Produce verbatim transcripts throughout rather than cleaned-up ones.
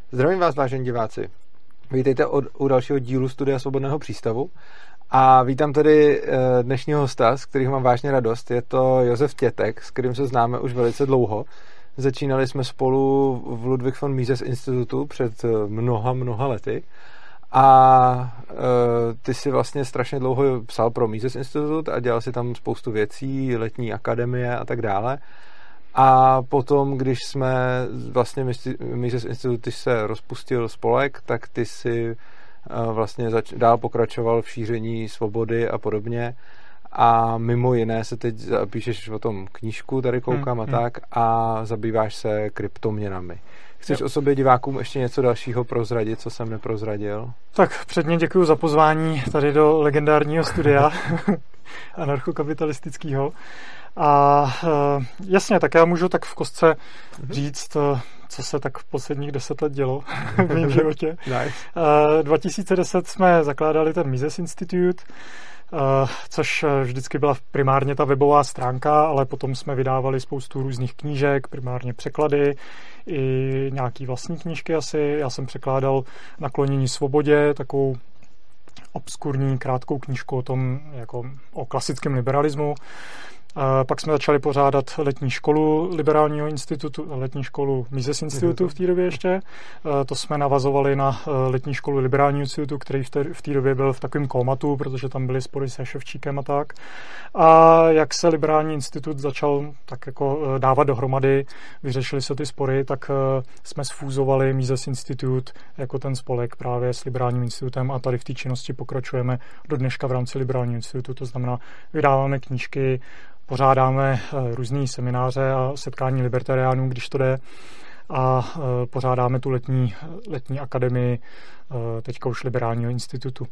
Zdravím vás, vážení diváci. Vítejte od, u dalšího dílu Studia Svobodného přístavu a vítám tady dnešního hosta, z kterého mám vážně radost. Je to Josef Tětek, s kterým se známe už velice dlouho. Začínali jsme spolu v Ludwig von Mises institutu před mnoha, mnoha lety a e, ty si vlastně strašně dlouho psal pro Mises institut a dělal si tam spoustu věcí, letní akademie a tak dále. A potom, když jsme vlastně Mises institut, když se rozpustil spolek, tak ty si vlastně zač- dál pokračoval v šíření svobody a podobně. A mimo jiné se teď píšeš o tom knížku, tady koukám hmm, a tak, hmm. a zabýváš se kryptoměnami. Chceš jo. o sobě divákům ještě něco dalšího prozradit, co jsem neprozradil? Tak předně děkuji za pozvání tady do legendárního studia anarchokapitalistického. A uh, jasně, tak já můžu tak v kostce říct, uh, co se tak v posledních deset let dělo v mém životě. Nice. Uh, dva tisíce deset jsme zakládali ten Mises Institute, uh, což vždycky byla primárně ta webová stránka, ale potom jsme vydávali spoustu různých knížek, primárně překlady, i nějaký vlastní knížky asi. Já jsem překládal Naklonění svobodě, takovou obskurní krátkou knížku o tom, jako o klasickém liberalismu. A pak jsme začali pořádat letní školu liberálního institutu, letní školu Mises institutu v té době ještě. A to jsme navazovali na letní školu liberálního institutu, který v té, v té době byl v takovém kómatu, protože tam byly spory se Ševčíkem a tak. A jak se liberální institut začal tak jako dávat dohromady, vyřešily se ty spory, tak jsme sfúzovali Mises institut jako ten spolek právě s liberálním institutem a tady v té činnosti pokračujeme do dneška v rámci liberálního institutu. To znamená, vydáváme knížky, pořádáme různý semináře a setkání libertariánů, když to jde, a pořádáme tu letní, letní akademii teďka už liberálního institutu.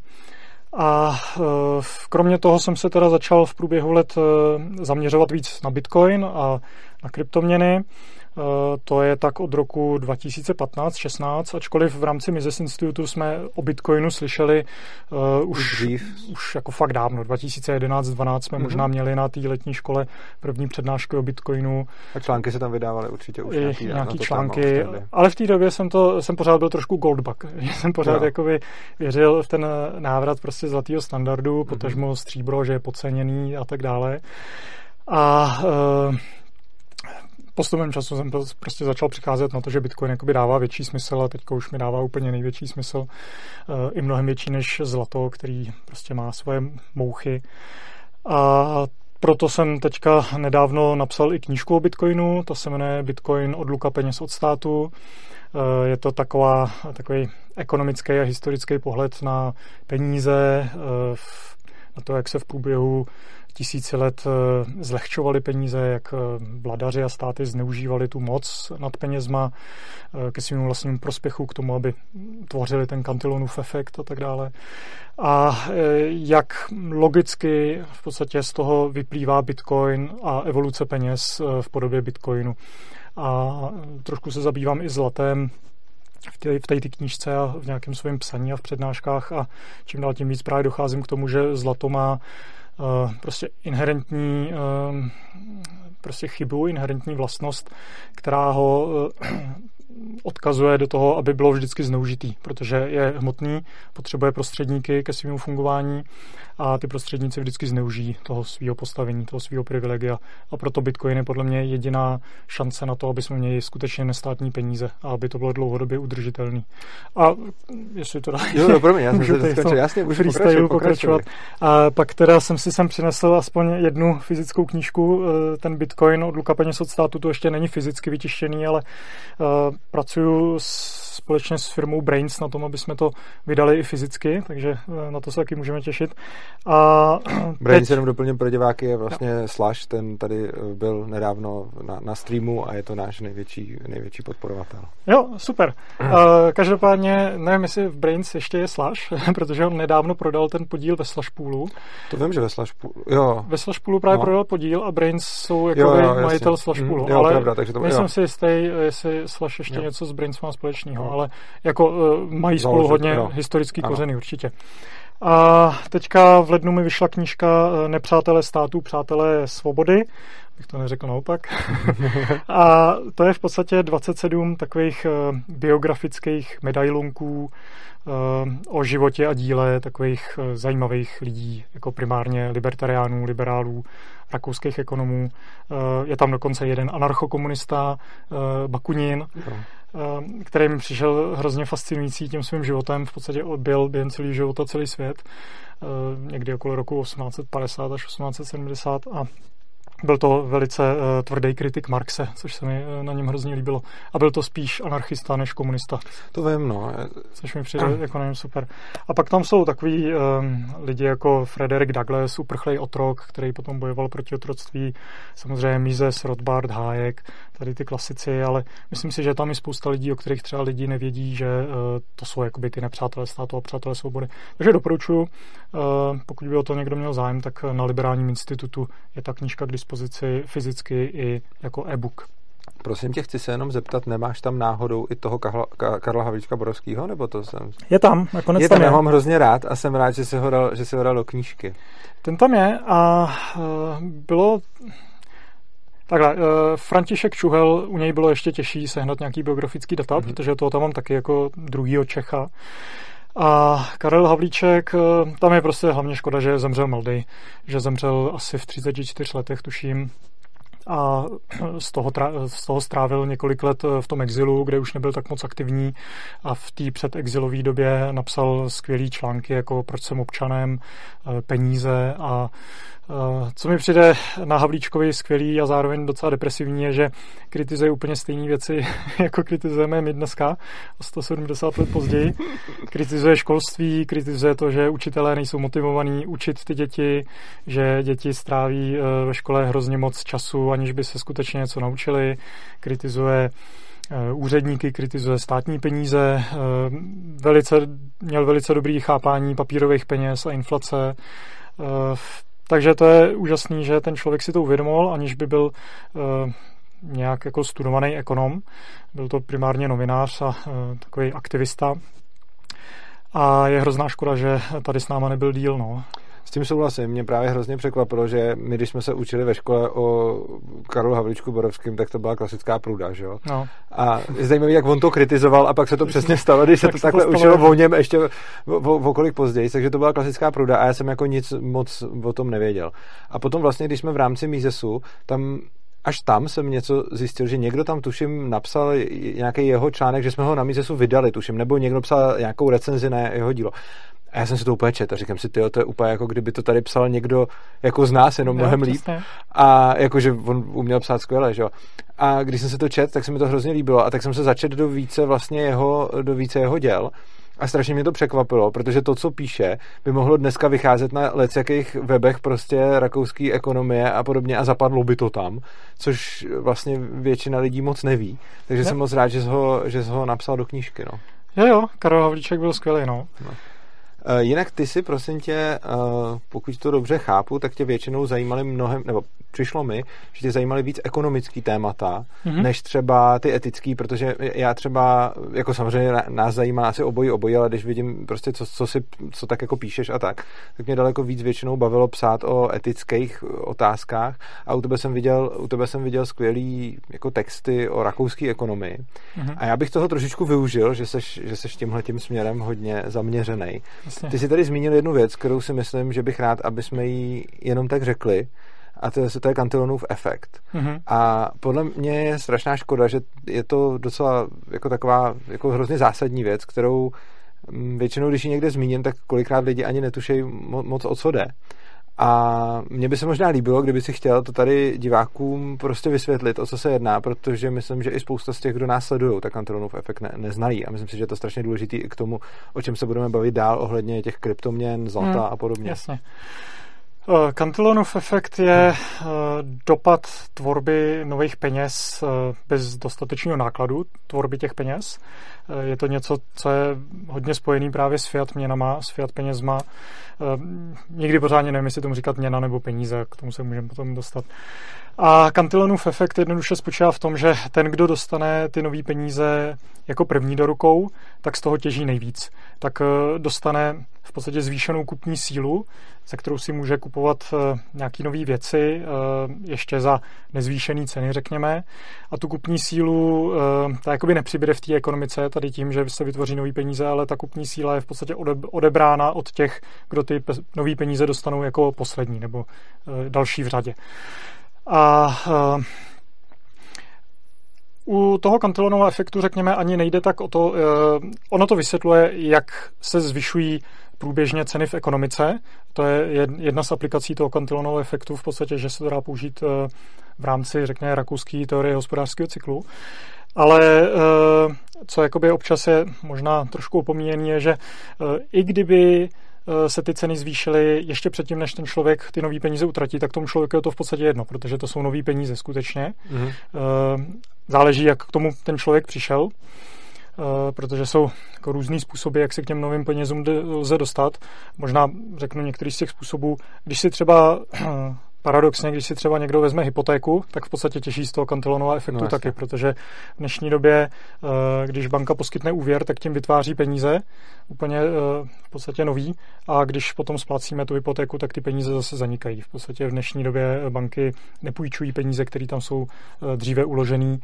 A kromě toho jsem se teda začal v průběhu let zaměřovat víc na Bitcoin a na kryptoměny. To je tak od roku dva tisíce patnáct šestnáct, ačkoliv v rámci Mises institutu jsme o Bitcoinu slyšeli uh, už, už jako fakt dávno. dva tisíce jedenáct dvanáct jsme mm-hmm. možná měli na té letní škole první přednášky o Bitcoinu. A články se tam vydávaly určitě už I nějaký, nějaký články, ale v té době jsem to jsem pořád byl trošku goldbug. jsem pořád jakoby věřil v ten návrat prostě zlatého standardu, mm-hmm. potažmo stříbro, že je podceněný a tak dále. A uh, postupem času jsem prostě začal přicházet na to, že Bitcoin jakoby dává větší smysl a teďka už mi dává úplně největší smysl. I mnohem větší než zlato, který prostě má svoje mouchy. A proto jsem teďka nedávno napsal i knížku o Bitcoinu, to se jmenuje Bitcoin odluka peněz od státu. Je to taková, takový ekonomický a historický pohled na peníze, na to, jak se v průběhu tisíci let zlehčovali peníze, jak vladaři a státy zneužívali tu moc nad penězma ke svým vlastním prospěchu, k tomu, aby tvořili ten Cantillonův efekt a tak dále. A jak logicky v podstatě z toho vyplývá Bitcoin a evoluce peněz v podobě Bitcoinu. A trošku se zabývám i zlatem v té knížce a v nějakém svém psaní a v přednáškách a čím dál tím víc právě docházím k tomu, že zlato má Uh, prostě inherentní uh, prostě chybu, inherentní vlastnost, která ho uh, odkazuje do toho, aby bylo vždycky zneužitý, protože je hmotný, potřebuje prostředníky ke svému fungování a ty prostředníci vždycky zneužijí toho svého postavení, toho svého privilegia. A proto Bitcoin je podle mě jediná šance na to, aby jsme měli skutečně nestátní peníze a aby to bylo dlouhodobě udržitelný. A jestli to dá, jo, no, promiň, já jsem se doskočil, jasně, můžu pokračovat, pokračovat. A pak teda jsem si sem přinesl aspoň jednu fyzickou knížku, ten Bitcoin odluka peněz od státu, to ještě není fyzicky vytištěný, ale uh, pracuju společně s firmou Brains na tom, aby jsme to vydali i fyzicky, takže na to se taky můžeme těšit. A Brains, jenom doplním pro diváky, je vlastně no. Slash, ten tady byl nedávno na, na streamu a je to náš největší, největší podporovatel. Jo, super. Uh, každopádně, nevím, jestli v Brains ještě je Slash, protože on nedávno prodal ten podíl ve Slashpoolu. To vím, že ve Slashpoolu, jo. Ve Slashpoolu právě no. prodal podíl a Brains jsou jako jo, jo, majitel Slashpoolu, mm, jo, ale pravda, takže to, nejsem si jistý, jestli Slash ještě jo. něco s Brains má společného. ale jako uh, mají spolu no, hodně no. historický ano. kořeny určitě. A teďka v lednu mi vyšla knížka Nepřátelé států, přátelé svobody, bych to neřekl naopak. A to je v podstatě dvacet sedm takových biografických medailonků o životě a díle takových zajímavých lidí, jako primárně libertariánů, liberálů, rakouských ekonomů. Je tam dokonce jeden anarchokomunista, Bakunin, no. který mi přišel hrozně fascinující tím svým životem. V podstatě byl během celý života celý svět, někdy okolo roku osmnáct padesát až osmnáct sedmdesát a byl to velice uh, tvrdý kritik Marxe, což se mi uh, na něm hrozně líbilo. A byl to spíš anarchista než komunista. To vím, no. Což mi přijde jako nevím, super. A pak tam jsou takový um, lidi jako Frederick Douglass, uprchlej otrok, který potom bojoval proti otroctví. Samozřejmě Mises, Rothbard, Hayek, tady ty klasici, ale myslím si, že tam je spousta lidí, o kterých třeba lidi nevědí, že uh, to jsou jakoby ty nepřátelé státu a přátelé svobody. Takže doporučuji, uh, pokud by o to někdo měl zájem, tak na Liberálním institutu je ta knížka k dispozici fyzicky i jako e-book. Prosím tě, chci se jenom zeptat, nemáš tam náhodou i toho Karla, Karla Havlíčka Borovského, nebo to jsem... Je tam, nakonec je tam tam, je. Já mám hrozně rád a jsem rád, že si ho dal, že si ho dal do knížky. Ten tam je a uh, bylo... Takhle, uh, František Čuhel, u něj bylo ještě těžší sehnat nějaký biografický data, mm-hmm. protože toho tam mám taky jako druhýho Čecha. A Karel Havlíček, tam je prostě hlavně škoda, že zemřel mladý, že zemřel asi v třiceti čtyřech letech, tuším, a z toho, z toho strávil několik let v tom exilu, kde už nebyl tak moc aktivní a v té předexilové době napsal skvělý články, jako Proč jsem občanem, Peníze a co mi přijde na Havlíčkovi skvělý a zároveň docela depresivní je, že kritizuje úplně stejné věci, jako kritizujeme my dneska, o sto sedmdesát let později. Kritizuje školství, kritizuje to, že učitelé nejsou motivovaní učit ty děti, že děti stráví ve škole hrozně moc času, aniž by se skutečně něco naučili. Kritizuje úředníky, kritizuje státní peníze, velice, měl velice dobrý chápání papírových peněz a inflace. Takže to je úžasný, že ten člověk si to uvědomil, aniž by byl uh, nějak jako studovaný ekonom. Byl to primárně novinář a uh, takový aktivista. A je hrozná škoda, že tady s náma nebyl díl, no. S tím souhlasím. Mě právě hrozně překvapilo, že my, když jsme se učili ve škole o Karlu Havlíčku Borovským, tak to byla klasická průda, že jo? No. A je zajímavé, jak on to kritizoval a pak se to přesně stalo, když se to takhle to učilo o něm ještě o kolik později, takže to byla klasická průda a já jsem jako nic moc o tom nevěděl. A potom vlastně, když jsme v rámci Misesu, tam až tam jsem něco zjistil, že někdo tam, tuším, napsal nějaký jeho článek, že jsme ho na Misesu vydali, tuším, nebo někdo psal nějakou recenzi na jeho dílo. A já jsem si to úplně četl a říkám si, tyjo, to je úplně jako kdyby to tady psal někdo jako z nás, jenom mnohem líp. A jakože on uměl psát skvěle, že jo. A když jsem se to četl, tak se mi to hrozně líbilo a tak jsem se začet do více vlastně jeho, do více jeho děl. A strašně mě to překvapilo, protože to, co píše, by mohlo dneska vycházet na lecjakých webech prostě rakouský ekonomie a podobně a zapadlo by to tam, což vlastně většina lidí moc neví. Takže ne. jsem moc rád, že jsi ho, že jsi ho napsal do knížky, no. Jo, jo, Karel Havlíček byl skvělý, no. no. Jinak ty si, prosím tě, pokud to dobře chápu, tak tě většinou zajímaly mnohem, nebo přišlo mi, že tě zajímaly víc ekonomický témata, mm-hmm. než třeba ty etický, protože já třeba, jako samozřejmě nás zajímá asi obojí obojí, ale když vidím prostě, co, co, si, co tak jako píšeš a tak, tak mě daleko víc většinou bavilo psát o etických otázkách a u tebe jsem viděl, u tebe jsem viděl skvělý jako texty o rakouské ekonomii. Mm-hmm. A já bych toho trošičku využil, že seš, že seš tímhletím směrem hodně zaměřenej. Ty jsi tady zmínil jednu věc, kterou si myslím, že bych rád, aby jsme ji jenom tak řekli, a to je, to je Cantillonův efekt. Mm-hmm. A podle mě je strašná škoda, že je to docela jako taková jako hrozně zásadní věc, kterou většinou, když ji někde zmíním, tak kolikrát lidi ani netušejí moc, o co jde. A mně by se možná líbilo, kdyby si chtěl to tady divákům prostě vysvětlit, o co se jedná, protože myslím, že i spousta z těch, kdo nás sledují, tak Cantillonův efekt ne, neznají. A myslím si, že je to strašně důležitý i k tomu, o čem se budeme bavit dál ohledně těch kryptoměn, zlata hmm, a podobně. Jasně. Cantillonův efekt je dopad tvorby nových peněz bez dostatečného nákladu tvorby těch peněz. Je to něco, co je hodně spojený právě s fiat měnama, s fiat penězma. Nikdy pořádně nevím, jestli tomu říkat měna nebo peníze, k tomu se můžeme potom dostat. A Cantillonův efekt jednoduše spočívá v tom, že ten, kdo dostane ty nové peníze jako první do rukou, tak z toho těží nejvíc. Tak dostane v podstatě zvýšenou kupní sílu, za kterou si může kupovat nějaké nové věci, ještě za nezvýšené ceny, řekněme. A tu kupní sílu ta jakoby nepřibyde v té ekonomice tady tím, že se vytvoří nové peníze, ale ta kupní síla je v podstatě odebrána od těch, kdo ty nové peníze dostanou jako poslední nebo další v řadě. A uh, u toho Cantillonova efektu, řekněme, ani nejde tak o to, uh, ono to vysvětluje, jak se zvyšují průběžně ceny v ekonomice. To je jedna z aplikací toho Cantillonova efektu v podstatě, že se to dá použít uh, v rámci, řekněme, rakouské teorie hospodářského cyklu. Ale uh, co jakoby občas je možná trošku opomíjený, je, že uh, i kdyby se ty ceny zvýšily ještě předtím, než ten člověk ty nový peníze utratí, tak tomu člověku je to v podstatě jedno, protože to jsou nový peníze skutečně. Mm-hmm. Záleží, jak k tomu ten člověk přišel, protože jsou jako různý způsoby, jak se k těm novým penězům lze dostat. Možná řeknu některý z těch způsobů, když si třeba paradoxně, když si třeba někdo vezme hypotéku, tak v podstatě těží z toho Cantillonova efektu no, taky, protože v dnešní době, když banka poskytne úvěr, tak tím vytváří peníze, úplně v podstatě nový, a když potom splácíme tu hypotéku, tak ty peníze zase zanikají. V podstatě v dnešní době banky nepůjčují peníze, které tam jsou dříve uložený.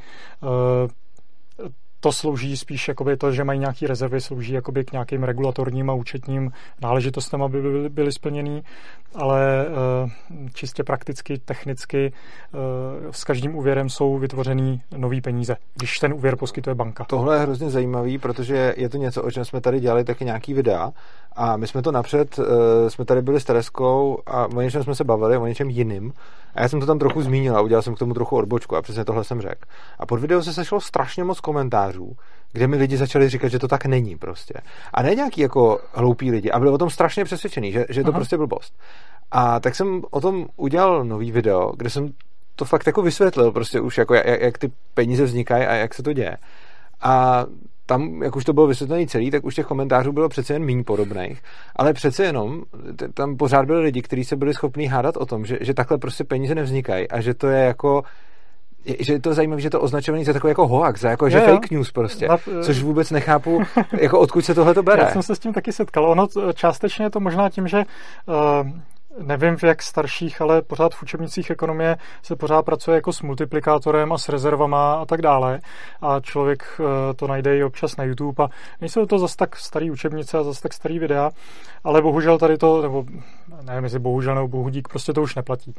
To slouží spíš jakoby to, že mají nějaké rezervy, slouží jakoby k nějakým regulatorním a účetním náležitostem, aby byly, byly splněný, ale e, čistě prakticky, technicky e, s každým úvěrem jsou vytvořený nový peníze, když ten úvěr poskytuje banka. Tohle je hrozně zajímavý, protože je to něco, o čem jsme tady dělali taky nějaký videa a my jsme to napřed, e, jsme tady byli s Tereskou a o něčem jsme se bavili, o něčem jiným a já jsem to tam trochu zmínil a udělal jsem k tomu trochu odbočku a přesně tohle jsem řekl. A pod video se sešlo strašně moc komentářů, kde mi lidi začali říkat, že to tak není prostě. A ne nějaký jako hloupí lidi, a byli o tom strašně přesvědčený, že, že je to Aha. prostě blbost. A tak jsem o tom udělal nový video, kde jsem to fakt jako vysvětlil prostě už, jako jak, jak ty peníze vznikají a jak se to děje. A tam, jak už to bylo vysvětlené celý, tak už těch komentářů bylo přece jen méně podobných, ale přece jenom tam pořád byli lidi, kteří se byli schopní hádat o tom, že, že takhle prostě peníze nevznikají a že to je jako Je, že je to zajímavé, že to označovaný za takový jako hoax, za jako, že jo, fake news prostě, na, což vůbec nechápu, jako odkud se tohle to bere. Já jsem se s tím taky setkal. Ono částečně je to možná tím, že uh, nevím v jak starších, ale pořád v učebnicích ekonomie se pořád pracuje jako s multiplikátorem a s rezervama a tak dále. A člověk uh, to najde i občas na YouTube a nejsou to zas tak starý učebnice a zas tak starý videa, ale bohužel tady to, nebo nevím, jestli bohužel nebo bohudík, prostě to už neplatí.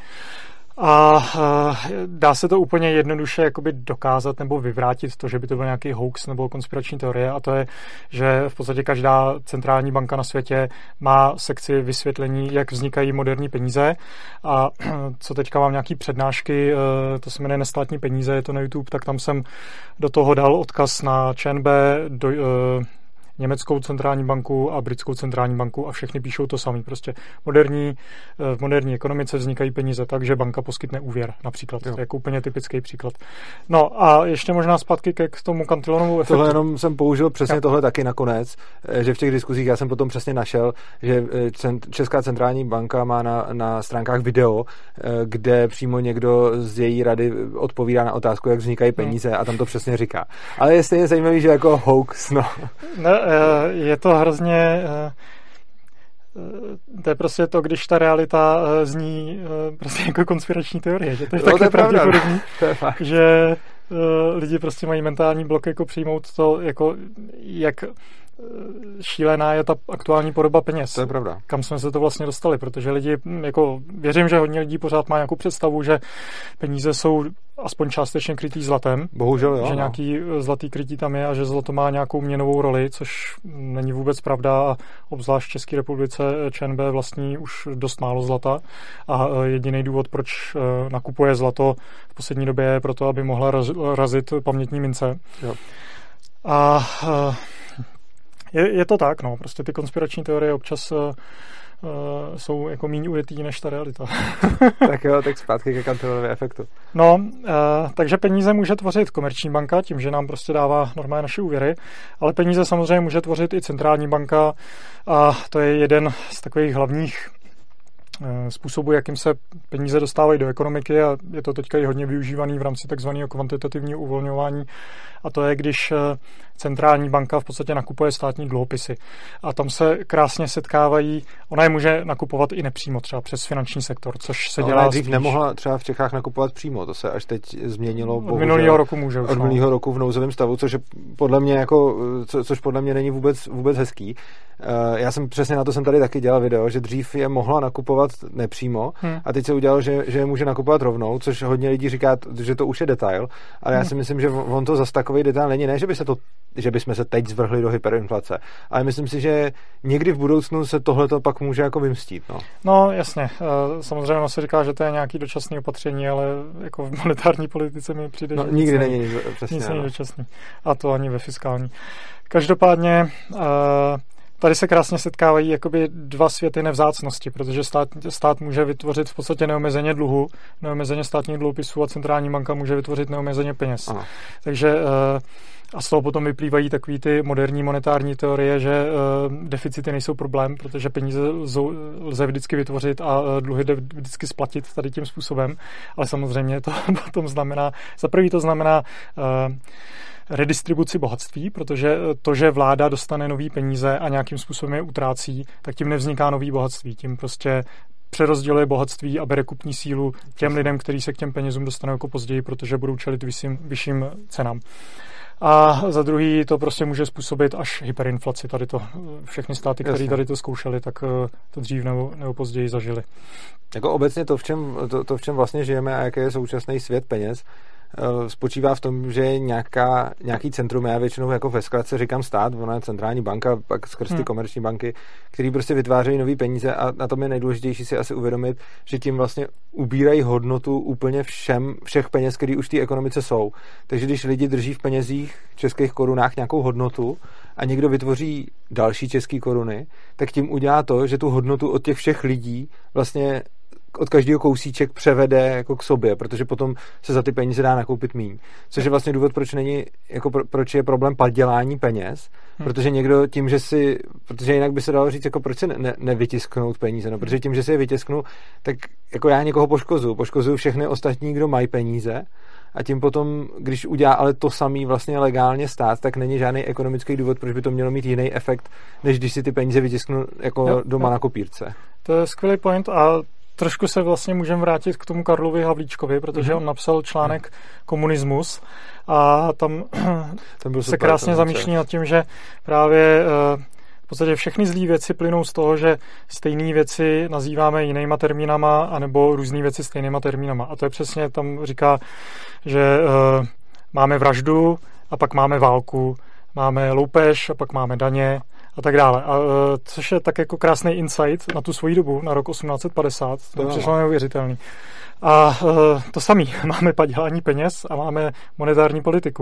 A uh, dá se to úplně jednoduše jakoby dokázat nebo vyvrátit to, že by to byl nějaký hoax nebo konspirační teorie, a to je, že v podstatě každá centrální banka na světě má sekci vysvětlení, jak vznikají moderní peníze, a co teďka mám nějaký přednášky, uh, to se jmenuje Nestátní peníze, je to na YouTube, tak tam jsem do toho dal odkaz na ČNB, do, uh, německou centrální banku a britskou centrální banku a všechny píšou to samý. Prostě moderní, v moderní ekonomice vznikají peníze tak, že banka poskytne úvěr, například. Jo. To je jako úplně typický příklad. No a ještě možná zpátky k tomu Cantillonovu efektu. Tohle jenom jsem použil přesně jo. tohle taky nakonec, že v těch diskuzích já jsem potom přesně našel, že Česká centrální banka má na, na stránkách video, kde přímo někdo z její rady odpovídá na otázku, jak vznikají peníze, hmm. a tam to přesně říká. Ale je stejně zajímavý, že jako hoax, no. Ne, je to hrozně, to je prostě to, když ta realita zní prostě jako konspirační teorie, že to je no, takhle pravděpodobný, že lidi prostě mají mentální blok jako přijmout to, jako jak šílená je ta aktuální podoba peněz. To je pravda. Kam jsme se to vlastně dostali, protože lidi, jako věřím, že hodně lidí pořád má nějakou představu, že peníze jsou aspoň částečně krytý zlatem. Bohužel jo. Že no. nějaký zlatý krytí tam je a že zlato má nějakou měnovou roli, což není vůbec pravda, a obzvlášť v České republice ČNB vlastní už dost málo zlata a jediný důvod, proč nakupuje zlato v poslední době, je proto, aby mohla razit pamětní mince. Jo. A Je, je to tak, no, prostě ty konspirační teorie občas uh, uh, jsou jako méně ujetý než ta realita. Tak jo, tak zpátky ke Cantilonově efektu. No, uh, takže peníze může tvořit komerční banka tím, že nám prostě dává normálně naše úvěry, ale peníze samozřejmě může tvořit i centrální banka a to je jeden z takových hlavních způsobu, jakým se peníze dostávají do ekonomiky a je to teďka i hodně využívaný v rámci takzvaného kvantitativního uvolňování a to je, když centrální banka v podstatě nakupuje státní dluhopisy. A tam se krásně setkávají, ona je může nakupovat i nepřímo, třeba přes finanční sektor, což se no, dělá dřív spíš. Nemohla třeba v Čechách nakupovat přímo, to se až teď změnilo. Od minulého roku může už. Od minulého roku v nouzovém stavu, což je podle mě jako, co, což podle mě není vůbec, vůbec hezký. Já jsem přesně na to jsem tady taky dělal video, že dřív je mohla nakupovat nepřímo hmm. a teď se udělalo, že, že je může nakupovat rovnou, což hodně lidí říká, že to už je detail, ale já si myslím, že on to zas takový detail není, ne, že by se to, že bychom se teď zvrhli do hyperinflace, ale myslím si, že někdy v budoucnu se tohleto pak může jako vymstít. No, no jasně, samozřejmě ono se říká, že to je nějaký dočasný opatření, ale jako v monetární politice mi přijde, no, že nikdy nic není nic, přesně, nic no. není dočasný. A to ani ve fiskální. Každopádně uh, tady se krásně setkávají jakoby dva světy nevzácnosti, protože stát, stát může vytvořit v podstatě neomezeně dluhu, neomezeně státních dluhopisů a centrální banka může vytvořit neomezeně peněz. Aha. Takže a z toho potom vyplývají takový ty moderní monetární teorie, že deficity nejsou problém, protože peníze lze vždycky vytvořit a dluhy jde vždycky splatit tady tím způsobem, ale samozřejmě to potom znamená, za prvý to znamená redistribuci bohatství, protože to, že vláda dostane nový peníze a nějakým způsobem je utrácí, tak tím nevzniká nový bohatství. Tím prostě přerozděluje bohatství a bere kupní sílu těm lidem, kteří se k těm penězům dostanou jako později, protože budou čelit vyšším, vyšším cenám. A za druhý to prostě může způsobit až hyperinflaci. Tady to všechny státy, které tady to zkoušely, tak to dřív nebo, nebo později zažili. Jako obecně to v, čem, to, to, v čem vlastně žijeme a jaký je současný svět peněz, spočívá v tom, že je nějaká, nějaký centrum, já většinou jako ve zkratce říkám stát, ona je centrální banka, pak skrz ty hmm. komerční banky, který prostě vytvářejí nový peníze a na tom je nejdůležitější si asi uvědomit, že tím vlastně ubírají hodnotu úplně všem, všech peněz, které už v té ekonomice jsou. Takže když lidi drží v penězích, v českých korunách nějakou hodnotu a někdo vytvoří další české koruny, tak tím udělá to, že tu hodnotu od těch všech lidí vlastně od každého kousíček převede jako k sobě, protože potom se za ty peníze dá nakoupit míň. Což je vlastně důvod, proč není, jako pro, proč je problém padělání peněz, hmm. protože někdo tím, že si, protože jinak by se dalo říct, jako proč se ne, nevytisknout peníze, no, protože tím, že si je vytisknu, tak jako já někoho poškozuju, poškozuju všechny ostatní, kdo mají peníze a tím potom, když udělá ale to samý vlastně legálně stát, tak není žádný ekonomický důvod, proč by to mělo mít jiný efekt, než když si ty peníze vytisknu jako jo, doma jo. na kopírce. To je skvělý point a trošku se vlastně můžeme vrátit k tomu Karlovi Havlíčkovi, protože mm-hmm. on napsal článek Komunismus a tam, tam byl se super, krásně zamýšlí nad tím, že právě v podstatě všechny zlý věci plynou z toho, že stejné věci nazýváme jinýma termínama anebo různé věci stejnýma termínama. A to je přesně, tam říká, že uh, máme vraždu a pak máme válku, máme loupež a pak máme daně a tak dále. A, což je tak jako krásný insight na tu svoji dobu, na rok osmnáct set padesát. To je přišlo neuvěřitelný. A uh, to samý. Máme padělání peněz a máme monetární politiku.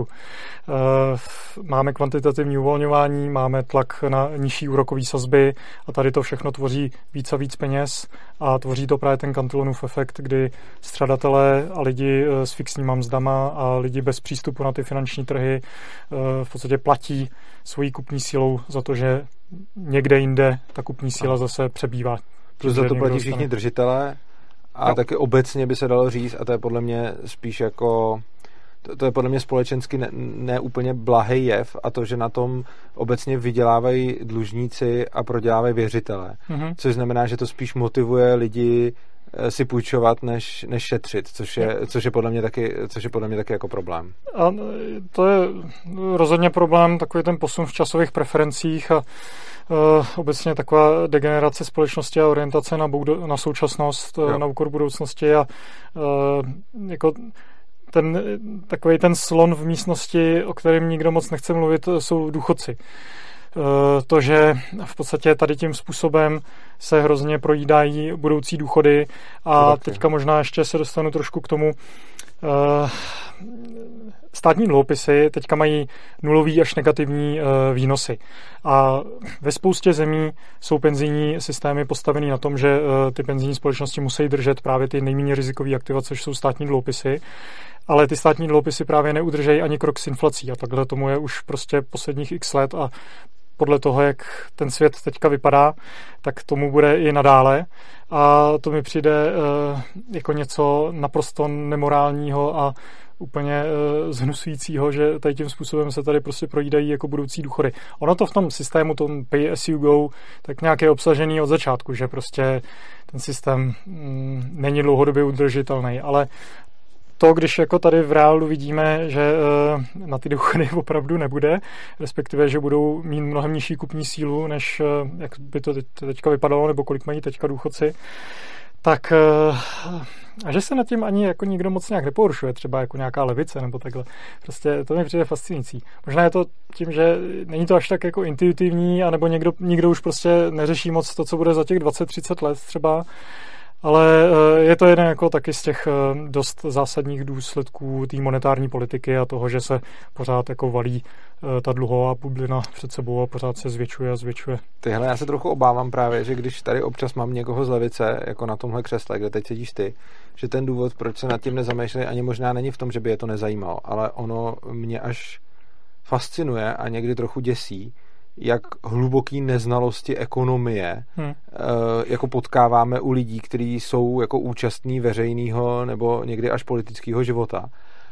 Uh, máme kvantitativní uvolňování, máme tlak na nižší úrokové sazby a tady to všechno tvoří víc a víc peněz a tvoří to právě ten Cantillonův efekt, kdy střadatelé a lidi s fixníma mzdama a lidi bez přístupu na ty finanční trhy uh, v podstatě platí svojí kupní sílou za to, že někde jinde ta kupní síla zase přebývá. Plus za to platí všichni držitelé a no. taky obecně by se dalo říct, a to je podle mě spíš jako to, to je podle mě společensky ne, ne úplně blahý jev a to, že na tom obecně vydělávají dlužníci a prodělávají věřitelé. Mm-hmm. Což znamená, že to spíš motivuje lidi si půjčovat, než, než šetřit, což je, což je podle mě taky, což je podle mě taky jako problém. A to je rozhodně problém, takový ten posun v časových preferencích a uh, obecně taková degenerace společnosti a orientace na, boudo, na současnost, jo. na úkor budoucnosti a uh, jako ten, takový ten slon v místnosti, o kterém nikdo moc nechce mluvit, jsou důchodci. To, že v podstatě tady tím způsobem se hrozně projídají budoucí důchody a teďka možná ještě se dostanu trošku k tomu, Uh, Státní dluhopisy teďka mají nulový až negativní uh, výnosy. A ve spoustě zemí jsou penzijní systémy postavený na tom, že uh, ty penzijní společnosti musí držet právě ty nejméně rizikové aktiva, což jsou státní dluhopisy. Ale ty státní dluhopisy právě neudržejí ani krok s inflací. A takhle tomu je už prostě posledních x let a podle toho, jak ten svět teďka vypadá, tak tomu bude i nadále. A to mi přijde uh, jako něco naprosto nemorálního a úplně uh, zhnusujícího, že tady tím způsobem se tady prostě projídají jako budoucí důchody. Ono to v tom systému, tom pay as you go, tak nějak je obsažený od začátku, že prostě ten systém mm, není dlouhodobě udržitelný, ale to, když jako tady v reálu vidíme, že uh, na ty důchody opravdu nebude, respektive, že budou mít mnohem nižší kupní sílu, než uh, jak by to teď, teďka vypadalo, nebo kolik mají teďka důchodci, tak uh, a že se nad tím ani jako nikdo moc nějak neporušuje, třeba jako nějaká levice nebo takhle. Prostě to mi přijde fascinující. Možná je to tím, že není to až tak jako intuitivní, anebo někdo, nikdo už prostě neřeší moc to, co bude za těch dvacet třicet let třeba, ale je to jeden jako taky z těch dost zásadních důsledků té monetární politiky a toho, že se pořád jako valí ta dluhová bublina před sebou a pořád se zvětšuje a zvětšuje. Tyhle, já se trochu obávám právě, že když tady občas mám někoho z levice, jako na tomhle křesle, kde teď sedíš ty, že ten důvod, proč se nad tím nezamýšleli, ani možná není v tom, že by je to nezajímalo, ale ono mě až fascinuje a někdy trochu děsí, jak hluboký neznalosti ekonomie hmm. jako potkáváme u lidí, kteří jsou jako účastní veřejného nebo někdy až politického života.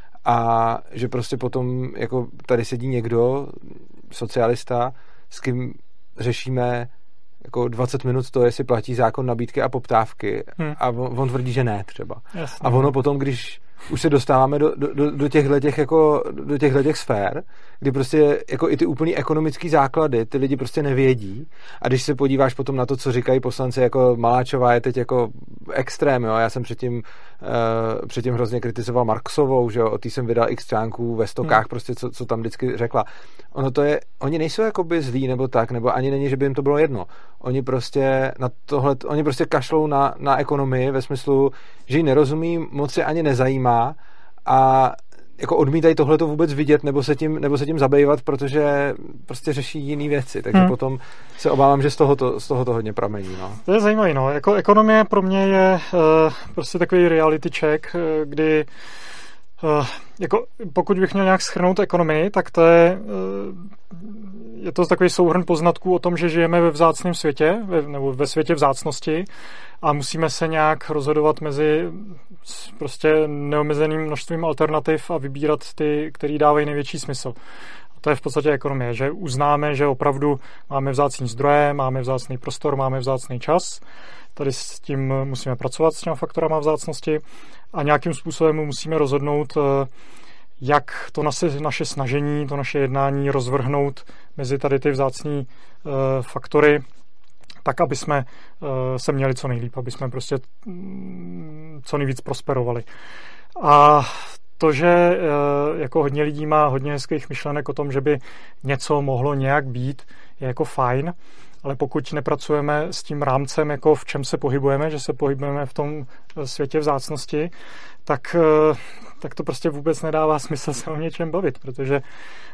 A že prostě potom jako tady sedí někdo, socialista, s kým řešíme jako dvacet minut to, jestli platí zákon nabídky a poptávky hmm. a on, on tvrdí, že ne třeba. Jasně. A ono potom, když už se dostáváme do, do, do těchto těch jako, do těchto těch sfér, kdy prostě jako i ty úplný ekonomický základy ty lidi prostě nevědí. A když se podíváš potom na to, co říkají poslanci, jako Maláčová je teď jako extrém, jo. Já jsem předtím, uh, předtím hrozně kritizoval Marksovou, že jo, o tý jsem vydal x článků ve stokách, hmm. prostě co, co tam vždycky řekla. Ono to je, oni nejsou jakoby zlí nebo tak, nebo ani není, že by jim to bylo jedno. Oni prostě na tohle, oni prostě kašlou na, na ekonomii ve smyslu, že ji nerozumí, moc se ani nezajímá a jako odmítají tohleto vůbec vidět nebo se tím, nebo se tím zabývat, protože prostě řeší jiné věci. Takže hmm. potom se obávám, že z toho to, z toho to hodně pramení. No. To je zajímavé. No. Jako ekonomie pro mě je uh, prostě takový reality check, uh, kdy uh, jako, pokud bych měl nějak shrnout ekonomii, tak to je uh, je to takový souhrn poznatků o tom, že žijeme ve vzácném světě, ve, nebo ve světě vzácnosti a musíme se nějak rozhodovat mezi prostě neomezeným množstvím alternativ a vybírat ty, které dávají největší smysl. A to je v podstatě ekonomie, že uznáme, že opravdu máme vzácný zdroje, máme vzácný prostor, máme vzácný čas. Tady s tím musíme pracovat s těma faktorama vzácnosti a nějakým způsobem musíme rozhodnout, jak to naše, naše snažení, to naše jednání rozvrhnout mezi tady ty vzácný uh, faktory, tak, aby jsme uh, se měli co nejlíp, aby jsme prostě um, co nejvíc prosperovali. A to, že uh, jako hodně lidí má hodně hezkých myšlenek o tom, že by něco mohlo nějak být, je jako fajn, ale pokud nepracujeme s tím rámcem, jako v čem se pohybujeme, že se pohybujeme v tom světě vzácnosti, tak, tak to prostě vůbec nedává smysl se o něčem bavit, protože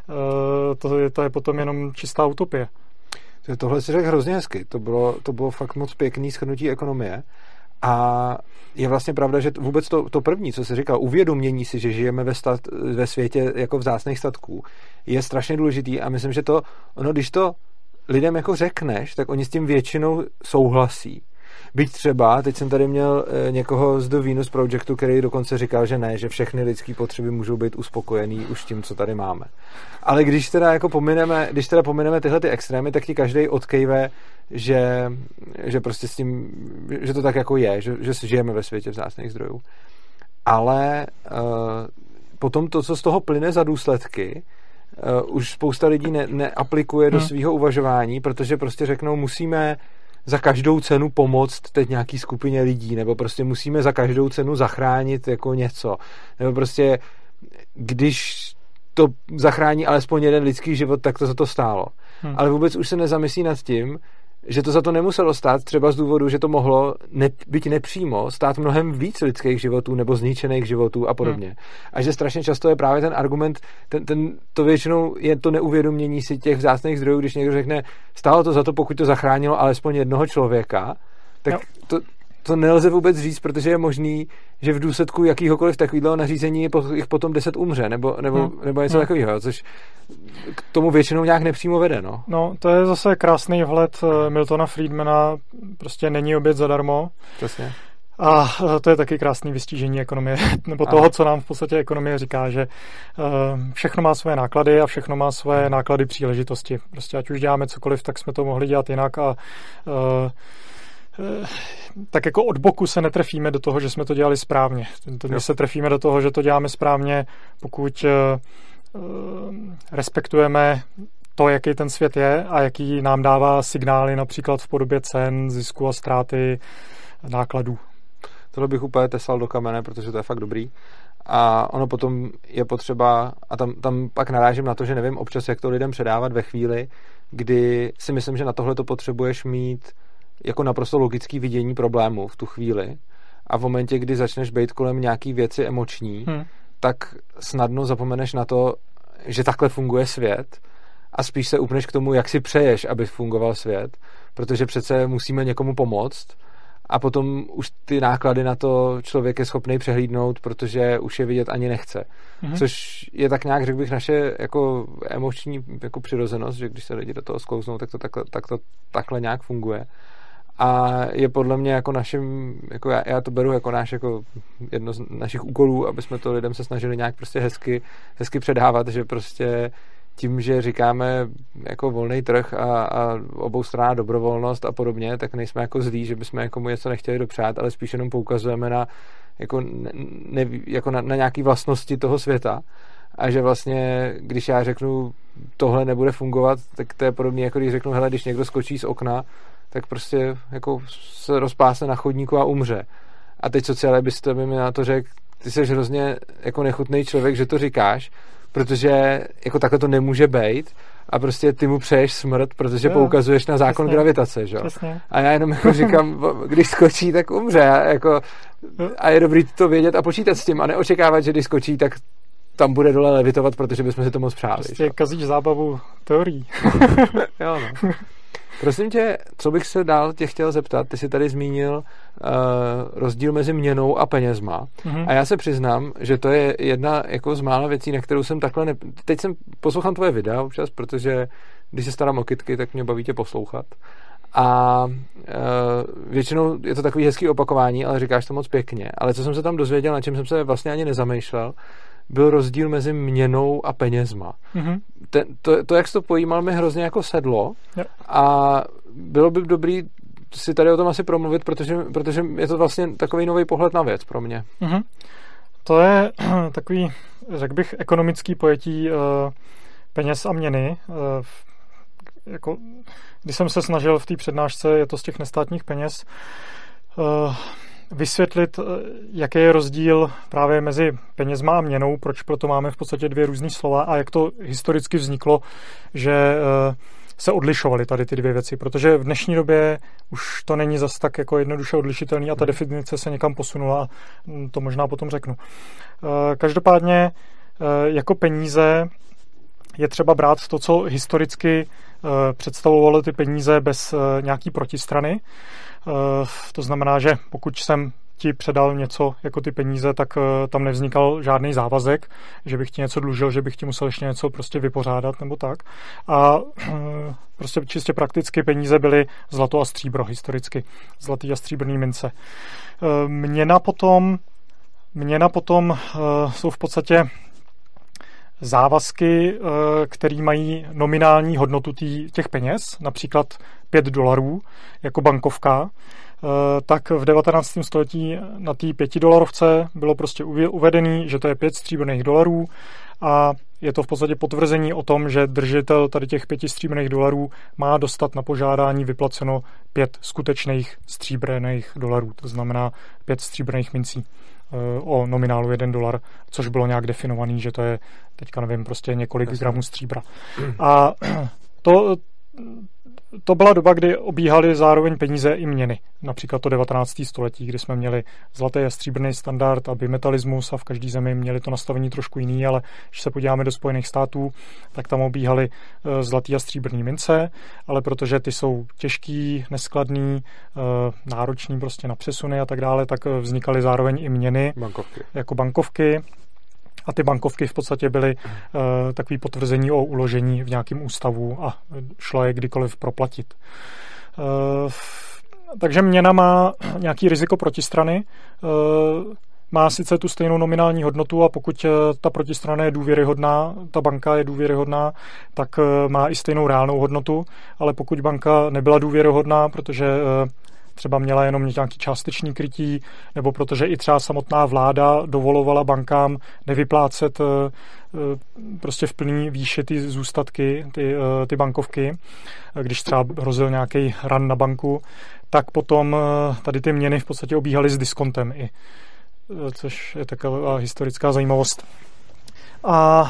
to je, to je potom jenom čistá utopie. Tohle si řekl hrozně hezky. To bylo, to bylo fakt moc pěkný shrnutí ekonomie. A je vlastně pravda, že vůbec to, to první, co jsi říkal, uvědomění si, že žijeme ve, stat, ve světě jako vzácných statků, je strašně důležitý a myslím, že to, ono, když to lidem jako řekneš, tak oni s tím většinou souhlasí. Byť třeba, teď jsem tady měl e, někoho z The Venus Projectu, který dokonce říkal, že ne, že všechny lidské potřeby můžou být uspokojený už tím, co tady máme. Ale když teda jako pomineme, když teda pomineme tyhle ty extrémy, tak ti každej odkejve, že, že prostě s tím, že to tak jako je, že, že žijeme ve světě vzácných zdrojů. Ale e, potom to, co z toho plyne za důsledky, Uh, už spousta lidí ne, neaplikuje do hmm. svého uvažování, protože prostě řeknou, musíme za každou cenu pomoct teď nějaký skupině lidí, nebo prostě musíme za každou cenu zachránit jako něco. Nebo prostě, když to zachrání alespoň jeden lidský život, tak to za to stálo. Hmm. Ale vůbec už se nezamyslí nad tím, že to za to nemuselo stát třeba z důvodu, že to mohlo, ne, byť nepřímo, stát mnohem víc lidských životů nebo zničených životů a podobně. Hmm. A že strašně často je právě ten argument, ten, ten, to většinou je to neuvědomění si těch vzácných zdrojů, když někdo řekne, stálo to za to, pokud to zachránilo alespoň jednoho člověka, tak no. to, to nelze vůbec říct, protože je možný, že v důsledku jakýhokoliv takového nařízení jich potom deset umře, nebo, nebo, hmm. nebo něco hmm. takového, což k tomu většinou nějak nepřímo vede. No. no, to je zase krásný vhled Miltona Friedmana, prostě není oběd zadarmo. Přesně. A to je taky krásný vystížení ekonomie, nebo toho, Aha. co nám v podstatě ekonomie říká, že všechno má své náklady a všechno má své náklady příležitosti. Prostě ať už děláme cokoliv, tak jsme to mohli dělat jinak a tak jako od boku se netrefíme do toho, že jsme to dělali správně. My se trefíme do toho, že to děláme správně, pokud respektujeme to, jaký ten svět je a jaký nám dává signály například v podobě cen, zisku a ztráty, nákladů. Tohle bych úplně tesal do kamene, protože to je fakt dobrý. A ono potom je potřeba, a tam, tam pak narážím na to, že nevím občas, jak to lidem předávat ve chvíli, kdy si myslím, že na tohle to potřebuješ mít jako naprosto logický vidění problému v tu chvíli. A v momentě, kdy začneš být kolem nějaký věci emoční, hmm. tak snadno zapomeneš na to, že takhle funguje svět a spíš se upneš k tomu, jak si přeješ, aby fungoval svět, protože přece musíme někomu pomoct a potom už ty náklady na to člověk je schopný přehlídnout, protože už je vidět ani nechce. Mm-hmm. Což je tak nějak, řekl bych, naše jako emoční jako přirozenost, že když se lidi do toho sklouznou, tak to, tak, tak to takhle nějak funguje. A je podle mě jako našim, jako já, já to beru jako náš jako jedno z našich úkolů, aby jsme to lidem se snažili nějak prostě hezky, hezky předávat, že prostě tím, že říkáme jako volný trh a, a oboustranná dobrovolnost a podobně, tak nejsme jako zlí, že bychom jako mu něco nechtěli dopřát, ale spíš jenom poukazujeme na, jako, ne, jako na, na nějaké vlastnosti toho světa a že vlastně, když já řeknu, tohle nebude fungovat, tak to je podobně, jako když řeknu, hele, když někdo skočí z okna, tak prostě jako se rozplásne na chodníku a umře. A teď sociálně byste mi na to řekl, ty jsi hrozně jako nechutný člověk, že to říkáš, protože jako takhle to nemůže být a prostě ty mu přeješ smrt, protože jo, poukazuješ na zákon přesně, gravitace, že? A já jenom jako říkám, když skočí, tak umře. A, jako, a je dobrý to vědět a počítat s tím a neočekávat, že když skočí, tak tam bude dole levitovat, protože bychom si to moc přáli. Prostě že? Kazíš zábavu teorií. Jo, no. Prosím tě, co bych se dál tě chtěl zeptat, ty jsi tady zmínil uh, rozdíl mezi měnou a penězma mm-hmm. a já se přiznám, že to je jedna jako z mála věcí, na kterou jsem takhle ne... Teď jsem poslouchám tvoje videa občas, protože když se starám o kytky, tak mě baví tě poslouchat a uh, většinou je to takový hezký opakování, ale říkáš to moc pěkně, ale co jsem se tam dozvěděl, na čem jsem se vlastně ani nezamýšlel, byl rozdíl mezi měnou a penězma. Mm-hmm. Ten, to, to, jak jsi to pojímal, mi hrozně jako sedlo jo. a bylo by dobrý si tady o tom asi promluvit, protože, protože je to vlastně takový nový pohled na věc pro mě. Mm-hmm. To je takový, řekl bych, ekonomický pojetí uh, peněz a měny. Uh, jako, když jsem se snažil v té přednášce, je to z těch nestátních peněz, uh, vysvětlit, jaký je rozdíl právě mezi penězma a měnou, proč proto máme v podstatě dvě různý slova a jak to historicky vzniklo, že se odlišovaly tady ty dvě věci, protože v dnešní době už to není zas tak jako jednoduše odlišitelný a ta definice se někam posunula a to možná potom řeknu. Každopádně jako peníze je třeba brát to, co historicky představovalo ty peníze bez nějaký protistrany. To znamená, že pokud jsem ti předal něco jako ty peníze, tak tam nevznikal žádný závazek, že bych ti něco dlužil, že bych ti musel ještě něco prostě vypořádat nebo tak. A prostě čistě prakticky peníze byly zlato a stříbro historicky. Zlatý a stříbrný mince. Měna potom, měna potom jsou v podstatě závazky, které mají nominální hodnotu tý, těch peněz, například pět dolarů jako bankovka, tak v devatenáctém století na té pětidolarovce bylo prostě uvedený, že to je pět stříbrných dolarů a je to v podstatě potvrzení o tom, že držitel tady těch pěti stříbrných dolarů má dostat na požádání vyplaceno pět skutečných stříbrných dolarů, to znamená pět stříbrných mincí o nominálu jeden dolar, což bylo nějak definovaný, že to je, teďka nevím, prostě několik Jasně. gramů stříbra. A to, to byla doba, kdy obíhaly zároveň peníze i měny. Například to devatenácté století, kdy jsme měli zlatý a stříbrný standard a bimetalismus a v každé zemi měli to nastavení trošku jiný, ale když se podíváme do Spojených států, tak tam obíhaly zlatý a stříbrný mince, ale protože ty jsou těžký, neskladný, náročný prostě na přesuny a tak dále, tak vznikaly zároveň i měny bankovky. jako bankovky. A ty bankovky v podstatě byly uh, takové potvrzení o uložení v nějakém ústavu a šlo je kdykoliv proplatit. Uh, takže měna má nějaký riziko protistrany, uh, má sice tu stejnou nominální hodnotu a pokud uh, ta protistrana je důvěryhodná, ta banka je důvěryhodná, tak uh, má i stejnou reálnou hodnotu, ale pokud banka nebyla důvěryhodná, protože uh, třeba měla jenom nějaký částečný krytí, nebo protože i třeba samotná vláda dovolovala bankám nevyplácet prostě v plný výši ty zůstatky, ty, ty bankovky, když třeba hrozil nějaký ran na banku, tak potom tady ty měny v podstatě obíhaly s diskontem i, což je taková historická zajímavost. A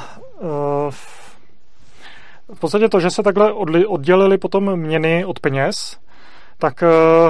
v podstatě to, že se takhle oddělily potom měny od peněz, tak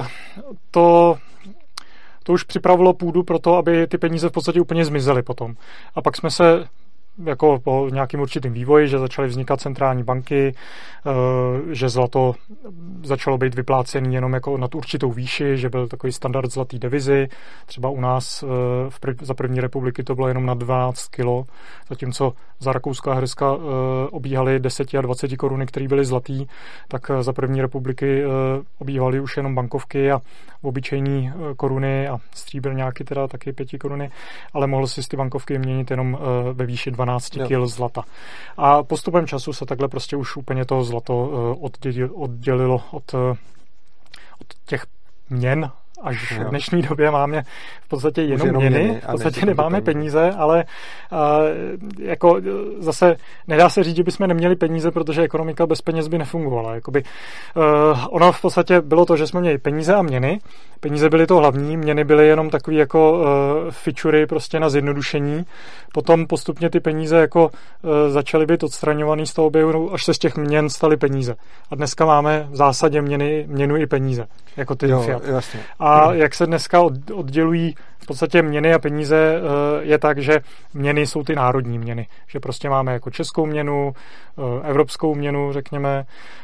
to, to už připravilo půdu pro to, aby ty peníze v podstatě úplně zmizely potom. A pak jsme se jako po nějakým určitým vývoji, že začaly vznikat centrální banky, že zlato začalo být vyplácený jenom jako nad určitou výši, že byl takový standard zlatý devizy. Třeba u nás v prv, za první republiky to bylo jenom na dvanáct kilo, zatímco za Rakouska a Herska obíhaly deset a dvacet koruny, které byly zlatý, tak za první republiky obíhaly už jenom bankovky a obyčejní koruny a stříbrňáky teda taky pěti koruny, ale mohl si ty bankovky měnit jenom ve výši dvanáct kil zlata. A postupem času se takhle prostě už úplně to zlato oddělilo od, od těch měn. Až v dnešní době máme v podstatě jenom, jenom měny, měny, v podstatě nemáme peníze, ale uh, jako zase nedá se říct, že bychom neměli peníze, protože ekonomika bez peněz by nefungovala. Jakoby, uh, ono v podstatě bylo to, že jsme měli peníze a měny. Peníze byly to hlavní, měny byly jenom takový jako uh, fičury prostě na zjednodušení. Potom postupně ty peníze jako uh, začaly být odstraňovaný z toho oběhu, až se z těch měn staly peníze. A dneska máme v zásadě měny, měnu i peníze, jako ty jo, fiat. Jasně. A jak se dneska oddělují v podstatě měny a peníze, je tak, že měny jsou ty národní měny. Že prostě máme jako českou měnu, evropskou měnu, řekněme,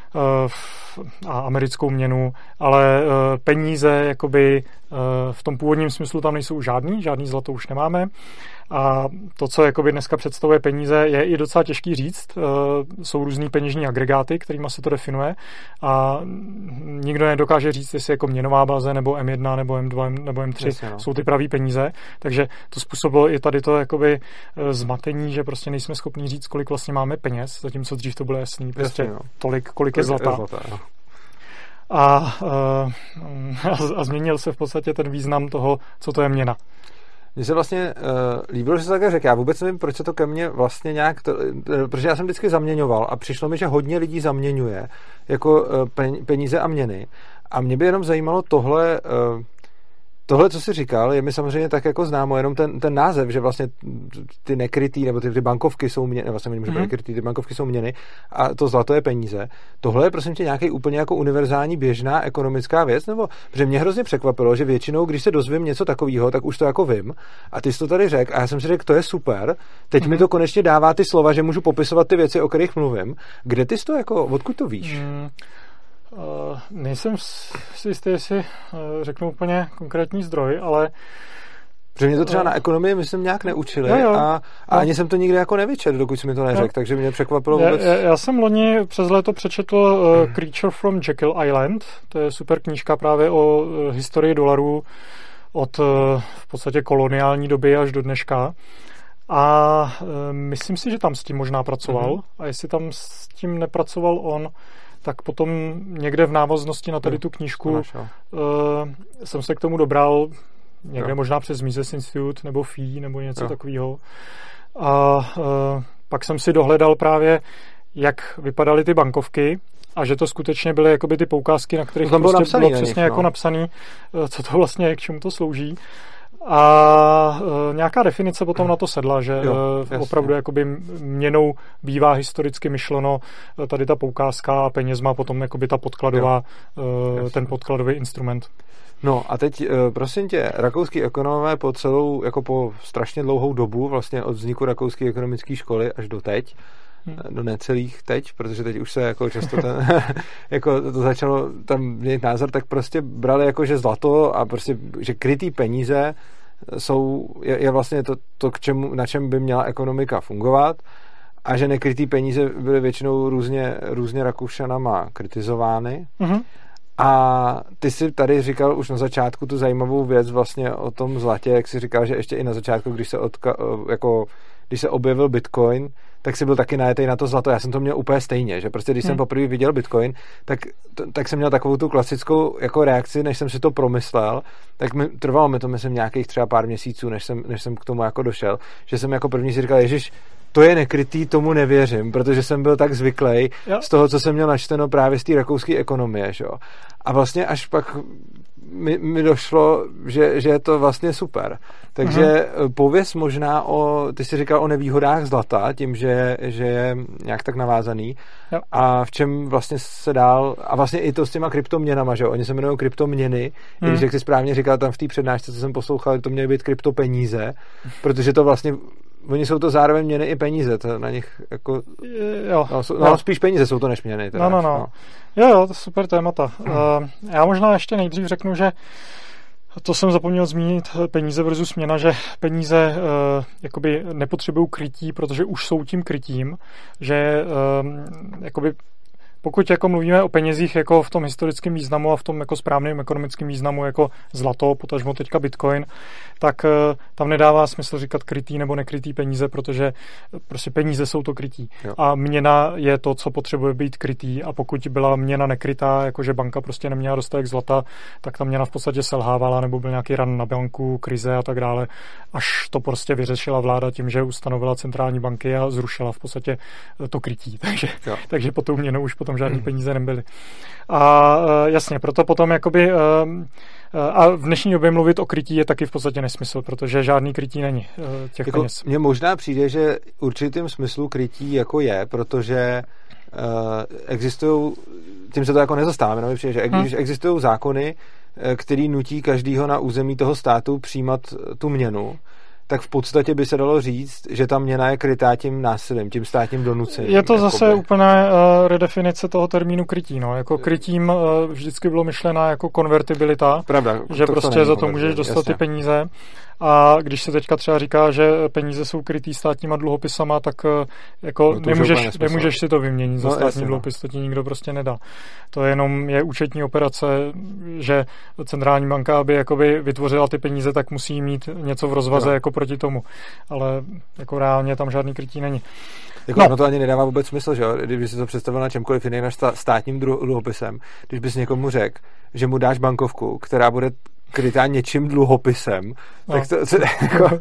a americkou měnu, ale peníze jakoby v tom původním smyslu tam nejsou žádný, žádný zlato už nemáme. A to, co jakoby dneska představuje peníze, je i docela těžký říct. Jsou různý peněžní agregáty, kterýma se to definuje a nikdo nedokáže říct, jestli jako měnová báze nebo M jedna nebo M dva nebo M tři Jasně, no. jsou ty pravý peníze. Takže to způsobilo i tady to jakoby zmatení, že prostě nejsme schopni říct, kolik vlastně máme peněz, zatímco dřív to bylo jasný, prostě Jasně, no. tolik, kolik je zlata. Je zlata no. a, a, a změnil se v podstatě ten význam toho, co to je měna. Mně se vlastně uh, líbilo, že se takhle řekl. Já vůbec nevím, proč se to ke mně vlastně nějak... To, uh, protože já jsem vždycky zaměňoval a přišlo mi, že hodně lidí zaměňuje jako uh, peníze a měny. A mě by jenom zajímalo tohle... Uh, Tohle, co jsi říkal, je mi samozřejmě tak jako známo, jenom ten, ten název, že vlastně ty nekrytý, nebo ty, ty bankovky jsou měny, vlastně nevím, že mm-hmm. nekrytý, ty bankovky jsou měny a to zlato je peníze. Tohle je prosím tě nějaký úplně jako univerzální běžná ekonomická věc, nebo protože mě hrozně překvapilo, že většinou, když se dozvím něco takového, tak už to jako vím. A ty jsi to tady řekl a já jsem si řekl, to je super. Teď mm-hmm. mi to konečně dává ty slova, že můžu popisovat ty věci, o kterých mluvím. Kde ty jsi to jako, odkud to víš? Mm. Uh, nejsem si jistý, jestli uh, řeknu úplně konkrétní zdroj, ale... Protože mě to třeba uh, na ekonomii, myslím, nějak neučili jo, jo, a, a no. ani jsem to nikdy jako nevyčetl, dokud jsi mi to neřekl, takže mě překvapilo vůbec... Já, já jsem loni přes léto přečetl uh, hmm. Creature from Jekyll Island, to je super knížka právě o uh, historii dolarů od uh, v podstatě koloniální doby až do dneška. A uh, myslím si, že tam s tím možná pracoval hmm. a jestli tam s tím nepracoval on, tak potom někde v návaznosti na tady tu knížku uh, jsem se k tomu dobral někde jo. možná přes Mises Institute nebo F I nebo něco jo. takového. A uh, pak jsem si dohledal právě, jak vypadaly ty bankovky a že to skutečně byly jakoby ty poukázky, na kterých to prostě bylo, bylo přesně nich, jako no. napsaný, co to vlastně je, k čemu to slouží. A uh, nějaká definice potom na to sedla, že jo, uh, opravdu jakoby měnou bývá historicky myšleno uh, tady ta poukázka a penězma, potom jakoby ta podkladová, uh, ten podkladový instrument. No a teď, uh, prosím tě, rakouský ekonomové po celou, jako po strašně dlouhou dobu, vlastně od vzniku rakouské ekonomické školy až do teď, Hmm. do necelých teď, protože teď už se jako často ten, jako to začalo tam měnit názor, tak prostě brali jako, že zlato a prostě, že krytý peníze jsou, je, je vlastně to, to k čemu, na čem by měla ekonomika fungovat a že nekrytý peníze byly většinou různě, různě Rakušanama kritizovány. Hmm. A ty jsi tady říkal už na začátku tu zajímavou věc vlastně o tom zlatě, jak jsi říkal, že ještě i na začátku, když se odka, jako když se objevil Bitcoin, tak si byl taky najetej na to zlato. Já jsem to měl úplně stejně, že prostě když hmm. jsem poprvé viděl Bitcoin, tak, to, tak jsem měl takovou tu klasickou jako reakci, než jsem si to promyslel, tak mi, trvalo mi to, myslím, nějakých třeba pár měsíců, než jsem, než jsem k tomu jako došel, že jsem jako první si říkal, ježiš, to je nekrytý, tomu nevěřím, protože jsem byl tak zvyklý z toho, co jsem měl načteno právě z té rakouské ekonomie, že? A vlastně až pak mi, mi došlo, že, že je to vlastně super. Takže uh-huh. pověz možná o, ty jsi říkal o nevýhodách zlata, tím, že, že je nějak tak navázaný jo. A v čem vlastně se dál, a vlastně i to s těma kryptoměnama, že oni se jmenují kryptoměny, hmm. když jak jsi správně říkal tam v té přednášce, co jsem poslouchal, to měly být kryptopeníze, protože to vlastně oni jsou to zároveň měny i peníze, to na nich jako, jo, no, jsou, no, jo. spíš peníze jsou to než měny. Teda, no, no, no. no. Jo, jo, to je super témata. Hmm. Uh, já možná ještě nejdřív řeknu, že to jsem zapomněl zmínit, peníze versus měna, že peníze uh, jakoby nepotřebují krytí, protože už jsou tím krytím, že uh, jakoby pokud jako mluvíme o penězích jako v tom historickém významu a v tom jako správném ekonomickém významu jako zlato, potažmo teďka Bitcoin, tak uh, tam nedává smysl říkat krytý nebo nekrytý peníze, protože prostě peníze jsou to krytí. Jo. A měna je to, co potřebuje být krytý, a pokud byla měna nekrytá, jakože banka prostě neměla dostatek zlata, tak ta měna v podstatě selhávala, nebo byl nějaký ran na banku, krize a tak dále, až to prostě vyřešila vláda tím, že ustanovila centrální banky a zrušila v podstatě to krytí. Takže, takže po tou měnou už potom žádný peníze nebyly. A jasně, proto potom jakoby a v dnešní době mluvit o krytí je taky v podstatě nesmysl, protože žádný krytí není těch jako peněz. Mně možná přijde, že určitým smyslu krytí jako je, protože uh, existují, tím se to jako nezastává, jenom mi přijde, že hmm. existují zákony, který nutí každýho na území toho státu přijímat tu měnu, tak v podstatě by se dalo říct, že ta měna je krytá tím násilím, tím státním donucením. Je to jakoby. Zase úplná uh, redefinice toho termínu krytí. No. Jako krytím uh, vždycky bylo myšlená jako konvertibilita, Pravda, že to prostě to za to můžeš dostat jasně. ty peníze. A když se teďka třeba říká, že peníze jsou krytý státníma dluhopisama, tak uh, jako no nemůžeš, nemůžeš si to vyměnit za no, státní jasně, dluhopis, to ti nikdo prostě nedá. To je jenom je účetní operace, že centrální banka, aby jakoby vytvořila ty peníze, tak musí mít něco v rozvaze no. jako proti tomu. Ale jako reálně tam žádný krytí není. Jako no. ono to ani nedává vůbec smysl, že jo? Kdyby si to představil na čemkoliv jiným než státním dluhopisem. Když bys někomu řekl, že mu dáš bankovku, která bude krytá něčím dluhopisem, no. tak to... to jako...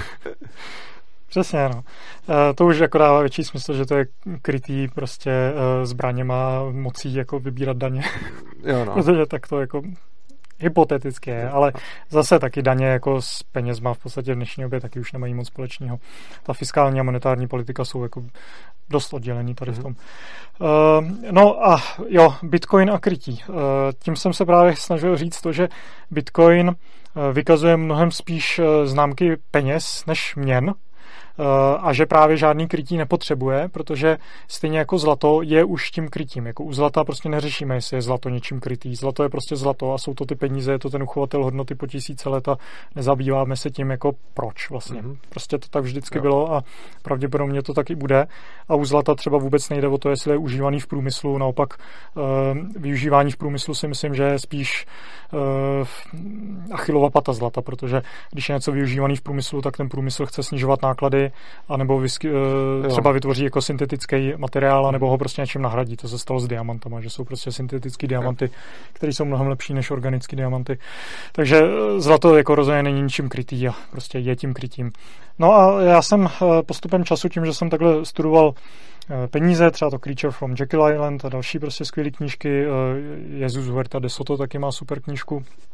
Přesně, no. E, to už jako dává větší smysl, že to je krytý prostě e, zbraněma, mocí jako vybírat daně. Jo, no. Protože tak to jako hypoteticky je, ale zase taky daně jako s penězma v podstatě v dnešní době taky už nemají moc společného. Ta fiskální a monetární politika jsou jako dost oddělený tady v tom. Uh, no a jo, Bitcoin a krytí. Uh, tím jsem se právě snažil říct to, že Bitcoin uh, vykazuje mnohem spíš uh, známky peněz než měn, a že právě žádný krytí nepotřebuje, protože stejně jako zlato je už tím krytím. Jako u zlata prostě neřešíme, jestli je zlato něčím krytý. Zlato je prostě zlato a jsou to ty peníze, je to ten uchovatel hodnoty po tisíce let a nezabýváme se tím jako proč vlastně. Mm-hmm. Prostě to tak vždycky jo. bylo a pravděpodobně to taky bude. A u zlata třeba vůbec nejde o to, jestli je užívaný v průmyslu. Naopak uh, využívání v průmyslu si myslím, že je spíš uh, Achillova pata zlata, protože když je něco využívaný v průmyslu, tak ten průmysl chce snižovat náklady anebo vysky, třeba vytvoří jako syntetický materiál, nebo ho prostě něčím nahradí. To se stalo s diamantama, že jsou prostě syntetický diamanty, které jsou mnohem lepší než organický diamanty. Takže zlato jako rozhodně není ničím krytý a prostě je tím krytím. No a já jsem postupem času, tím, že jsem takhle studoval peníze, třeba to Creature from Jekyll Island a další prostě skvělé knížky, Jesus Huerta de Soto taky má super knížku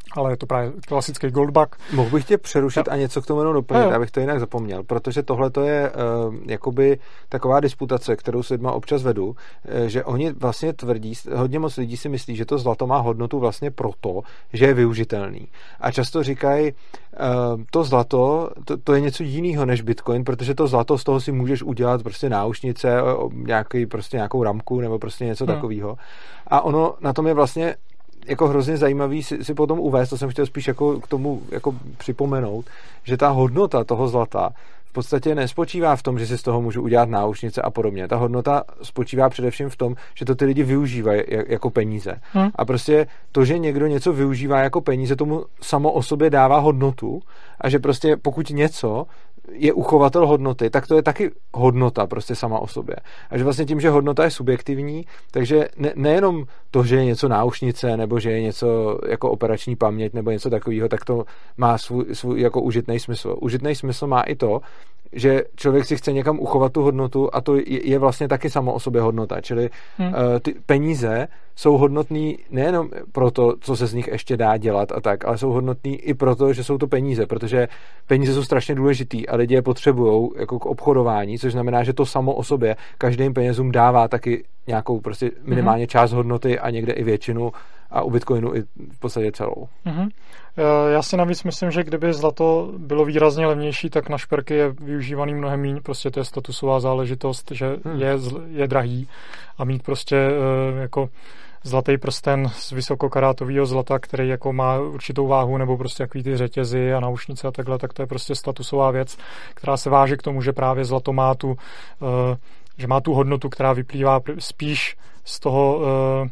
ale je to právě klasický goldbug. Mohl bych tě přerušit a, a něco k tomu jenom doplnit, jo. abych to jinak zapomněl, protože tohle to je uh, jakoby taková disputace, kterou s lidma občas vedu, uh, že oni vlastně tvrdí, hodně moc lidí si myslí, že to zlato má hodnotu vlastně proto, že je využitelný. A často říkají, uh, to zlato, to, to je něco jiného než Bitcoin, protože to zlato z toho si můžeš udělat prostě náušnice, nějaký, prostě nějakou ramku nebo prostě něco hmm. takového. A ono na tom je vlastně jako hrozně zajímavý si, si potom uvést, to jsem chtěl spíš jako k tomu jako připomenout, že ta hodnota toho zlata v podstatě nespočívá v tom, že si z toho můžu udělat náušnice a podobně. Ta hodnota spočívá především v tom, že to ty lidi využívají jako peníze. Hmm. A prostě to, že někdo něco využívá jako peníze, tomu samo o sobě dává hodnotu a že prostě pokud něco je uchovatel hodnoty, tak to je taky hodnota prostě sama o sobě. A že vlastně tím, že hodnota je subjektivní, takže ne, nejenom to, že je něco náušnice, nebo že je něco jako operační paměť, nebo něco takového, tak to má svůj, svůj jako užitný smysl. Užitný smysl má i to, že člověk si chce někam uchovat tu hodnotu a to je, je vlastně taky samo o sobě hodnota. Čili hmm. uh, ty peníze jsou hodnotný nejenom pro to, co se z nich ještě dá dělat a tak, ale jsou hodnotný i proto, že jsou to peníze, protože peníze jsou strašně důležitý a lidi je potřebujou jako k obchodování, což znamená, že to samo o sobě každým penězům dává taky nějakou prostě minimálně část hodnoty a někde i většinu a u Bitcoinu i v podstatě celou. Mm-hmm. Já si navíc myslím, že kdyby zlato bylo výrazně levnější, tak na šperky je využívaný mnohem míň, prostě to je statusová záležitost, že hmm. je, je drahý a mít prostě jako zlatý prsten z vysokokarátového zlata, který jako má určitou váhu, nebo prostě jaký ty řetězy a náušnice a takhle, tak to je prostě statusová věc, která se váže k tomu, že právě zlato má tu, že má tu hodnotu, která vyplývá spíš z toho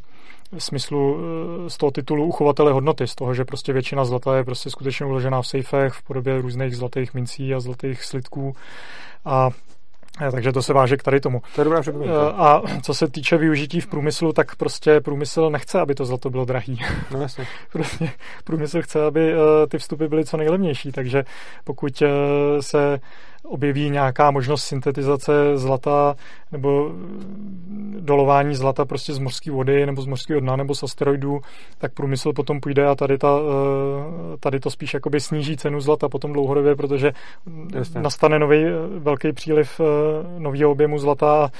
smyslu, z toho titulu uchovatele hodnoty, z toho, že prostě většina zlata je prostě skutečně uložená v sejfech v podobě různých zlatých mincí a zlatých slitků a takže to se váže k tady tomu. To je dobrá připomínka. A co se týče využití v průmyslu, tak prostě průmysl nechce, aby to zlato bylo drahý. No jasně. Prostě průmysl chce, aby ty vstupy byly co nejlevnější, takže pokud se objeví nějaká možnost syntetizace zlata nebo dolování zlata prostě z mořské vody nebo z mořského dna nebo z asteroidů, tak průmysl potom půjde a tady, ta, tady to spíš jakoby sníží cenu zlata potom dlouhodobě, protože Jasně. nastane nový velký příliv nového objemu zlata.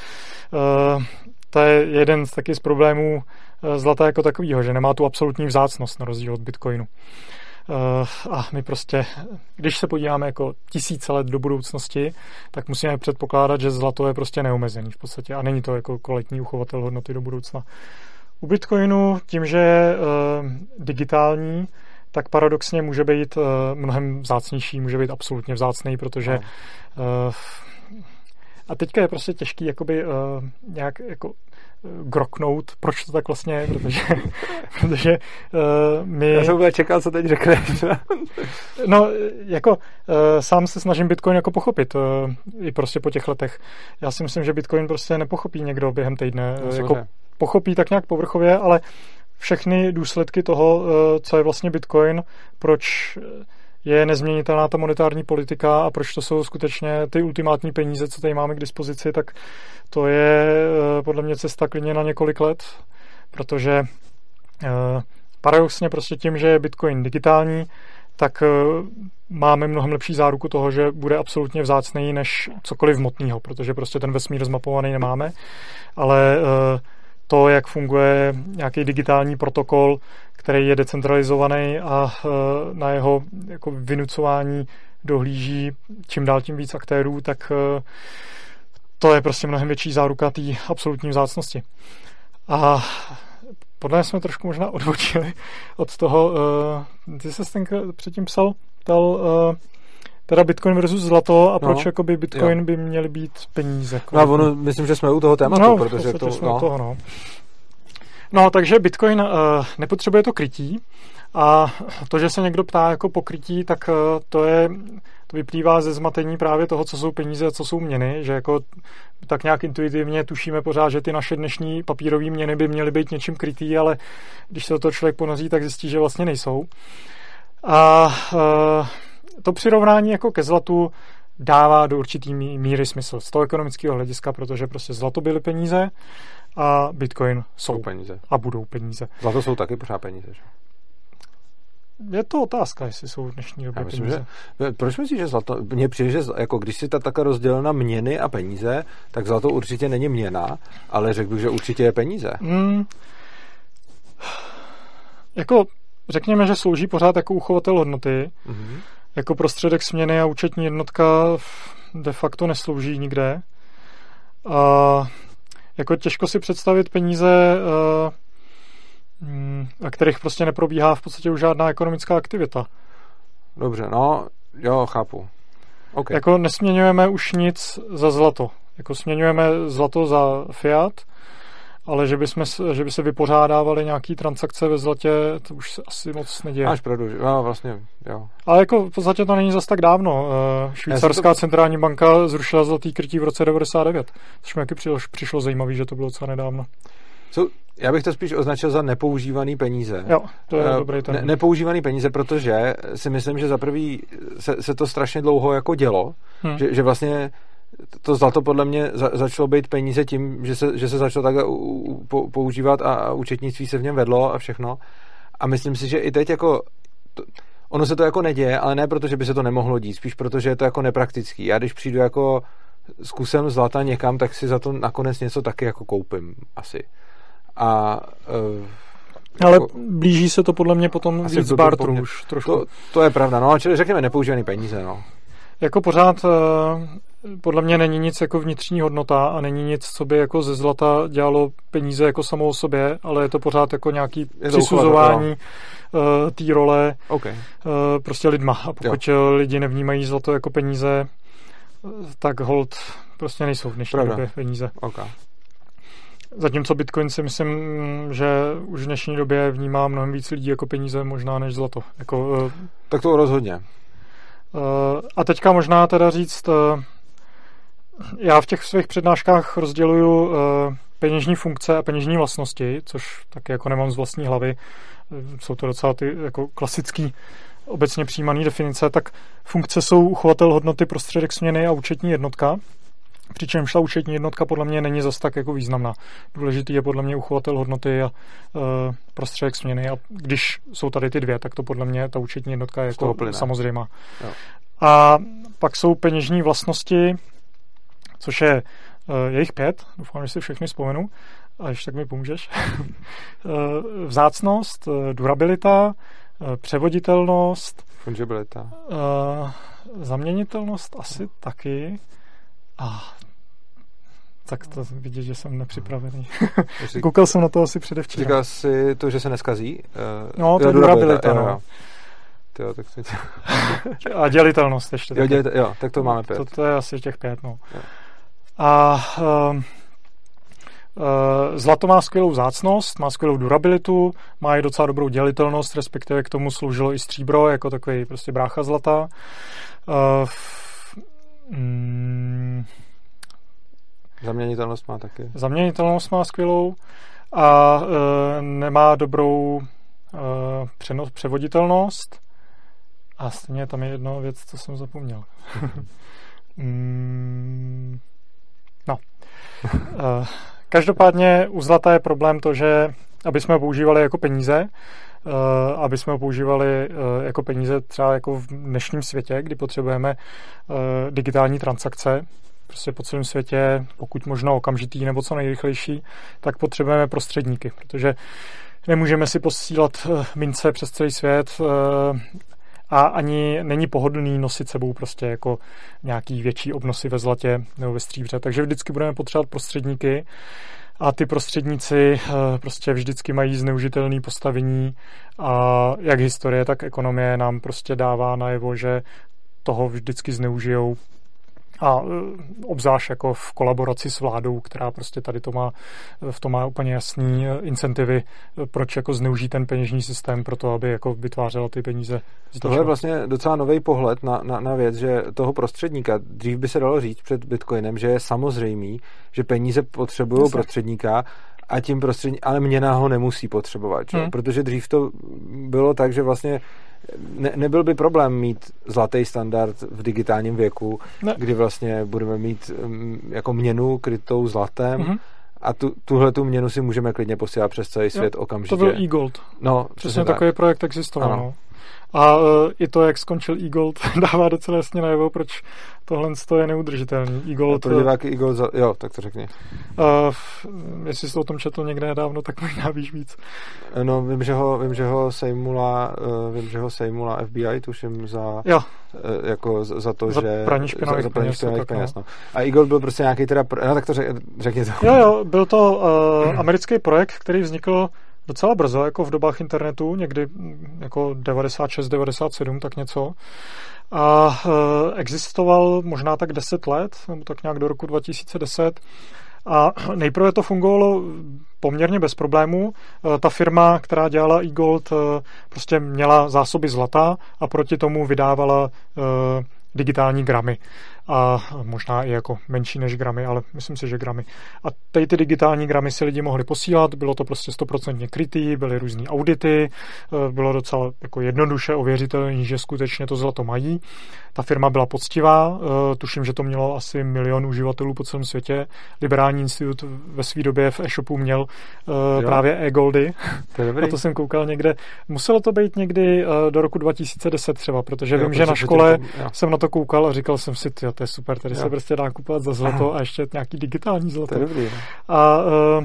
To je jeden z taky z problémů zlata jako takového, že nemá tu absolutní vzácnost na rozdíl od Bitcoinu. A my prostě, když se podíváme jako tisíce let do budoucnosti, tak musíme předpokládat, že zlato je prostě neomezený v podstatě a není to jako kvalitní uchovatel hodnoty do budoucna. U Bitcoinu tím, že je digitální, tak paradoxně může být mnohem vzácnější, může být absolutně vzácný, protože no. a teďka je prostě těžký jakoby nějak jako groknout, proč to tak vlastně je, protože, protože uh, my... Já jsem úplně čekal, co teď řekneš. No, jako uh, sám se snažím Bitcoin jako pochopit, uh, i prostě po těch letech. Já si myslím, že Bitcoin prostě nepochopí někdo během týdne. No, jako pochopí tak nějak povrchově, ale všechny důsledky toho, uh, co je vlastně Bitcoin, proč je nezměnitelná ta monetární politika a proč to jsou skutečně ty ultimátní peníze, co tady máme k dispozici, tak to je podle mě cesta klidně na několik let, protože paradoxně prostě tím, že je Bitcoin digitální, tak máme mnohem lepší záruku toho, že bude absolutně vzácný než cokoliv hmotného, protože prostě ten vesmír zmapovaný nemáme, ale to, jak funguje nějaký digitální protokol, který je decentralizovaný a na jeho jako vynucování dohlíží čím dál tím víc aktérů, tak to je prostě mnohem větší záruka té absolutní vzácnosti. A podle mě jsme trošku možná odbočili od toho, ty jsi tenka předtím psal, ptal teda Bitcoin versus zlato a proč no, jakoby Bitcoin jo. by měly být peníze. No a ono, myslím, že jsme u toho tématu, no, protože to... Jsme no. u toho, no. No, takže Bitcoin uh, nepotřebuje to krytí a to, že se někdo ptá jako po krytí, tak uh, to je, to vyplývá ze zmatení právě toho, co jsou peníze a co jsou měny, že jako tak nějak intuitivně tušíme pořád, že ty naše dnešní papírové měny by měly být něčím krytý, ale když se do toho člověk ponoří, tak zjistí, že vlastně nejsou. A uh, to přirovnání jako ke zlatu dává do určitý míry smysl z toho ekonomického hlediska, protože prostě zlato byly peníze a Bitcoin jsou, jsou peníze. A budou peníze. Zlato jsou taky pořád peníze, že? Je to otázka, jestli jsou v dnešní době myslím, peníze. Že, proč myslíš, že zlato... Mně přijde, že jako když si ta taka rozdělila na měny a peníze, tak zlato určitě není měna, ale řekl bych, že určitě je peníze. Hmm. Jako řekněme, že slouží pořád jako uchovatel hodnoty, mm-hmm. jako prostředek směny a účetní jednotka de facto neslouží nikde. A jako těžko si představit peníze, a kterých prostě neprobíhá v podstatě už žádná ekonomická aktivita. Dobře, no, jo, chápu. Okay. Jako nesměňujeme už nic za zlato. Jako směňujeme zlato za fiat, ale že by, jsme, že by se vypořádávaly nějaký transakce ve zlatě, to už se asi moc neděje. Máš pravdu, jo, vlastně, jo. Ale jako v podstatě to není zas tak dávno. Švýcarská to... centrální banka zrušila zlatý krytí v roce devadesát devět, což mi taky přišlo, přišlo zajímavý, že to bylo docela nedávno. So, já bych to spíš označil za nepoužívaný peníze. Jo, to je uh, dobrý ten. Ne, nepoužívaný peníze, protože si myslím, že za prvý se, se to strašně dlouho jako dělo, hmm. že, že vlastně to zlato podle mě za, začalo být peníze tím, že se, že se začalo takhle u, u, po, používat a, a účetnictví se v něm vedlo a všechno. A myslím si, že i teď jako to, ono se to jako neděje, ale ne proto, že by se to nemohlo dít, spíš proto, že je to jako nepraktický. Já když přijdu jako s kusem zlata někam, tak si za to nakonec něco taky jako koupím asi. A uh, ale jako, blíží se to podle mě potom víc bartru už trošku. To, to je pravda, no, čili řekněme nepoužívaný peníze, no. Jako pořád podle mě není nic jako vnitřní hodnota a není nic, co by jako ze zlata dělalo peníze jako samou o sobě, ale je to pořád jako nějaký je přisuzování uh, té role okay. uh, prostě lidma. A pokud jo. lidi nevnímají zlato jako peníze, tak hold prostě nejsou v dnešní pravda. době peníze. Okay. Zatímco Bitcoin si myslím, že už v dnešní době vnímá mnohem víc lidí jako peníze možná než zlato. Jako, uh, tak to rozhodně. Uh, a teďka možná teda říct, uh, já v těch svých přednáškách rozděluju uh, peněžní funkce a peněžní vlastnosti, což taky jako nemám z vlastní hlavy. Jsou to docela ty jako klasický obecně přijímaný definice. Tak funkce jsou uchovatel hodnoty, prostředek směny a účetní jednotka. Přičemž ta účetní jednotka podle mě není zas tak jako významná. Důležitý je podle mě uchovatel hodnoty a uh, prostředek směny. A když jsou tady ty dvě, tak to podle mě ta účetní jednotka je jako samozřejmá. Jo. A pak jsou peněžní vlastnosti, což je uh, jejich pět. Doufám, že si všechny vzpomenu. A ještě tak mi pomůžeš. uh, vzácnost, uh, durabilita, uh, převoditelnost. Fungibilita. Uh, zaměnitelnost asi taky. Ah, tak to vidět, že jsem nepřipravený. Koukal jsem na to asi předevčírem. Říkal jsi to, že se neskazí? Uh, no, to je durabilita, no. Jo. Tyjo, tak si... A dělitelnost ještě. Jo, dělitel, jo, tak to máme pět. To, to je asi těch pět, no. Jo. A uh, uh, zlato má skvělou vzácnost, má skvělou durabilitu, má i docela dobrou dělitelnost, respektive k tomu sloužilo i stříbro, jako takový prostě brácha zlata. Uh, Hmm. Zaměnitelnost má taky. Zaměnitelnost má skvělou a e, nemá dobrou e, přenos, převoditelnost a stejně tam je jedna věc, co jsem zapomněl. mm. No. e, každopádně u zlata je problém to, že aby jsme ho používali jako peníze, Uh, aby jsme ho používali uh, jako peníze třeba jako v dnešním světě, kdy potřebujeme uh, digitální transakce, prostě po celém světě, pokud možno okamžitý nebo co nejrychlejší, tak potřebujeme prostředníky, protože nemůžeme si posílat uh, mince přes celý svět uh, a ani není pohodlný nosit sebou prostě jako nějaký větší obnosy ve zlatě nebo ve stříbře, takže vždycky budeme potřebovat prostředníky. A ty prostředníci prostě vždycky mají zneužitelné postavení a jak historie, tak ekonomie nám prostě dává najevo, že toho vždycky zneužijou a obzvlášť jako v kolaboraci s vládou, která prostě tady to má, v tom má úplně jasný incentivy, proč jako zneužít ten peněžní systém pro to, aby jako vytvářela ty peníze. Tohle je vlastně docela nový pohled na, na, na věc, že toho prostředníka, dřív by se dalo říct před Bitcoinem, že je samozřejmý, že peníze potřebují Jasně. prostředníka a tím prostřední, ale měna ho nemusí potřebovat, hmm. protože dřív to bylo tak, že vlastně ne, nebyl by problém mít zlatý standard v digitálním věku, ne. kdy vlastně budeme mít um, jako měnu krytou zlatem hmm. a tu, tuhle tu měnu si můžeme klidně posílat přes celý svět jo, okamžitě. To byl e-gold. No, přesně takový tak. projekt existoval. Ano. A uh, i to, jak skončil e-gold, dává docela jasně najevo, proč tohle je neudržitelný. E-gold, a pro diváky e-gold, za... jo, tak to řekni. Uh, jestli jsi o tom četl někde nedávno, tak možná víš víc. No, vím, že ho, vím, že ho sejmula, uh, vím, že ho sejmula F B I, tuším, za, jo. Uh, jako za to, za že... praní špinavých za, za praní peněz. špinavých peněz, no. A e-gold byl prostě nějaký teda, no tak to řek, řekni to. Jo, jo, byl to uh, americký projekt, který vznikl docela brzo, jako v dobách internetu, někdy jako devadesát šest devadesát sedm, tak něco. A e, existoval možná tak deset let, nebo tak nějak do roku dva tisíce deset. A nejprve to fungovalo poměrně bez problémů. E, ta firma, která dělala e-gold, e, prostě měla zásoby zlata a proti tomu vydávala e, digitální gramy. A možná i jako menší než gramy, ale myslím si, že gramy. A tady ty digitální gramy si lidi mohli posílat, bylo to prostě stoprocentně krytý, byly různý audity, bylo docela jako jednoduše ověřitelné, že skutečně to zlato mají. Ta firma byla poctivá, tuším, že to mělo asi milion uživatelů po celém světě. Liberální institut ve své době v e-shopu měl jo. právě e-goldy. To je na to jsem koukal někde. Muselo to být někdy do roku dva tisíce deset třeba, protože jo, vím, že na škole to, jsem na to koukal a říkal jsem si, tyjo, to je super, tady jo. se prostě dá kupovat za zlato a ještě nějaký digitální zlato. To je dobrý. A uh,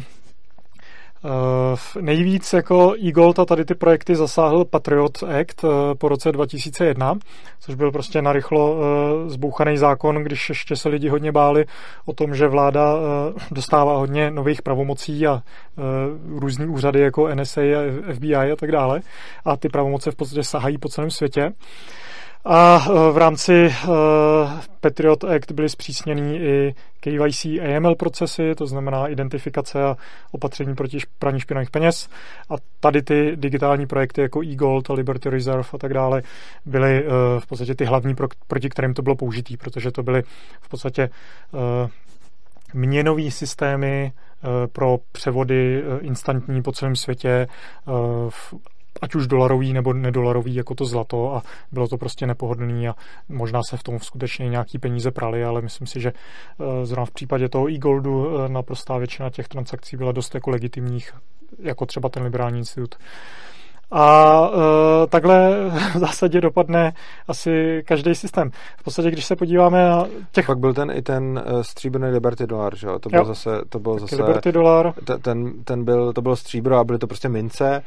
uh, nejvíc jako e-gold a tady ty projekty zasáhl Patriot Act uh, po roce dva tisíce jedna, což byl prostě narychlo uh, zbouchaný zákon, když ještě se lidi hodně báli o tom, že vláda uh, dostává hodně nových pravomocí a uh, různý úřady jako N S A a F B I a tak dále. A ty pravomoce v podstatě sahají po celém světě. A v rámci uh, Patriot Act byly zpřísněny i K Y C A M L procesy, to znamená identifikace a opatření proti praní špinavých peněz. A tady ty digitální projekty jako e-gold a Liberty Reserve a tak dále byly uh, v podstatě ty hlavní, pro, proti kterým to bylo použitý, protože to byly v podstatě uh, měnový systémy uh, pro převody uh, instantní po celém světě, uh, v ať už dolarový nebo nedolarový, jako to zlato, a bylo to prostě nepohodlný a možná se v tom skutečně nějaký peníze praly, ale myslím si, že zrovna v případě toho e-goldu naprostá většina těch transakcí byla dost jako legitimních, jako třeba ten liberální institut. A e, takhle v zásadě dopadne asi každý systém. V podstatě, když se podíváme na těch... Pak byl ten i ten uh, stříbrný Liberty dolar, že jo? To byl jo. zase... To byl zase Liberty dolar. Ten, ten, ten byl, to bylo stříbro a byly to prostě mince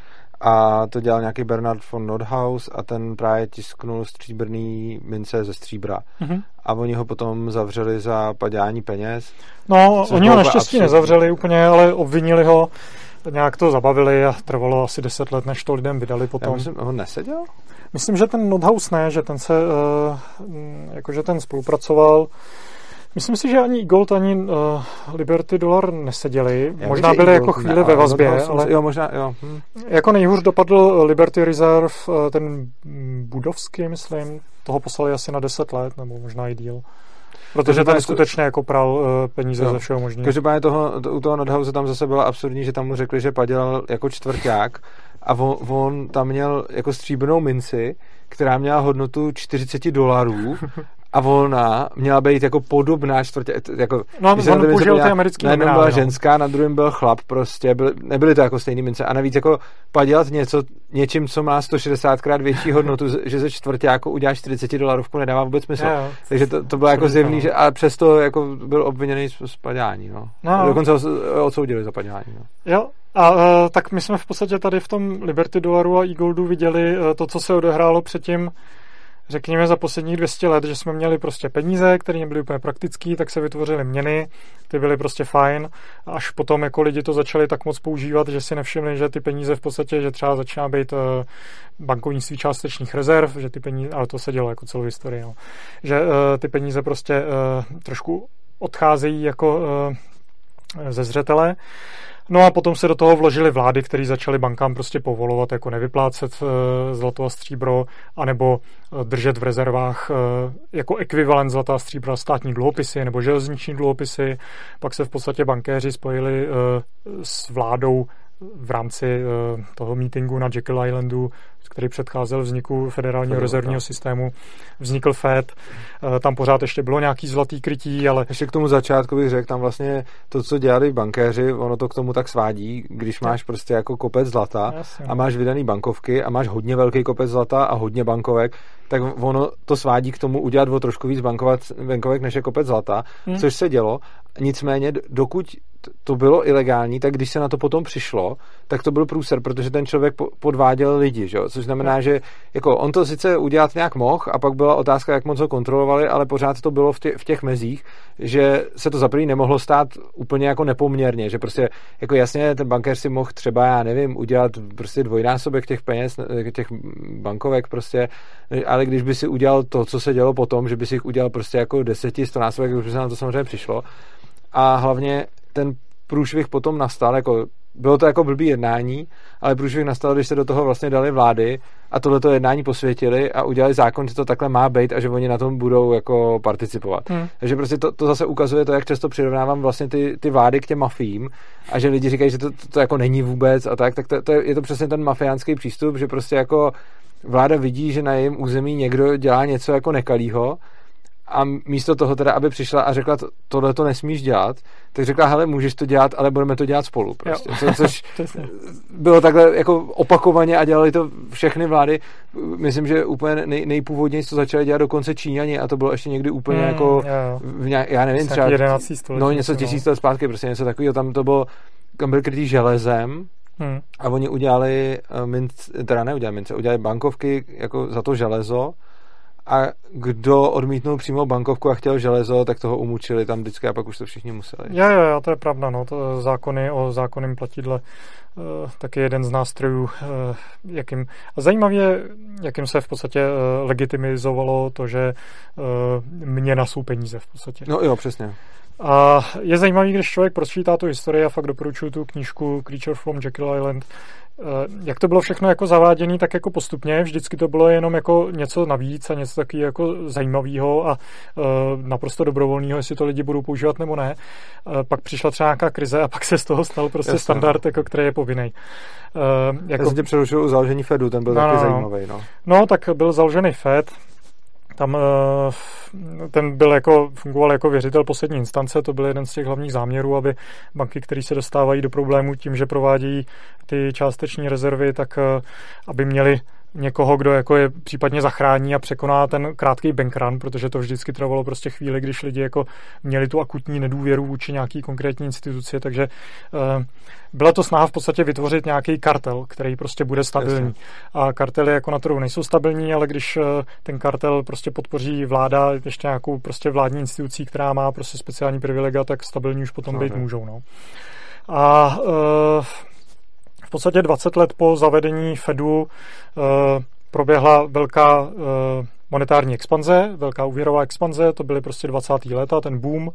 a to dělal nějaký Bernard von Nordhaus a ten právě tisknul stříbrný mince ze stříbra. Mm-hmm. A oni ho potom zavřeli za padělání peněz. No, oni ho naštěstí nezavřeli úplně, ale obvinili ho. Nějak to zabavili a trvalo asi deset let, než to lidem vydali potom. Já myslím, on neseděl? Myslím, že ten Nordhaus ne, že ten se, uh, jakože ten spolupracoval. Myslím si, že ani e-gold, ani uh, Liberty dolar neseděli. Já možná byli jako chvíli ne, ve vazbě, ale, ale jo, možná, jo. Hm. Jako nejhůř dopadl Liberty Reserve, uh, ten Budovský, myslím, toho poslali asi na deset let, nebo možná i díl. Protože ten skutečně jako pral uh, peníze jo. ze všeho možného. Každopádně toho, to, u toho Nordhause tam zase bylo absurdní, že tam mu řekli, že padělal jako čtvrťák a on, on tam měl jako stříbrnou minci, která měla hodnotu čtyřicet dolarů a ona měla být jako podobná čtvrtě, jako... No, on použil ty americký na jednom byla no. ženská, na druhém byl chlap prostě, byly, nebyly to jako stejný mince a navíc jako padělat něco, něčím, co má sto šedesátkrát větší hodnotu, že ze čtvrtě jako uděláš čtyřicet dolarovku, nedává vůbec smysl. Jo, Takže to, to bylo jako zjevný, že a přesto jako byl obviněný z, z padělání, no. no. Dokonce ho odsoudili za padělání, no. Jo. A uh, tak my jsme v podstatě tady v tom Liberty dolaru a e-goldu viděli uh, to, co se odehrálo předtím, řekněme za posledních dvě stě let, že jsme měli prostě peníze, které nebyly úplně praktický, tak se vytvořily měny, ty byly prostě fajn, až potom jako lidi to začali tak moc používat, že si nevšimli, že ty peníze v podstatě, že třeba začíná být uh, bankovnictví částečných rezerv, že ty peníze, ale to se dělo jako celou historii, no. Že uh, ty peníze prostě uh, trošku odcházejí jako uh, ze zřetele. No a potom se do toho vložily vlády, které začaly bankám prostě povolovat jako nevyplácet e, zlato a stříbro, anebo e, držet v rezervách e, jako ekvivalent zlata a stříbra státní dluhopisy nebo železniční dluhopisy. Pak se v podstatě bankéři spojili e, s vládou v rámci toho meetingu na Jekyll Islandu, který předcházel vzniku federálního rezervního systému, vznikl Fed. Tam pořád ještě bylo nějaký zlatý krytí, ale... Ještě k tomu začátku bych řekl, tam vlastně to, co dělali bankéři, ono to k tomu tak svádí, když máš prostě jako kopec zlata Jasně. a máš vydaný bankovky a máš hodně velký kopec zlata a hodně bankovek, tak ono to svádí k tomu udělat o trošku víc bankovek, než je kopec zlata, hmm. což se dělo. Nicméně, dokud to bylo ilegální, tak když se na to potom přišlo, tak to byl průser, protože ten člověk podváděl lidi, že? Což znamená, že jako on to sice udělat nějak mohl a pak byla otázka, jak moc ho kontrolovali, ale pořád to bylo v, tě, v těch mezích, že se to za první nemohlo stát úplně jako nepoměrně, že prostě jako jasně ten bankéř si mohl třeba, já nevím, udělat prostě dvojnásobek těch peněz, těch bankovek prostě, ale když by si udělal to, co se dělo potom, že by si jich udělal prostě jako deseti, stonásobek, už by se na to samozřejmě přišlo. A hlavně ten průšvih potom nastal, jako bylo to jako blbý jednání, ale průšvih nastal, když se do toho vlastně dali vlády a tohleto jednání posvětili a udělali zákon, že to takhle má být a že oni na tom budou jako participovat. Hmm. Takže prostě to, to zase ukazuje to, jak často přirovnávám vlastně ty, ty vlády k těm mafiím a že lidi říkají, že to, to, to jako není vůbec a tak, tak to, to je, je to přesně ten mafiánský přístup, že prostě jako vláda vidí, že na jejím území někdo dělá něco jako nekalýho a místo toho teda, aby přišla a řekla, tohle to nesmíš dělat, tak řekla, hele, můžeš to dělat, ale budeme to dělat spolu. Prostě. Co, což bylo takhle jako opakovaně a dělali to všechny vlády. Myslím, že úplně nej, nejpůvodněji to začali dělat dokonce Číňani a to bylo ještě někdy úplně mm, jako, v nějak, já nevím, třeba no, něco tisíc let zpátky, prostě něco takového, tam to bylo, tam byl krytý železem. Hmm. A oni udělali mince, teda neudělali mince, udělali bankovky jako za to železo a kdo odmítnul přímo bankovku a chtěl železo, tak toho umučili tam vždycky a pak už to všichni museli. Jo, jo, jo, to je pravda, no, to zákony o zákonném platidle uh, taky jeden z nástrojů, uh, jakým, a zajímavě je, jakým se v podstatě uh, legitimizovalo to, že uh, měna jsou peníze v podstatě. No jo, přesně. A je zajímavý, když člověk pročítá tu historii a fakt doporučuji tu knížku Creature from Jekyll Island, jak to bylo všechno jako zaváděné, tak jako postupně, vždycky to bylo jenom jako něco navíc a něco takového jako zajímavého a uh, naprosto dobrovolného, jestli to lidi budou používat nebo ne. Uh, pak přišla třeba nějaká krize a pak se z toho stal prostě Jasně. standard, jako, který je povinný. Uh, jako... Já jsem tě přerušil u založení Fedu, ten byl no, taky no, zajímavý. No. no, tak byl založený Fed, tam ten byl jako, fungoval jako věřitel poslední instance, to byl jeden z těch hlavních záměrů, aby banky, které se dostávají do problémů tím, že provádějí ty částeční rezervy, tak aby měli někoho, kdo jako je případně zachrání a překoná ten krátký bank run, protože to vždycky trvalo prostě chvíli, když lidi jako měli tu akutní nedůvěru vůči nějaký konkrétní instituci, takže uh, byla to snaha v podstatě vytvořit nějaký kartel, který prostě bude stabilní. Jasně. A kartely jako na trhu nejsou stabilní, ale když uh, ten kartel prostě podpoří vláda ještě nějakou prostě vládní institucí, která má prostě speciální privilegia, tak stabilní už potom být můžou. No. A uh, v podstatě dvacet let po zavedení Fedu uh, proběhla velká uh, monetární expanze, velká úvěrová expanze, to byly prostě dvacátá léta, ten boom.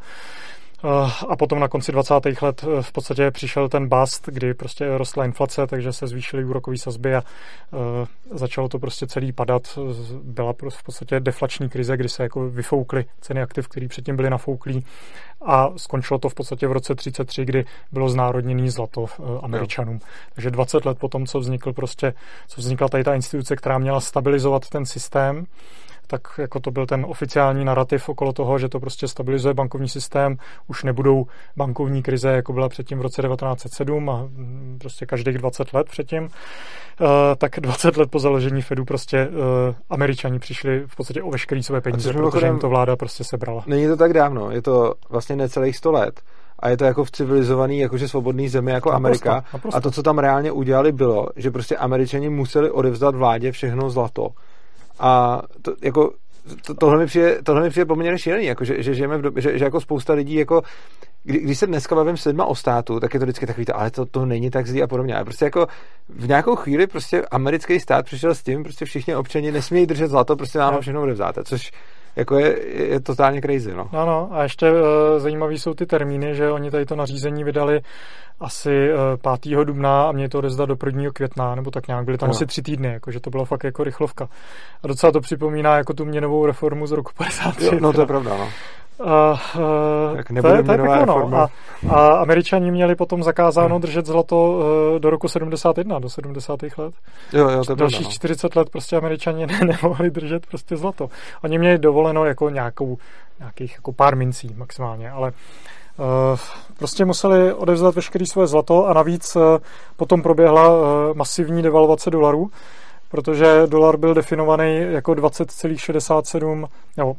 A potom na konci dvacátých let v podstatě přišel ten bust, kdy prostě rostla inflace, takže se zvýšily úrokové sazby a uh, začalo to prostě celý padat. Byla v podstatě deflační krize, kdy se jako vyfoukly ceny aktiv, které předtím byly nafouklý a skončilo to v podstatě v roce třicet tři, kdy bylo znárodněný zlato uh, Američanům. Jo. Takže dvacet let potom, co vznikl prostě, co vznikla tady ta instituce, která měla stabilizovat ten systém, tak jako to byl ten oficiální narrativ okolo toho, že to prostě stabilizuje bankovní systém, už nebudou bankovní krize, jako byla předtím v roce devatenáct set sedm a prostě každých dvacet let předtím, uh, tak dvacet let po založení Fedu prostě uh, Američani přišli v podstatě o veškerý své peníze, protože jim to vláda prostě sebrala. Není to tak dávno, je to vlastně necelých sto let. A je to jako v civilizovaný, jakože svobodný zemi jako naprosto, Amerika. Naprosto. A to, co tam reálně udělali, bylo, že prostě Američani museli odevzdat vládě všechno zlato. A to, jako, to, tohle, mi přijde, tohle mi přijde poměrně šílený, jako, že, že žijeme v době, že, že jako spousta lidí, jako, kdy, když se dneska bavím s lidma o státu, tak je to vždycky takový, to, ale to, to není tak zlý a podobně. Ale prostě jako v nějakou chvíli prostě americký stát přišel s tím, prostě všichni občani nesmějí držet zlato, prostě nám no. všechno odevzdat, což jako je, je totálně crazy, no. Ano, a ještě uh, zajímavý jsou ty termíny, že oni tady to nařízení vydali asi uh, pátého dubna a mě to odevzdat do prvního května, nebo tak nějak, byly tam no. asi tři týdny, jako, že to bylo fakt jako rychlovka. A docela to připomíná jako tu měnovou reformu z roku padesát tři. Jo, no to je pravda, no. A, tak nebude měnová reforma. A, a Američani měli potom zakázáno držet zlato uh, do roku sedmdesát jedna, do sedmdesátých let. Jo, jo, to Dalších no. čtyřicet let prostě Američani ne, nemohli držet prostě zlato. Oni měli dovoleno jako nějakou, nějakých jako pár mincí maximálně, ale uh, prostě museli odevzdat veškeré svoje zlato a navíc uh, potom proběhla uh, masivní devalvace dolaru, protože dolar byl definovaný jako dvacet celá šedesát sedm, nebo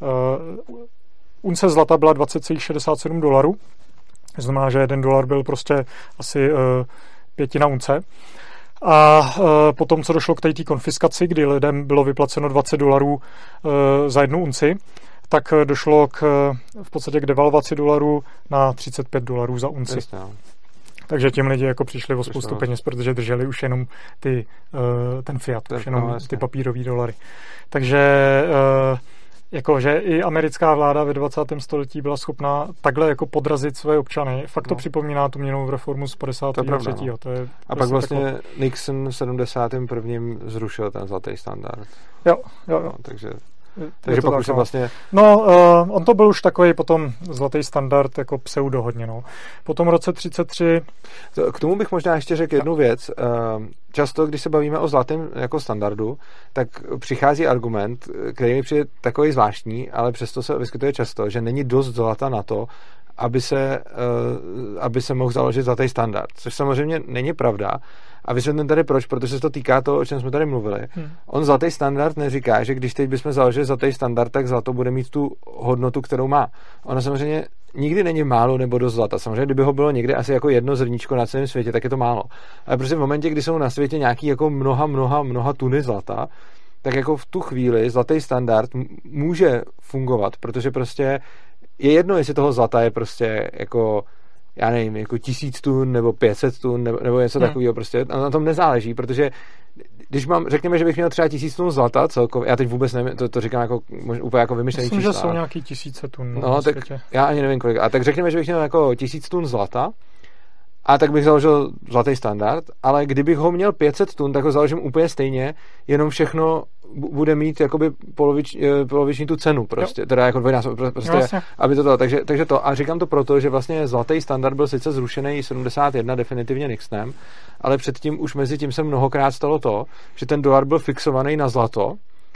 uh, unce zlata byla dvacet celá šedesát sedm dolarů. To znamená, že jeden dolar byl prostě asi uh, pětina unce. A uh, potom, co došlo k té konfiskaci, kdy lidem bylo vyplaceno dvacet dolarů uh, za jednu unci, tak došlo k, v podstatě k devalvaci dolaru na třicet pět dolarů za unci. Jasně. Takže těm lidi jako přišli o spoustu peněz, protože drželi už jenom ty, uh, ten fiat, už jenom no, ty papírové dolary. Takže uh, jako, že i americká vláda ve dvacátém století byla schopná takhle jako podrazit své občany. Fakt to no. připomíná tu měnovou reformu z padesátého třetího. To je a pak vlastně tako... Nixon v sedmdesátém prvním zrušil ten zlatý standard. Jo, jo, jo. No, takže... Takže pak už se vlastně... No, uh, on to byl už takový potom zlatý standard, jako pseudo hodně, no. Potom v roce třicet tři... K tomu bych možná ještě řekl jednu věc. Často, když se bavíme o zlatém jako standardu, tak přichází argument, který mi přijde takový zvláštní, ale přesto se vyskytuje často, že není dost zlata na to, aby se, aby se mohl založit zlatý standard. Což samozřejmě není pravda. A vysvětlím tady proč, protože se to týká toho, o čem jsme tady mluvili. Hmm. On zlatý standard neříká, že když teď bychom založili zlatý standard, tak zlato bude mít tu hodnotu, kterou má. Ono samozřejmě nikdy není málo nebo dost zlata. Samozřejmě, kdyby ho bylo někde asi jako jedno zrníčko na celém světě, tak je to málo. Ale prostě v momentě, kdy jsou na světě nějaký jako mnoha, mnoha, mnoha tuny zlata, tak jako v tu chvíli zlatý standard může fungovat, protože prostě je jedno, jestli toho zlata je prostě jako já nevím, jako tisíc tun nebo pět set tun nebo, nebo něco hmm. takového, prostě na tom nezáleží, protože když mám, řekněme, že bych měl třeba tisíc tun zlata celkově, já teď vůbec nevím, to, to říkám jako úplně jako vymyšlený čísla. Myslím, že jsou nějaký tisíce tun. No, no tak já ani nevím kolik. A tak řekněme, že bych měl jako tisíc tun zlata a tak bych založil zlatý standard, ale kdybych ho měl pět set tun, tak ho založím úplně stejně, jenom všechno bude mít jakoby polovič, poloviční tu cenu prostě, jo. teda jako dvojnásob, prostě, no, aby to dalo. Takže, takže to, a říkám to proto, že vlastně zlatý standard byl sice zrušený sedmdesát jedna definitivně Nixonem, ale předtím už mezi tím se mnohokrát stalo to, že ten dolar byl fixovaný na zlato,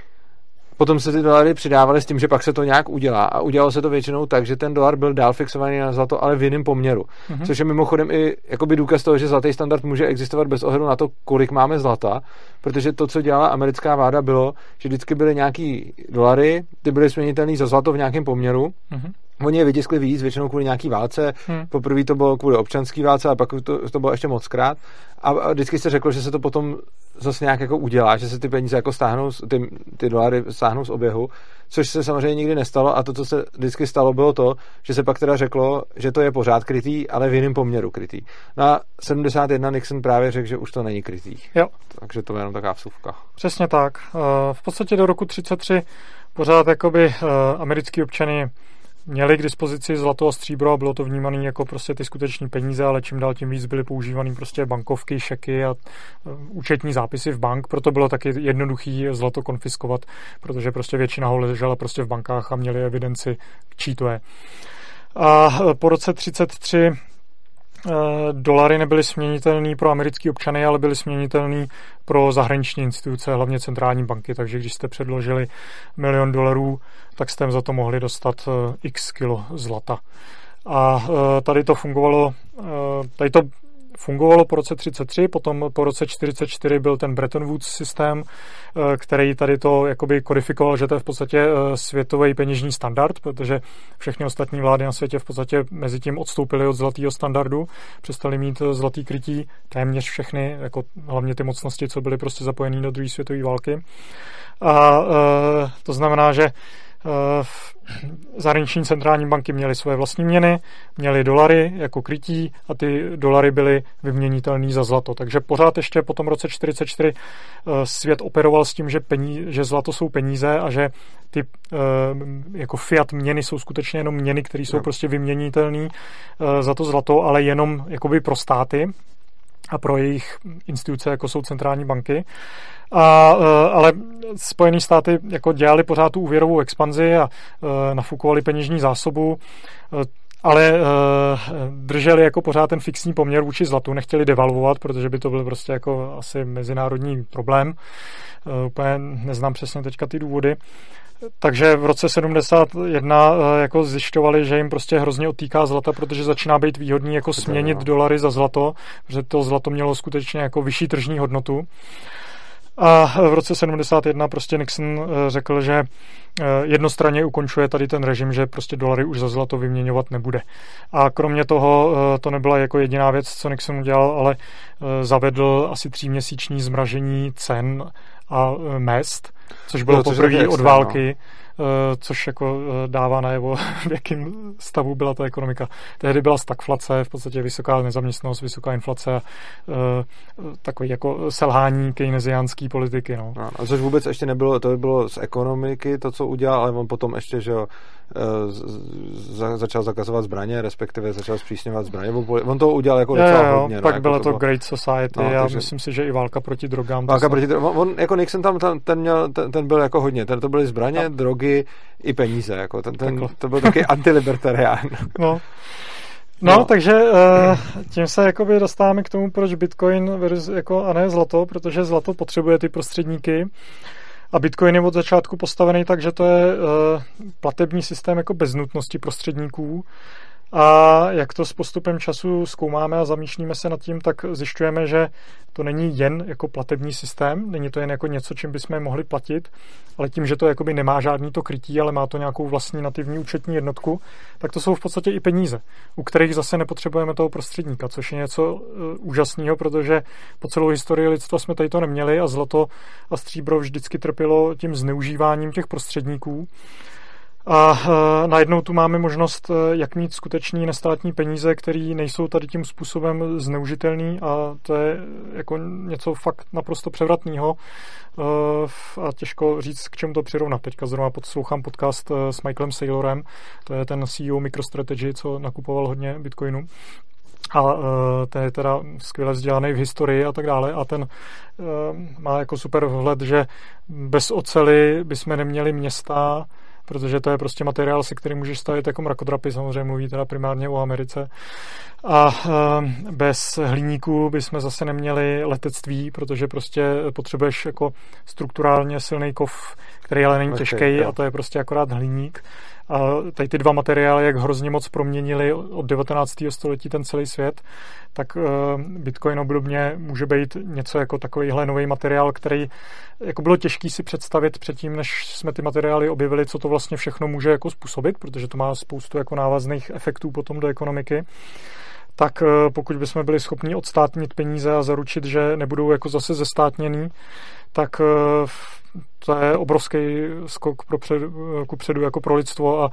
potom se ty dolary přidávaly s tím, že pak se to nějak udělá a udělalo se to většinou tak, že ten dolar byl dál fixovaný na zlato, ale v jiném poměru. Mm-hmm. Což je mimochodem i jakoby důkaz toho, že zlatý standard může existovat bez ohledu na to, kolik máme zlata, protože to, co dělala americká vláda, bylo, že vždycky byly nějaký dolary, ty byly směnitelný za zlato v nějakém poměru. Mm-hmm. Oni je vytiskli víc, většinou kvůli nějaký válce. Hmm. Poprvé to bylo kvůli občanský válce a pak to, to bylo ještě mockrát. A vždycky se řeklo, že se to potom zase nějak jako udělá, že se ty peníze jako stáhnou, ty, ty dolary stáhnou z oběhu, což se samozřejmě nikdy nestalo a to, co se vždycky stalo, bylo to, že se pak teda řeklo, že to je pořád krytý, ale v jiném poměru krytý. Na sedmdesát jedna Nixon právě řekl, že už to není krytý. Jo. Takže to je jenom taková vsuvka. Přesně tak. V podstatě do roku třicet tři pořád jakoby americký občany měli k dispozici zlato a stříbro a bylo to vnímané jako prostě ty skutečné peníze, ale čím dál tím víc byly používané prostě bankovky, šeky a uh, účetní zápisy v bank, proto bylo taky jednoduchý zlato konfiskovat, protože prostě většina ho ležela prostě v bankách a měli evidenci, čí to je. A po roce třicet tři dolary nebyly směnitelný pro americký občany, ale byly směnitelný pro zahraniční instituce, hlavně centrální banky, takže když jste předložili milion dolarů, tak jste za to mohli dostat x kilo zlata. A tady to fungovalo, tady to fungovalo po roce třicet tři, potom po roce čtyřicet čtyři byl ten Bretton Woods systém, který tady to jakoby kodifikoval, že to je v podstatě světový peněžní standard, protože všechny ostatní vlády na světě v podstatě mezi tím odstoupily od zlatého standardu, přestali mít zlatý krytí, téměř všechny, jako hlavně ty mocnosti, co byly prostě zapojený do druhé světové války. A to znamená, že zahraniční centrální banky měly své vlastní měny, měly dolary jako krytí a ty dolary byly vyměnitelné za zlato. Takže pořád ještě po tom roce čtyřicet čtyři svět operoval s tím, že, peníze, že zlato jsou peníze a že ty jako fiat měny jsou skutečně jenom měny, které jsou no. prostě vyměnitelné za to zlato, ale jenom jakoby pro státy. a pro jejich instituce, jako jsou centrální banky. A, ale Spojené státy jako dělali pořád tu úvěrovou expanzi a nafukovali peněžní zásobu, ale drželi jako pořád ten fixní poměr vůči zlatu, nechtěli devalvovat, protože by to byl prostě jako asi mezinárodní problém. Úplně neznám přesně teďka ty důvody. Takže v roce sedmdesát jedna jako zjišťovali, že jim prostě hrozně odtýká zlata, protože začíná být výhodný jako směnit dolary za zlato, protože to zlato mělo skutečně jako vyšší tržní hodnotu. A v roce sedmdesát jedna prostě Nixon řekl, že jednostranně ukončuje tady ten režim, že prostě dolary už za zlato vyměňovat nebude. A kromě toho to nebyla jako jediná věc, co Nixon udělal, ale zavedl asi tříměsíční zmražení cen a mezd, což bylo no, poprvé od války, no. Což jako dává najevo, v jakém stavu byla ta ekonomika. Tehdy byla stagflace, v podstatě vysoká nezaměstnanost, vysoká inflace, takový jako selhání keynesiánský politiky. No. No, a což vůbec ještě nebylo, to by bylo z ekonomiky to, co udělal, ale on potom ještě, že jo, za, začal zakazovat zbraně, respektive začal zpřísňovat zbraně. On to udělal jako docela jo, jo, hodně. Pak no, bylo jako to bylo... Great Society no, a takže... myslím si, že i válka proti drogám. Válka proti drogám. On, jako Nixon tam, ten, ten, měl, ten, ten byl jako hodně. Ten, to byly zbraně, no. drogy i peníze. Jako ten, ten, to byl taky antilibertarián. No. No, no, takže tím se jakoby dostáváme k tomu, proč Bitcoin jako, a ne zlato, protože zlato potřebuje ty prostředníky. A Bitcoin je od začátku postavený tak, že to je platební systém jako bez nutnosti prostředníků. A jak to s postupem času zkoumáme a zamýšlíme se nad tím, tak zjišťujeme, že to není jen jako platební systém, není to jen jako něco, čím bychom mohli platit, ale tím, že to jakoby nemá žádný to krytí, ale má to nějakou vlastní nativní účetní jednotku, tak to jsou v podstatě i peníze, u kterých zase nepotřebujeme toho prostředníka, což je něco uh, úžasného, protože po celou historii lidstva jsme tady to neměli a zlato a stříbro vždycky trpělo tím zneužíváním těch prostředníků. A e, najednou tu máme možnost, e, jak mít skutečný nestátní peníze, které nejsou tady tím způsobem zneužitelný a to je jako něco fakt naprosto převratného e, a těžko říct, k čemu to přirovnat. Teďka zrovna poslouchám podcast e, s Michaelem Saylorem, to je ten C E O MicroStrategy, co nakupoval hodně bitcoinu. A uh, ten je teda skvěle vzdělaný v historii a tak dále a ten uh, má jako super vhled, že bez oceli bychom neměli města, protože to je prostě materiál, se kterým můžeš stavit jako mrakodrapy, samozřejmě mluví teda primárně o Americe. A uh, bez hliníku bychom zase neměli letectví, protože prostě potřebuješ jako strukturálně silný kov, který ale není okay, těžký jo. a to je prostě akorát hliník. A tady ty dva materiály, jak hrozně moc proměnili od devatenáctého století ten celý svět, tak uh, Bitcoin obdobně může být něco jako takovýhle nový materiál, který jako bylo těžký si představit předtím, než jsme ty materiály objevili, co to vlastně všechno může jako způsobit, protože to má spoustu jako návazných efektů potom do ekonomiky. Tak uh, pokud bychom byli schopni odstátnit peníze a zaručit, že nebudou jako zase zestátněný, tak uh, to je obrovský skok pro před, kupředu jako pro lidstvo a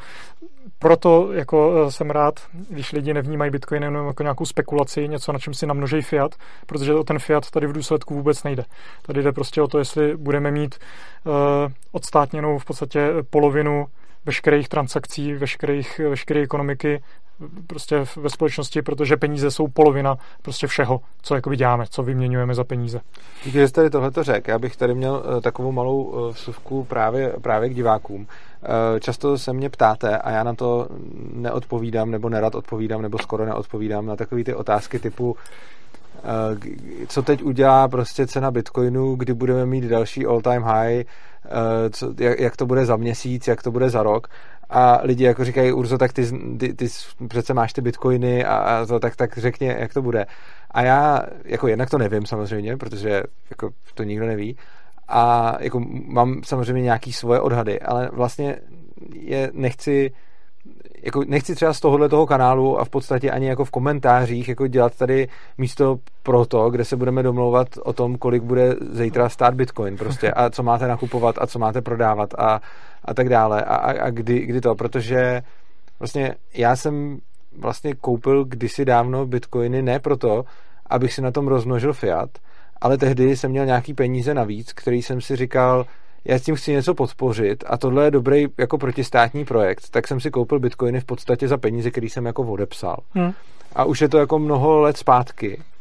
proto jako jsem rád, když lidi nevnímají Bitcoin jenom jako nějakou spekulaci, něco, na čem si namnoží fiat, protože o ten fiat tady v důsledku vůbec nejde. Tady jde prostě o to, jestli budeme mít uh, odstátněnou v podstatě polovinu veškerých transakcí, veškerých, veškeré ekonomiky prostě ve společnosti, protože peníze jsou polovina prostě všeho, co jakoby děláme, co vyměňujeme za peníze. Díky, že jsi tady tohleto řekl. Já bych tady měl uh, takovou malou uh, vsuvku právě, právě k divákům. Uh, často se mě ptáte a já na to neodpovídám, nebo nerad odpovídám, nebo skoro neodpovídám na takové ty otázky typu uh, co teď udělá prostě cena Bitcoinu, kdy budeme mít další all time high, uh, co, jak, jak to bude za měsíc, jak to bude za rok. A lidi jako říkají, Urzo, tak ty, ty, ty přece máš ty bitcoiny a, a to, tak, tak řekni, jak to bude. A já jako jednak to nevím samozřejmě, protože jako to nikdo neví. A jako mám samozřejmě nějaký svoje odhady, ale vlastně je nechci jako nechci třeba z tohohle toho kanálu a v podstatě ani jako v komentářích jako dělat tady místo pro to, kde se budeme domlouvat o tom, kolik bude zítra stát Bitcoin prostě a co máte nakupovat a co máte prodávat a, a tak dále a, a, a kdy, kdy to, protože vlastně já jsem vlastně koupil kdysi dávno Bitcoiny ne proto, abych si na tom rozmnožil fiat, ale tehdy jsem měl nějaký peníze navíc, který jsem si říkal, já s tím chci něco podpořit a tohle je dobrý jako protistátní projekt, tak jsem si koupil bitcoiny v podstatě za peníze, který jsem jako odepsal. Hmm. A už je to jako mnoho let zpátky.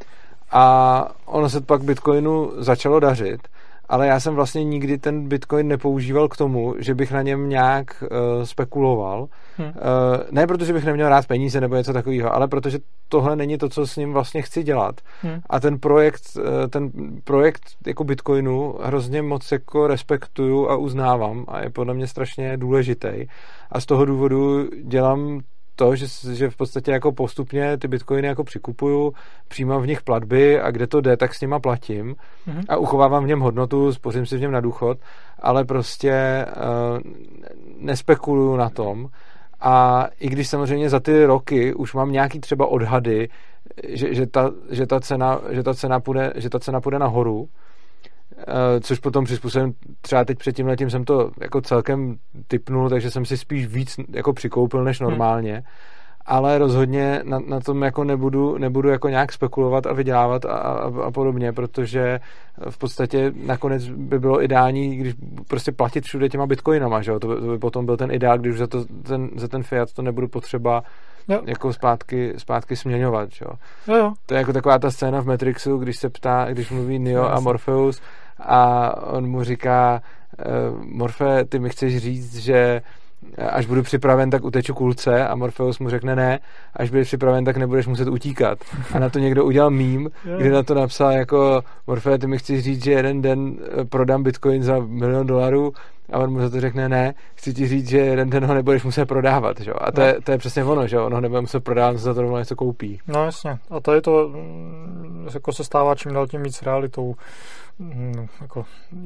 a ono se pak Bitcoinu začalo dařit, ale já jsem vlastně nikdy ten Bitcoin nepoužíval k tomu, že bych na něm nějak uh, spekuloval. Hmm. Uh, ne protože bych neměl rád peníze nebo něco takového, ale protože tohle není to, co s ním vlastně chci dělat. Hmm. A ten projekt, uh, ten projekt jako Bitcoinu hrozně moc jako respektuju a uznávám a je podle mě strašně důležitý. A z toho důvodu dělám to, že, že v podstatě jako postupně ty bitcoiny jako přikupuju, přijímám v nich platby a kde to jde, tak s nima platím mm-hmm. a uchovávám v něm hodnotu, spořím si v něm na důchod, ale prostě uh, nespekuluju na tom a i když samozřejmě za ty roky už mám nějaký třeba odhady, že, že, ta, že, ta, cena, že, ta, cena půjde, že ta cena půjde nahoru, což potom přizpůsobím, třeba teď před tím letím jsem to jako celkem tipnul, takže jsem si spíš víc jako přikoupil než normálně, hmm. ale rozhodně na, na tom jako nebudu, nebudu jako nějak spekulovat a vydělávat a, a, a podobně, protože v podstatě nakonec by bylo ideální, když prostě platit všude těma bitcoinama, že jo? To, by, to by potom byl ten ideál, když za, to, ten, za ten fiat to nebudu potřeba jo. jako zpátky, zpátky směňovat, že jo? Jo, jo. To je jako taková ta scéna v Matrixu, když se ptá, když mluví Neo a Morpheus a on mu říká uh, Morfe, ty mi chceš říct, že až budu připraven, tak uteču kulce a Morpheus mu řekne ne, až budeš připraven, tak nebudeš muset utíkat. A na to někdo udělal meme, kde na to napsal jako Morfe, ty mi chceš říct, že jeden den prodám bitcoin za milion dolarů a on mu za to řekne ne, chci ti říct, že jeden den ho nebudeš muset prodávat. Že? A to, no. je, to je přesně ono, že on ho nebude muset prodávat, za to něco koupí. No jasně. A tady to jako se stává čím dál tím víc realitou. Jako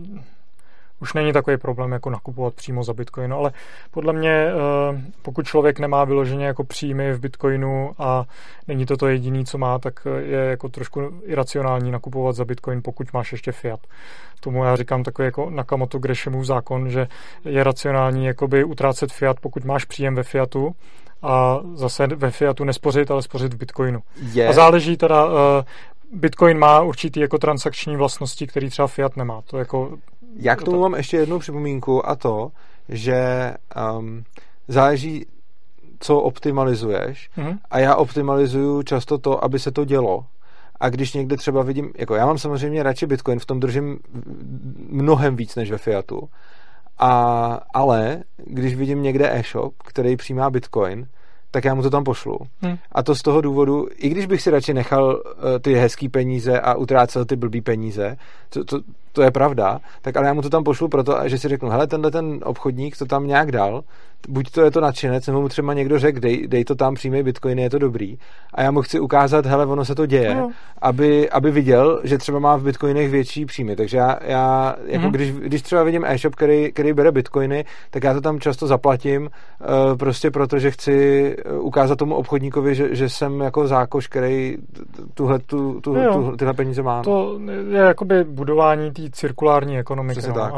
už není takový problém jako nakupovat přímo za Bitcoin, ale podle mě pokud člověk nemá vyloženě jako příjmy v Bitcoinu a není to to jediný, co má, tak je jako trošku iracionální nakupovat za Bitcoin, pokud máš ještě fiat. Tomu já říkám takový jako Nakamoto Greshemův zákon, že je racionální jakoby utrácet fiat, pokud máš příjem ve fiatu a zase ve fiatu nespořit, ale spořit v Bitcoinu. Yeah. A záleží teda Bitcoin má určitý jako transakční vlastnosti, který třeba fiat nemá. To jako Já k tomu mám ještě jednu připomínku a to, že um, záleží, co optimalizuješ mm-hmm. a já optimalizuju často to, aby se to dělo. A když někde třeba vidím, jako já mám samozřejmě radši Bitcoin, v tom držím mnohem víc než ve fiatu, a, ale když vidím někde e-shop, který přijímá Bitcoin, tak já mu to tam pošlu. Hmm. A to z toho důvodu, i když bych si radši nechal uh, ty hezký peníze a utrácel ty blbý peníze, to, to, to je pravda, tak ale já mu to tam pošlu proto, že si řeknu, hele, tenhle ten obchodník to tam nějak dal, buď to je to nadšenec, nebo mu třeba někdo řekl, dej, dej to tam, přijmej bitcoiny, je to dobrý. A já mu chci ukázat, hele, ono se to děje, no. aby, aby viděl, že třeba má v bitcoinech větší příjmy. Takže já, já jako mm. když, když třeba vidím e-shop, který, který bere bitcoiny, tak já to tam často zaplatím, uh, prostě proto, že chci ukázat tomu obchodníkovi, že, že jsem jako zákoš, který tuhle, tu, tu, no tu, tyhle peníze má. To je jakoby budování té cirkulární ekonomiky. No. A, uh,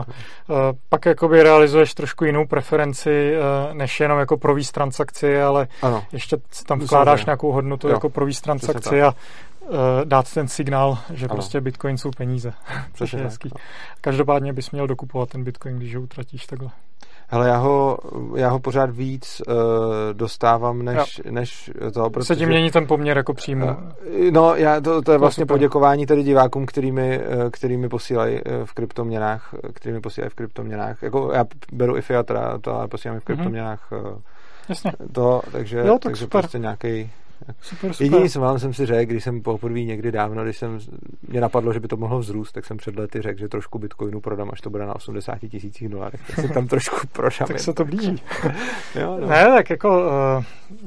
pak jakoby realizuješ trošku jinou preferenci, uh, než jenom jako pro víc transakci, ale ano. ještě tam vkládáš nějakou hodnotu jo. jako pro víc transakci a uh, dát ten signál, že ano. prostě Bitcoin jsou peníze. Což je hezký. Každopádně bys měl dokupovat ten Bitcoin, když ho utratíš takhle. Hele, já ho, já ho pořád víc uh, dostávám, než, než to. Protože se tím mění ten poměr jako příjmu. Uh, no, já, to, to je vlastně to poděkování tady divákům, kterými, kterými posílají v kryptoměnách, kterými posílají v kryptoměnách. Jako já beru i fiat, to ale posílám i v kryptoměnách. Mm-hmm. Jasně. To, takže, jo, tak takže super. prostě nějaký. Super, super. Jediný jsem, jsem si řekl, když jsem poprvé někdy dávno, když jsem, mě napadlo, že by to mohlo vzrůst, tak jsem před lety řekl, že trošku bitcoinu prodám, až to bude na osmdesát tisících dolarech. Tak se tam trošku prošamím. Tak se to blíží. jo, no. Ne, tak jako uh,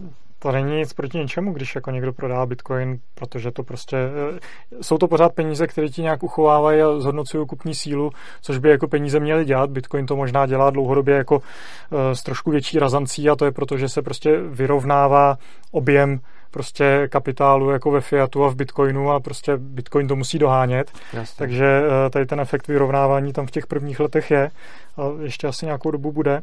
to není nic proti ničemu, když jako někdo prodá bitcoin, protože to prostě uh, jsou to pořád peníze, které ti nějak uchovávají a zhodnocují kupní sílu, což by jako peníze měly dělat. Bitcoin to možná dělá dlouhodobě jako uh, s trošku větší razancí a to je proto, že se prostě vyrovnává objem prostě kapitálu jako ve fiatu a v bitcoinu a prostě bitcoin to musí dohánět. Jasně. Takže tady ten efekt vyrovnávání tam v těch prvních letech je a ještě asi nějakou dobu bude.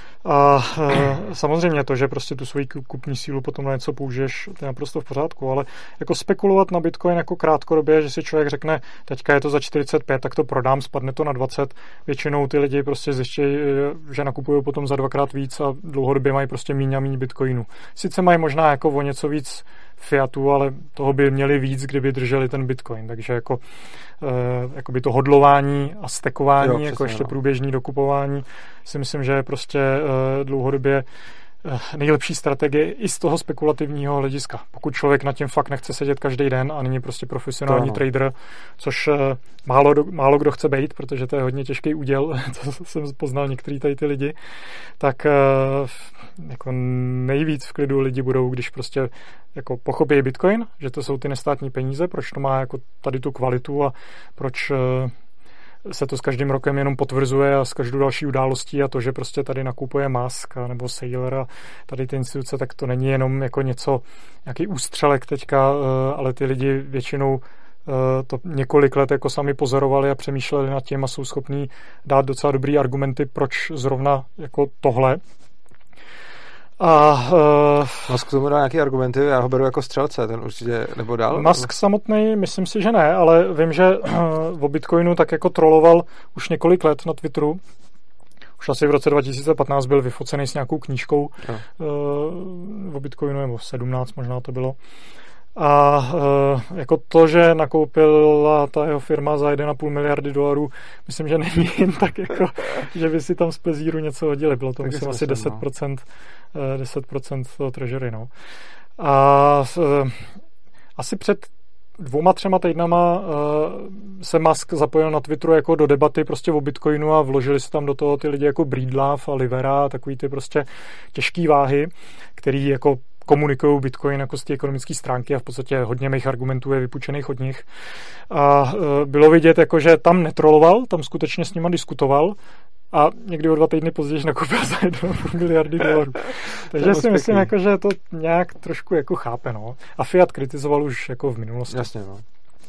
A e, samozřejmě to, že prostě tu svoji kupní sílu potom na něco použiješ, to je naprosto v pořádku, ale jako spekulovat na Bitcoin jako krátkodobě, že si člověk řekne, teďka je to za čtyřicet pět, tak to prodám, spadne to na dvacet. Většinou ty lidi prostě zjištějí, že nakupují potom za dvakrát víc a dlouhodobě mají prostě míň a míň Bitcoinu. Sice mají možná jako o něco víc fiatu, ale toho by měli víc, kdyby drželi ten Bitcoin. Takže jako, eh, jako by to hodlování a stekování, jo, jako ještě no. průběžný dokupování, si myslím, že je prostě eh, dlouhodobě nejlepší strategie i z toho spekulativního hlediska. Pokud člověk nad tím fakt nechce sedět každý den a není prostě profesionální to, no. trader, což málo, málo kdo chce být, protože to je hodně těžký úděl, to jsem poznal některý tady ty lidi, tak jako nejvíc v klidu lidi budou, když prostě jako pochopí Bitcoin, že to jsou ty nestátní peníze, proč to má jako tady tu kvalitu a proč se to s každým rokem jenom potvrzuje a s každou další událostí a to, že prostě tady nakupuje Musk a nebo Saylor a tady ty instituce, tak to není jenom jako něco, nějaký ústřelek teďka, ale ty lidi většinou to několik let jako sami pozorovali a přemýšleli nad tím a jsou schopní dát docela dobrý argumenty, proč zrovna jako tohle. A uh, Musk k tomu dá nějaký argumenty, já ho beru jako střelce, ten určitě nebo dál. Musk samotný, myslím si, že ne, ale vím, že uh, o Bitcoinu tak jako troloval už několik let na Twitteru. Už asi v roce dva tisíce patnáct byl vyfocený s nějakou knížkou no. uh, o Bitcoinu, nebo sedmnáct možná to bylo. A uh, jako to, že nakoupila ta jeho firma za jedna celá pět miliardy dolarů, myslím, že není jen tak jako, že by si tam z plezíru něco hodili. Bylo to, tak myslím, asi deset procent, no. deset procent toho treasury, no. A uh, asi před dvouma, třema týdnama uh, se Musk zapojil na Twitteru jako do debaty prostě o Bitcoinu a vložili se tam do toho ty lidi jako Breedlove a Livera a takový ty prostě těžký váhy, který jako komunikují Bitcoin jako z té ekonomické stránky a v podstatě hodně mých argumentů je vypučených od nich. A e, bylo vidět, jako, že tam netroloval, tam skutečně s nima diskutoval a někdy o dva týdny později nakoupil za jedna celá pět miliardy dolarů. Takže si myslím, jako, že to nějak trošku jako chápe. No. A Fiat kritizoval už jako v minulosti. Jasně, no.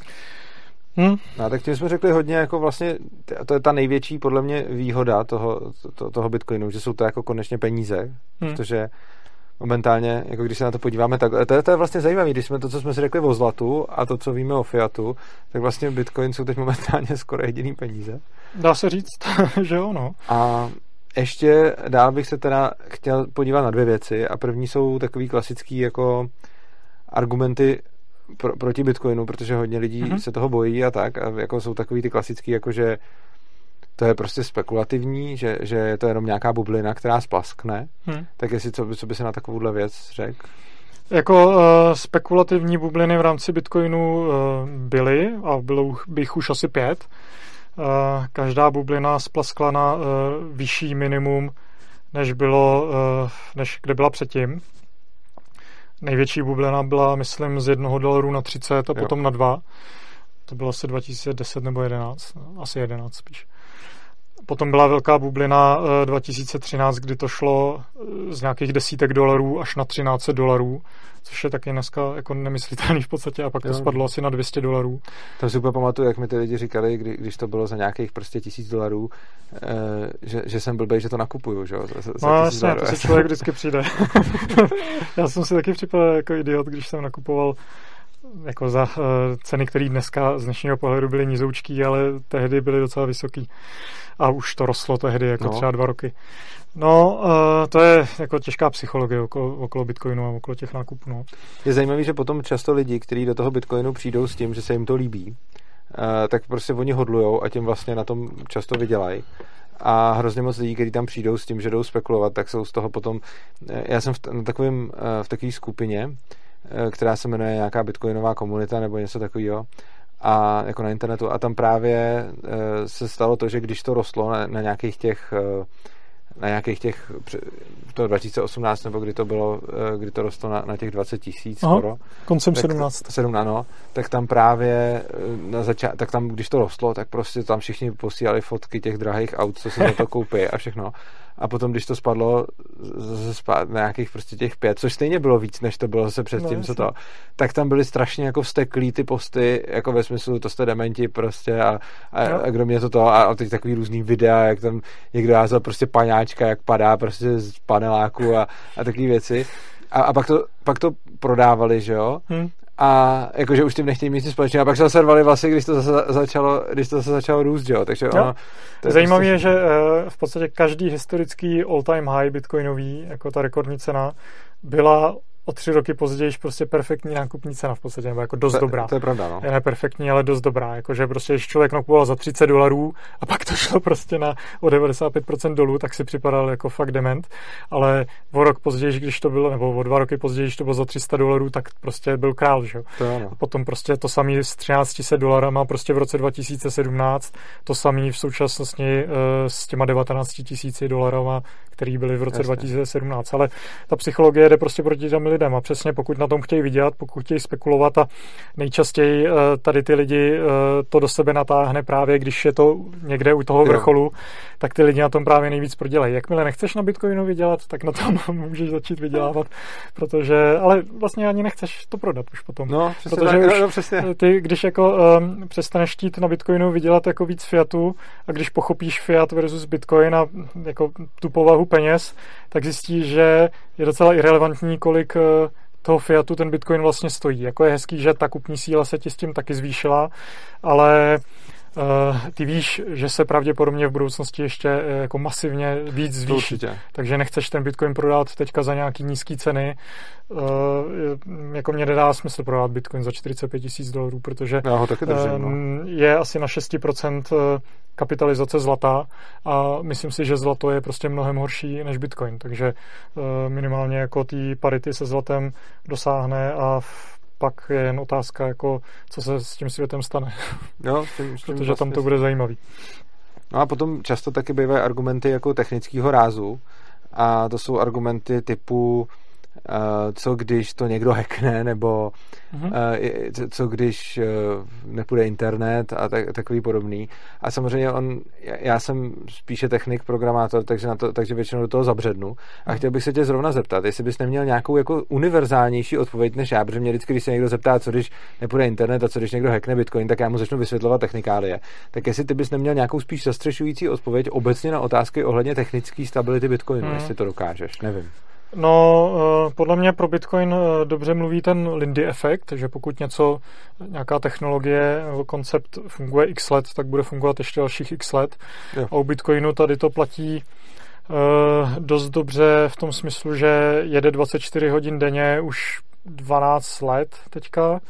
Hmm. No, tak tím jsme řekli hodně, jako vlastně, to je ta největší podle mě výhoda toho, to, toho Bitcoinu, že jsou to jako konečně peníze, hmm. protože momentálně, jako když se na to podíváme, tak to je, to je vlastně zajímavé, když jsme to, co jsme si řekli o zlatu a to, co víme o fiatu, tak vlastně Bitcoin jsou teď momentálně skoro jediný peníze. Dá se říct, že jo, no. A ještě dál bych se teda chtěl podívat na dvě věci a první jsou takový klasický jako argumenty pro, proti Bitcoinu, protože hodně lidí mm-hmm. se toho bojí a tak a jako jsou takový ty klasický, jako že to je prostě spekulativní, že, že je to jenom nějaká bublina, která splaskne. Hmm. Tak jestli, co, co by se na takovouhle věc řekl? Jako uh, spekulativní bubliny v rámci Bitcoinu uh, byly a bylo bych už asi pět. Uh, každá bublina splaskla na uh, vyšší minimum, než bylo, uh, než kde byla předtím. Největší bublina byla, myslím, z jednoho dolaru na třicet a jo. potom na dva. To bylo asi dva tisíce deset nebo jedenáct. Asi jedenáct spíš. Potom byla velká bublina dva tisíce třináct, kdy to šlo z nějakých desítek dolarů až na třináct set dolarů, což je taky dneska jako nemyslitelný v podstatě a pak to jo. spadlo asi na dvě stě dolarů. Tam si úplně pamatuju, jak mi ty lidi říkali, kdy, když to bylo za nějakých prostě tisíc dolarů, eh, že, že jsem blbej, že to nakupuju, že jo? Za, za no jasně, to si člověk vždycky přijde. Já jsem si taky připadal jako idiot, když jsem nakupoval jako za uh, ceny, které dneska z dnešního pohledu byly nizoučký, ale tehdy byly docela vysoký. A už to rostlo tehdy jako no. třeba dva roky. No, uh, to je jako těžká psychologie okolo, okolo Bitcoinu a okolo těch nákupů. No. Je zajímavý, že potom často lidi, kteří do toho Bitcoinu přijdou s tím, že se jim to líbí, uh, tak prostě oni hodlujou a tím vlastně na tom často vydělají. A hrozně moc lidí, kteří tam přijdou s tím, že jdou spekulovat, tak jsou z toho potom... Já jsem v, t- takovým, v takové skupině, která se jmenuje nějaká bitcoinová komunita nebo něco takového a jako na internetu a tam právě se stalo to, že když to rostlo na, na nějakých těch na nějakých těch to dva tisíce osmnáct nebo kdy to bylo, kdy to rostlo na, na těch dvacet tisíc skoro. Koncem sedmnáct. sedmnáct, no, tak tam právě na začát, tak tam, když to rostlo, tak prostě tam všichni posílali fotky těch drahých aut, co se za to koupí a všechno. A potom, když to spadlo zase spát na nějakých prostě těch pět, což stejně bylo víc, než to bylo zase předtím, no, co to, tak tam byly strašně jako vzteklý ty posty, jako ve smyslu, to jste dementi prostě a, a, no. a kdo mě to to, a, a teď takový různý videa, jak tam někdo házel prostě paňáčka, jak padá prostě z paneláku a, a takové věci. A, a pak, to, pak to prodávali, že jo? Hmm. A jakože už tím nechtějí mít nic společného. A pak se zase rvali vlasy, když to zase začalo, když to zase začalo růst, že jo? Takže ono... To je zajímavé je, prostě... že uh, v podstatě každý historický all-time high bitcoinový, jako ta rekordní cena, byla o tři roky později prostě perfektní nákupní cena v podstatě, nebo jako dost to, dobrá. To je pravda, no. Je ne perfektní, ale dost dobrá. Jakože prostě, když člověk nakupoval za třicet dolarů a pak to šlo prostě na o devadesát pět procent dolů, tak si připadal jako fakt dement. Ale o rok později, když to bylo, nebo o dva roky později, když to bylo za tři sta dolarů, tak prostě byl král, že jo. A potom prostě to samý s třináct set dolarama prostě v roce dva tisíce sedmnáct, to samý v současnosti uh, s těma devatenáct tisíci dolarama, který byly v roce Jasně. dva tisíce sedmnáct. Ale ta psychologie jde prostě proti těm lidem a přesně pokud na tom chtějí vydělat, pokud chtějí spekulovat a nejčastěji uh, tady ty lidi uh, to do sebe natáhne právě, když je to někde u toho vrcholu, jo. tak ty lidi na tom právě nejvíc prodělají. Jakmile nechceš na Bitcoinu vydělat, tak na tom můžeš začít vydělávat, protože, ale vlastně ani nechceš to prodat už potom. No, přesně protože tak, už no, přesně. ty, když jako um, přestaneš chtít na Bitcoinu vydělat jako víc fiatu a když pochopíš fiat versus Bitcoin a jako tu povahu peněz, tak zjistíš, že je docela irelevantní, kolik uh, toho fiatu ten Bitcoin vlastně stojí. Jako je hezký, že ta kupní síla se ti s tím taky zvýšila, ale Uh, ty víš, že se pravděpodobně v budoucnosti ještě uh, jako masivně víc zvýší. Takže nechceš ten Bitcoin prodat teďka za nějaký nízký ceny. Uh, jako mě nedá smysl prodat Bitcoin za čtyřicet pět tisíc dolarů, protože Já ho taky držím, uh, no. je asi na šest procent kapitalizace zlata a myslím si, že zlato je prostě mnohem horší než Bitcoin. Takže uh, minimálně jako ty parity se zlatem dosáhne a v pak je jen otázka, jako, co se s tím světem stane. Jo, s tím, s tím protože vlastně tam to bude zajímavý. No a potom často taky bývají argumenty jako technického rázu a to jsou argumenty typu uh, co když to někdo hackne, nebo uh-huh. uh, co když uh, nepůjde internet a tak, takový podobný. A samozřejmě on, já jsem spíše technik, programátor, takže, na to, takže většinou do toho zabřednu. A uh-huh. chtěl bych se tě zrovna zeptat, jestli bys neměl nějakou jako univerzálnější odpověď než já, protože mě vždycky, když se někdo zeptá, co když nepůjde internet a co když někdo hackne Bitcoin, tak já mu začnu vysvětlovat technikálie. Tak jestli ty bys neměl nějakou spíš zastřešující odpověď obecně na otázky ohledně technické stability Bitcoinu, uh-huh. jestli to dokážeš, nevím. No, podle mě pro Bitcoin dobře mluví ten Lindy efekt, že pokud něco, nějaká technologie nebo koncept funguje x let, tak bude fungovat ještě dalších x let. Jo. A u Bitcoinu tady to platí uh, dost dobře v tom smyslu, že jede dvacet čtyři hodin denně už dvanáct let teďka.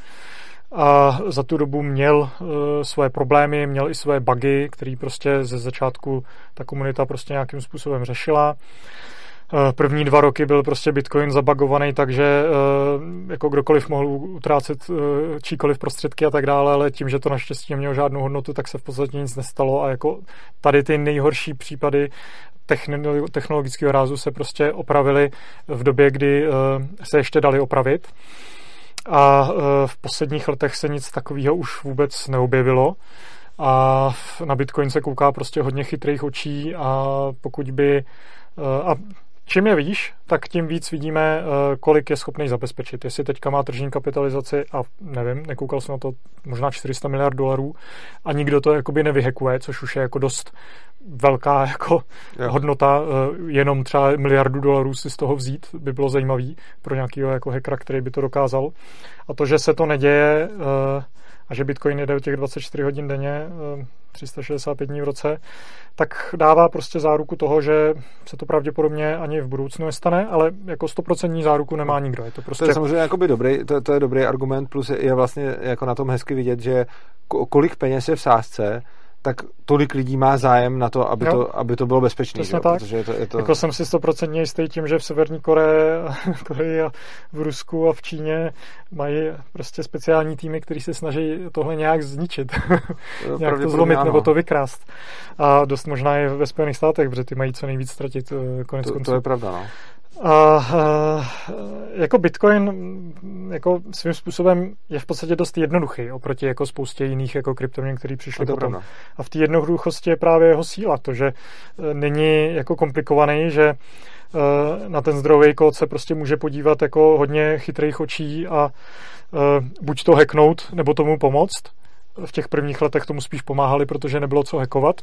A za tu dobu měl uh, svoje problémy, měl i svoje bugy, které prostě ze začátku ta komunita prostě nějakým způsobem řešila. První dva roky byl prostě Bitcoin zabagovaný, takže jako kdokoliv mohl utrácet číkoliv prostředky a tak dále, ale tím, že to naštěstí nemělo žádnou hodnotu, tak se v podstatě nic nestalo a jako tady ty nejhorší případy technologického rázu se prostě opravily v době, kdy se ještě dali opravit. A v posledních letech se nic takového už vůbec neobjevilo. A na Bitcoin se kouká prostě hodně chytrých očí a pokud by... A čím je víš, tak tím víc vidíme, kolik je schopný zabezpečit. Jestli teďka má tržní kapitalizaci a nevím, nekoukal jsem na to, možná čtyři sta miliard dolarů a nikdo to jakoby nevyhekuje, což už je jako dost velká jako hodnota. Jenom třeba miliardu dolarů si z toho vzít by bylo zajímavý pro nějakého jako hackera, který by to dokázal. A to, že se to neděje a že Bitcoin jede o těch dvacet čtyři hodin denně, tři sta šedesát pět dní v roce, tak dává prostě záruku toho, že se to pravděpodobně ani v budoucnu nestane, ale jako stoprocentní záruku nemá nikdo. Je to, prostě... to je samozřejmě jakoby dobrý, to, to je dobrý argument, plus je, je vlastně jako na tom hezky vidět, že kolik peněz je v sázce, tak tolik lidí má zájem na to, aby, to, aby to bylo bezpečné. Protože je to, je to... Jako jsem si stoprocentně jistý tím, že v Severní Koreji, Koreji a v Rusku a v Číně mají prostě speciální týmy, kteří se snaží tohle nějak zničit. nějak to zlomit ano. nebo to vykrást. A dost možná je ve Spojených státech, protože ty mají co nejvíc ztratit konec to, konců. To je pravda, no. A, a jako Bitcoin jako svým způsobem je v podstatě dost jednoduchý oproti jako spoustě jiných jako kryptoměn, které přišly potom. Pravda. A v té jednoduchosti je právě jeho síla, to, že není jako komplikovaný, že na ten zdrojový kód se prostě může podívat jako hodně chytrých očí a buď to hacknout, nebo tomu pomoct. V těch prvních letech tomu spíš pomáhali, protože nebylo co hackovat.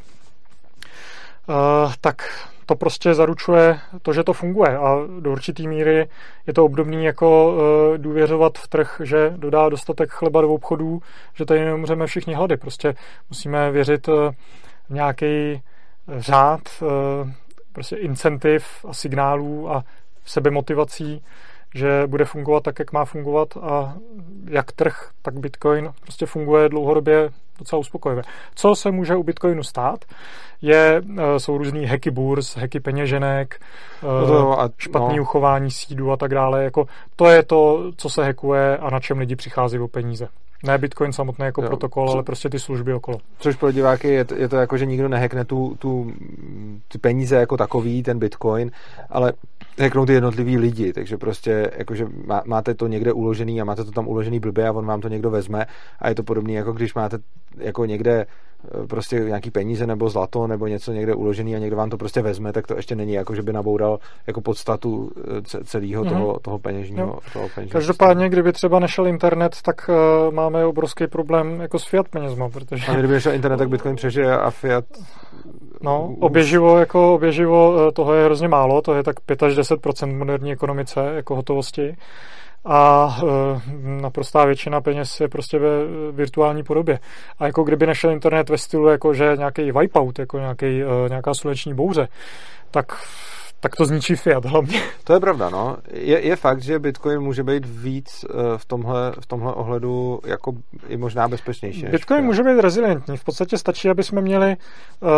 Tak to prostě zaručuje to, že to funguje a do určitý míry je to obdobný jako uh, důvěřovat v trh, že dodá dostatek chleba do obchodů, že tady nemůžeme všichni hlady. Prostě musíme věřit uh, v nějaký řád uh, prostě incentiv a signálů a sebemotivací, že bude fungovat tak, jak má fungovat a jak trh, tak Bitcoin prostě funguje dlouhodobě docela uspokojivě. Co se může u Bitcoinu stát, je, jsou různý hacky burz, hacky peněženek, no to, a, špatný no. uchování sídu a tak dále. Jako, to je to, co se hackuje a na čem lidi přichází o peníze. Ne Bitcoin samotný jako jo. protokol, ale prostě ty služby okolo. Což pro diváky je to, je to jako, že nikdo nehackne tu, tu, ty peníze jako takový, ten Bitcoin, ale hacknou ty jednotlivý lidi, takže prostě jakože má, máte to někde uložený a máte to tam uložený blbě a on vám to někdo vezme a je to podobné, jako když máte jako někde prostě nějaký peníze nebo zlato nebo něco někde uložený a někdo vám to prostě vezme, tak to ještě není jako, že by naboural jako podstatu celého mm-hmm. toho, toho peněžního. Toho peněžního Každopádně, kdyby třeba nešel internet, tak uh, máme obrovský problém jako s fiat penězma, protože... A kdyby nešel internet, tak Bitcoin přežije a fiat... No, oběživo, jako oběživo toho je hrozně málo, to je tak pět až deset procent moderní ekonomice jako hotovosti. A e, naprostá většina peněz je prostě ve virtuální podobě. A jako kdyby nešel internet ve stylu, jako že nějaký wipeout, jako nějaký, e, nějaká sluneční bouře, tak, tak to zničí fiat hlavně. To je pravda, no. Je, je fakt, že Bitcoin může být víc e, v tomhle, v tomhle ohledu jako i možná bezpečnější. Bitcoin může být rezilientní. V podstatě stačí, aby jsme měli e,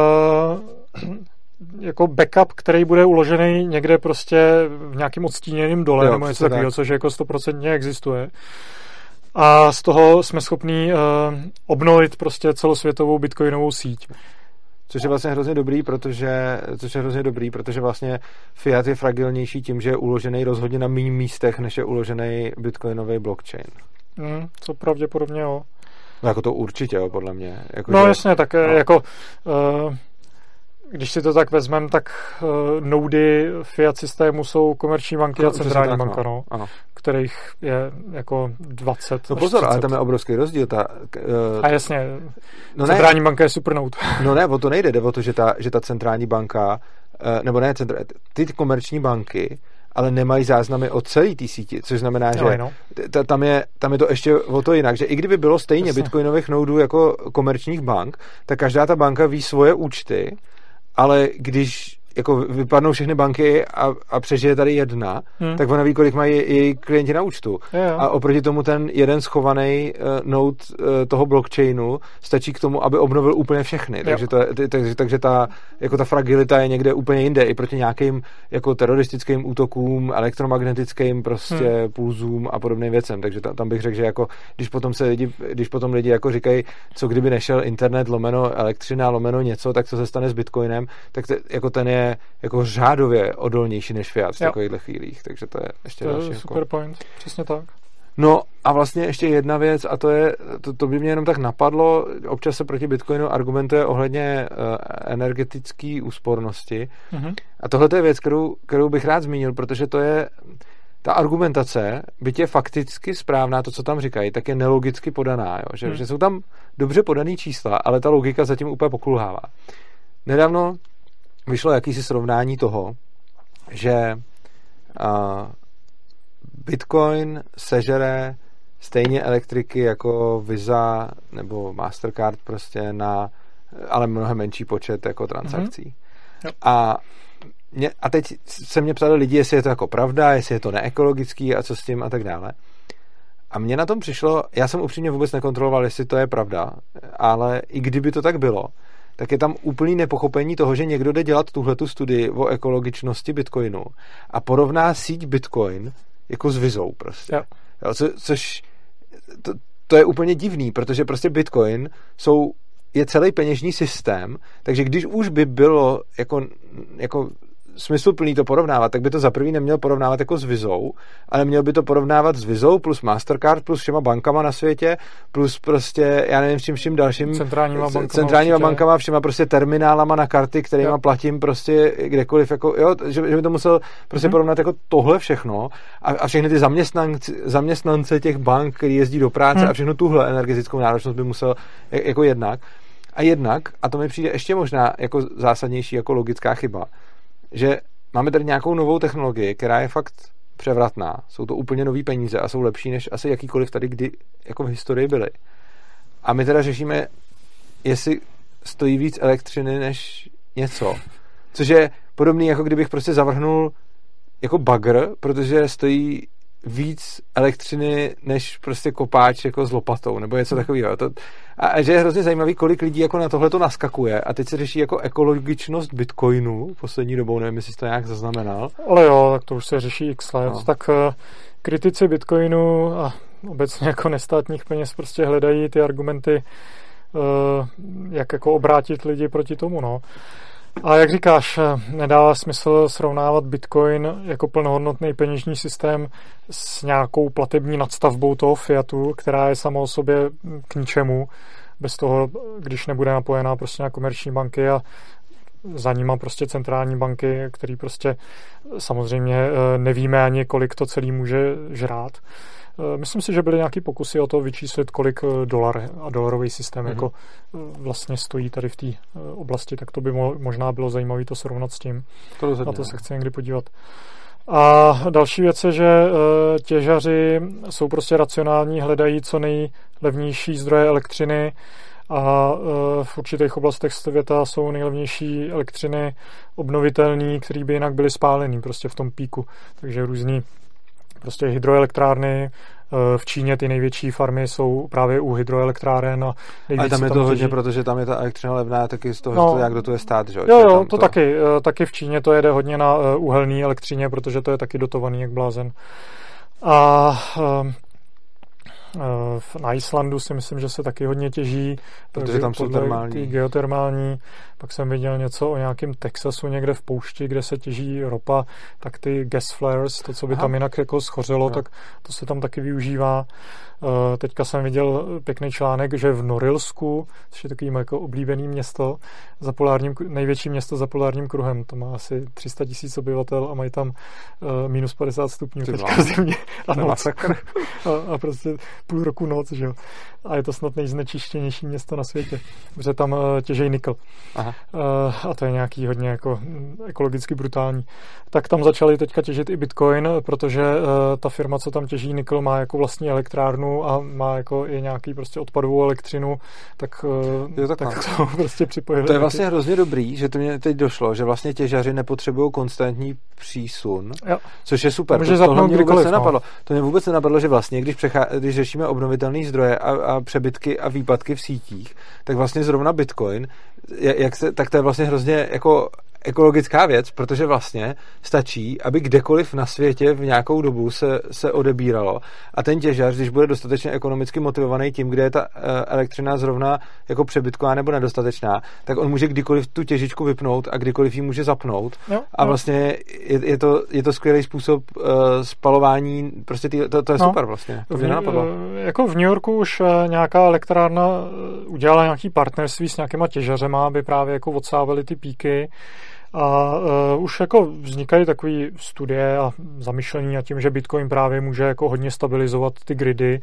jako backup, který bude uložený někde prostě v nějakým odstíněným dole jo, nebo něco takového, což jako stoprocentně existuje. A z toho jsme schopní uh, obnovit prostě celosvětovou bitcoinovou síť. Což je vlastně hrozně dobrý, protože, což je hrozně dobrý, protože vlastně fiat je fragilnější tím, že je uložený rozhodně na méně místech, než je uložený bitcoinový blockchain. Mm, co pravděpodobně jo. No jako to určitě, jo, podle mě. Jako, no že, jasně, tak no. jako... Uh, Když si to tak vezmeme, tak uh, noudy fiat systému jsou komerční banky a centrální tak, banka, no, no, kterých je jako dvacet. No pozor, ale tam je obrovský rozdíl. Ta, uh, a jasně, no centrální ne, banka je super noud. No ne, o to nejde, jde o to, že ta, že ta centrální banka, uh, nebo ne, centra, ty komerční banky, ale nemají záznamy o celé té síti, což znamená, no, že no. t- tam, je, tam je to ještě o to jinak, že i kdyby bylo stejně jasně. bitcoinových noudů jako komerčních bank, tak každá ta banka ví svoje účty, ale když jako vypadnou všechny banky a, a přežije tady jedna, hmm. tak ona ví, kolik mají její klienti na účtu. Je, a oproti tomu ten jeden schovaný uh, node uh, toho blockchainu stačí k tomu, aby obnovil úplně všechny. Takže, to, t, t, takže ta, jako ta fragilita je někde úplně jinde i proti nějakým jako teroristickým útokům, elektromagnetickým prostě hmm. pulzům a podobným věcem. Takže ta, tam bych řekl, že jako když potom se lidi, když potom lidi jako říkají, co kdyby nešel internet, lomeno elektřina, lomeno něco, tak co se stane s Bitcoinem, tak te, jako ten je jako řádově odolnější než fiat v takovýchhle chvílích, takže to je ještě to další. To je super jako... point, přesně tak. No a vlastně ještě jedna věc a to je, to, to by mě jenom tak napadlo, občas se proti Bitcoinu argumentuje ohledně uh, energetické úspornosti mm-hmm. a tohle je věc, kterou, kterou bych rád zmínil, protože to je ta argumentace, byť je fakticky správná, to, co tam říkají, tak je nelogicky podaná, jo? Že, mm. že jsou tam dobře podaný čísla, ale ta logika zatím úplně pokulhává. Nedávno vyšlo jakýsi srovnání toho, že uh, Bitcoin sežere stejně elektriky jako Visa nebo Mastercard prostě na, ale mnohem menší počet jako transakcí. Mm-hmm. A, mě, a teď se mě ptali lidi, jestli je to jako pravda, jestli je to neekologický a co s tím a tak dále. A mně na tom přišlo, já jsem upřímně vůbec nekontroloval, jestli to je pravda, ale i kdyby to tak bylo, tak je tam úplný nepochopení toho, že někdo jde dělat tuhletu studii o ekologičnosti Bitcoinu a porovná síť Bitcoin jako s Vizou prostě. Jo. Jo, co, což to, to je úplně divný, protože prostě Bitcoin jsou, je celý peněžní systém, takže když už by bylo jako, jako smysluplný to porovnávat, tak by to za první neměl porovnávat jako s Vizou, ale měl by to porovnávat s Vizou plus Mastercard plus všema bankama na světě, plus prostě, já nevím, s čím vším dalším centrálníma bankama, centrálníma bankama všema prostě terminálama na karty, kterýma jo. platím prostě kdekoliv, jako, jo, že, že by to musel prostě mm-hmm. porovnat jako tohle všechno a, a všechny ty zaměstnanci, zaměstnance těch bank, který jezdí do práce mm. a všechno tuhle energetickou náročnost by musel jako jednak. A jednak, a to mi přijde ještě možná jako zásadnější jako logická chyba, že máme tady nějakou novou technologii, která je fakt převratná. Jsou to úplně nový peníze a jsou lepší než asi jakýkoliv tady kdy jako v historii byly. A my teda řešíme, jestli stojí víc elektřiny než něco. Což je podobný, jako kdybych prostě zavrhnul jako bagr, protože stojí víc elektřiny než prostě kopáč jako s lopatou, nebo něco takového. To, a, a že je hrozně zajímavý, kolik lidí jako na tohle to naskakuje a teď se řeší jako ekologičnost Bitcoinu poslední dobou, nevím, jestli jsi to nějak zaznamenal. Ale jo, tak to už se řeší x let. No. Tak uh, kritici Bitcoinu a obecně jako nestátních peněz prostě hledají ty argumenty, uh, jak jako obrátit lidi proti tomu, no. A jak říkáš, nedává smysl srovnávat Bitcoin jako plnohodnotný peněžní systém s nějakou platební nadstavbou toho fiatu, která je sama o sobě k ničemu, bez toho, když nebude napojená prostě na komerční banky a za nima prostě centrální banky, který prostě samozřejmě nevíme ani, kolik to celý může žrát. Myslím si, že byly nějaké pokusy o to vyčíslit, kolik dolar a dolarový systém mm-hmm. jako vlastně stojí tady v té oblasti, tak to by možná bylo zajímavé to srovnat s tím. To Na to se chci někdy podívat. A další věc je, že těžaři jsou prostě racionální, hledají co nejlevnější zdroje elektřiny a v určitých oblastech světa jsou nejlevnější elektřiny obnovitelné, které by jinak byly spálené prostě v tom píku. Takže různý prostě hydroelektrárny, v Číně ty největší farmy jsou právě u hydroelektráren. A ale tam je to tam hodně, protože tam je ta elektřina levná, taky z toho, no, to, jak dotuje stát, že? Jo, jo, to, to taky. Taky v Číně to jede hodně na uhelné elektřině, protože to je taky dotovaný jak blázen. A na Islandu si myslím, že se taky hodně těží. Protože tam jsou termální. Geotermální. Pak jsem viděl něco o nějakém Texasu někde v poušti, kde se těží ropa, tak ty gas flares, to, co by Aha. tam jinak jako schořelo, no. tak to se tam taky využívá. Teďka jsem viděl pěkný článek, že v Norilsku, což je takový jako oblíbený město, za polárním, největší město za polárním kruhem, to má asi tři sta tisíc obyvatel a mají tam uh, minus padesát stupňů teďka v zimě a noc. A, a prostě půl roku noc, že jo. A je to snad nejznečištěnější město na světě, protože tam uh, těžejí nikl. Aha. Uh, a to je nějaký hodně jako ekologicky brutální. Tak tam začali teďka těžit i Bitcoin, protože uh, ta firma, co tam těží nikl, má jako vlastní elektrárnu a má jako i nějaký prostě odpadovou elektřinu, tak, jo, tak, tak to prostě připojili. To je vlastně hrozně dobrý, že to mě teď došlo, že vlastně těžaři nepotřebují konstantní přísun, jo. Což je super. To, to mě vůbec nenapadlo. No. To mě vůbec nenapadlo, že vlastně, když, přechá, když řešíme obnovitelné zdroje a, a přebytky a výpadky v sítích, tak vlastně zrovna Bitcoin, jak se, tak to je vlastně hrozně jako ekologická věc, protože vlastně stačí, aby kdekoliv na světě v nějakou dobu se, se odebíralo a ten těžař, když bude dostatečně ekonomicky motivovaný tím, kde je ta elektřina zrovna jako přebytková nebo nedostatečná, tak on může kdykoliv tu těžičku vypnout a kdykoliv ji může zapnout jo, a vlastně je, je, to, je to skvělý způsob uh, spalování, prostě tý, to, to je no, super vlastně. To mě napadlo. Jako v New Yorku už nějaká elektrárna udělala nějaký partnerství s nějakýma těžařema, aby právě jako odsávali ty píky. A uh, už jako vznikají takové studie a zamyšlení nad tím, že Bitcoin právě může jako hodně stabilizovat ty gridy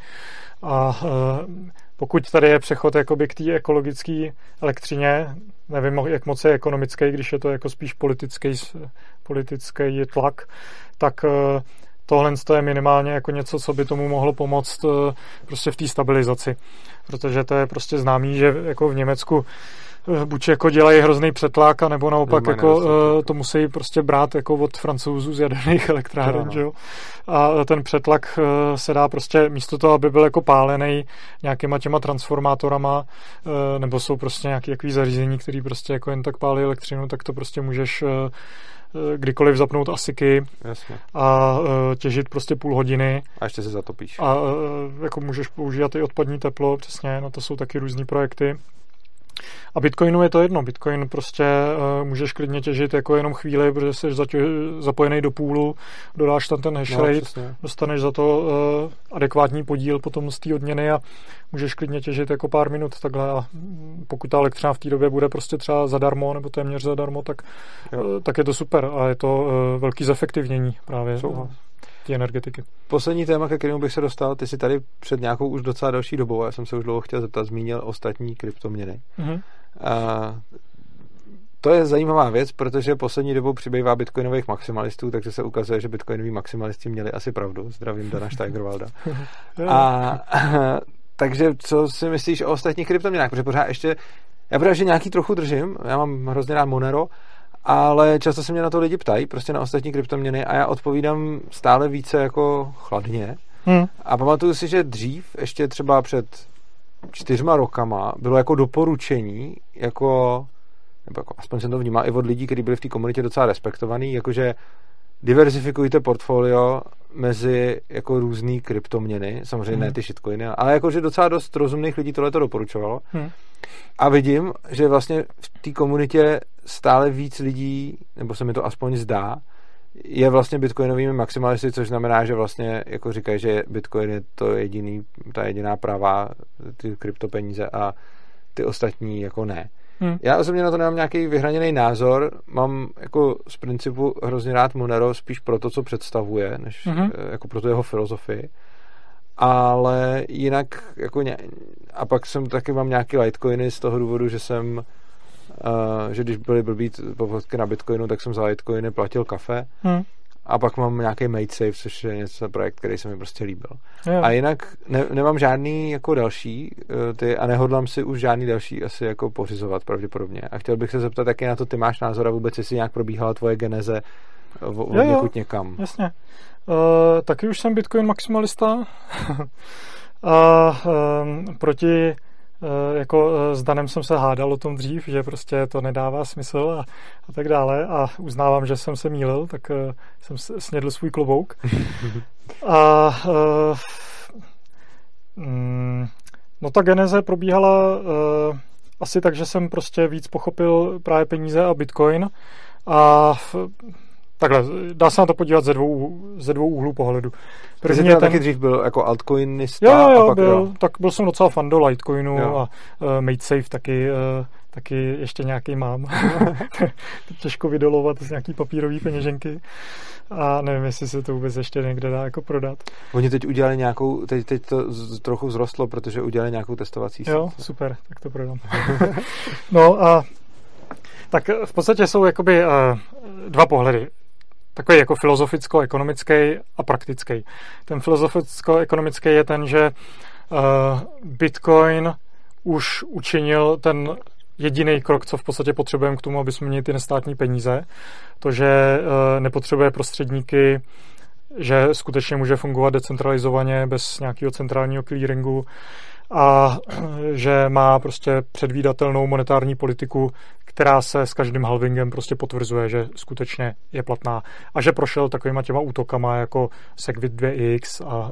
a uh, pokud tady je přechod jakoby k té ekologické elektřině, nevím, jak moc je ekonomický, když je to jako spíš politický, politický tlak, tak uh, tohle je minimálně jako něco, co by tomu mohlo pomoct uh, prostě v té stabilizaci, protože to je prostě známý, že jako v Německu buď jako dělají hrozný přetlak, a nebo naopak jako uh, to musí prostě brát jako od Francouzů z jaderných elektráren, že jo. A ten přetlak uh, se dá prostě místo toho, aby byl jako pálený nějakýma těma transformátorama, uh, nebo jsou prostě nějaký takový zařízení, který prostě jako jen tak pálí elektřinu, tak to prostě můžeš uh, kdykoliv zapnout asiky Jasně. a uh, těžit prostě půl hodiny. A ještě se zatopíš. A uh, jako můžeš používat i odpadní teplo, přesně, no to jsou taky různý projekty. A Bitcoinu je to jedno. Bitcoin prostě uh, můžeš klidně těžit jako jenom chvíli, protože jsi zatě- zapojený do půlu, dodáš tam ten hash rate, no, dostaneš za to uh, adekvátní podíl potom z té odměny a můžeš klidně těžit jako pár minut takhle a pokud ta elektřina v té době bude prostě třeba zadarmo nebo téměř zadarmo, tak, uh, tak je to super a je to uh, velký zefektivnění právě. Uh, energetiky. Poslední téma, ke kterému bych se dostal, ty si tady před nějakou už docela další dobou, a já jsem se už dlouho chtěl zeptat, zmínil ostatní kryptoměny. Mm-hmm. A to je zajímavá věc, protože poslední dobou přibývá bitcoinových maximalistů, takže se ukazuje, že bitcoinoví maximalisti měli asi pravdu. Zdravím Dana Steigerwalda. a, a takže co si myslíš o ostatních kryptoměnách? Protože pořád ještě, já právě, že nějaký trochu držím, já mám hrozně rád Monero, ale často se mě na to lidi ptají, prostě na ostatní kryptoměny a já odpovídám stále více jako chladně. Hmm. A pamatuju si, že dřív, ještě třeba před čtyřma rokama, bylo jako doporučení, jako, nebo jako, aspoň jsem to vnímal i od lidí, kteří byli v té komunitě docela respektovaný, jakože diverzifikujte portfolio mezi jako různý kryptoměny, samozřejmě hmm. ne ty shitcoiny, ale jakože docela dost rozumných lidí tohle to doporučovalo. Hmm. A vidím, že vlastně v té komunitě stále víc lidí, nebo se mi to aspoň zdá, je vlastně bitcoinovými maximalisty, což znamená, že vlastně jako říkají, že bitcoin je to jediný, ta jediná pravá, ty kryptopeníze a ty ostatní jako ne. Hmm. Já osobně na to nemám nějaký vyhraněný názor, mám jako z principu hrozně rád Monero spíš pro to, co představuje, než hmm. jako pro tu jeho filozofii. Ale jinak jako ně... a pak jsem taky mám nějaký Litecoiny z toho důvodu, že jsem uh, že když byly blbý poplatky na Bitcoinu, tak jsem za Litecoiny platil kafe. Hmm. A pak mám nějaký MadeSafe, což je něco projekt, který se mi prostě líbil. Jo. A jinak ne, nemám žádný jako další uh, ty a nehodlám si už žádný další asi jako pořizovat pravděpodobně. A chtěl bych se zeptat, jaký na to ty máš názor a vůbec jestli nějak probíhala tvoje geneze od někud někam. Jasně. Uh, taky už jsem Bitcoin maximalista a um, proti uh, jako uh, s Danem jsem se hádal o tom dřív, že prostě to nedává smysl a, a tak dále a uznávám, že jsem se mýlil, tak uh, jsem snědl svůj klobouk. a uh, mm, no ta geneze probíhala uh, asi tak, že jsem prostě víc pochopil právě peníze a Bitcoin a uh, takhle, dá se na to podívat ze dvou, ze dvou úhlů pohledu. První ten... taky dřív byl jako altcoinista? Jo, jo, a pak byl, jo. Tak byl jsem docela fan do Litecoinu jo. a uh, MadeSafe taky, uh, taky ještě nějaký mám. Těžko vydolovat z nějaký papírový peněženky a nevím, jestli se to vůbec ještě někde dá jako prodat. Oni teď udělali nějakou, teď, teď to z, trochu vzrostlo, protože udělali nějakou testovací Jo, síť. Super, tak to prodám. No a tak v podstatě jsou jakoby uh, dva pohledy. Takový jako filozoficko-ekonomický a praktický. Ten filozoficko-ekonomický je ten, že uh, Bitcoin už učinil ten jediný krok, co v podstatě potřebujeme k tomu, aby jsme měli ty nestátní peníze. To, že uh, nepotřebuje prostředníky, že skutečně může fungovat decentralizovaně bez nějakého centrálního clearingu a že má prostě předvídatelnou monetární politiku, která se s každým halvingem prostě potvrzuje, že skutečně je platná a že prošel takovýma těma útokama jako Segwit dva X a,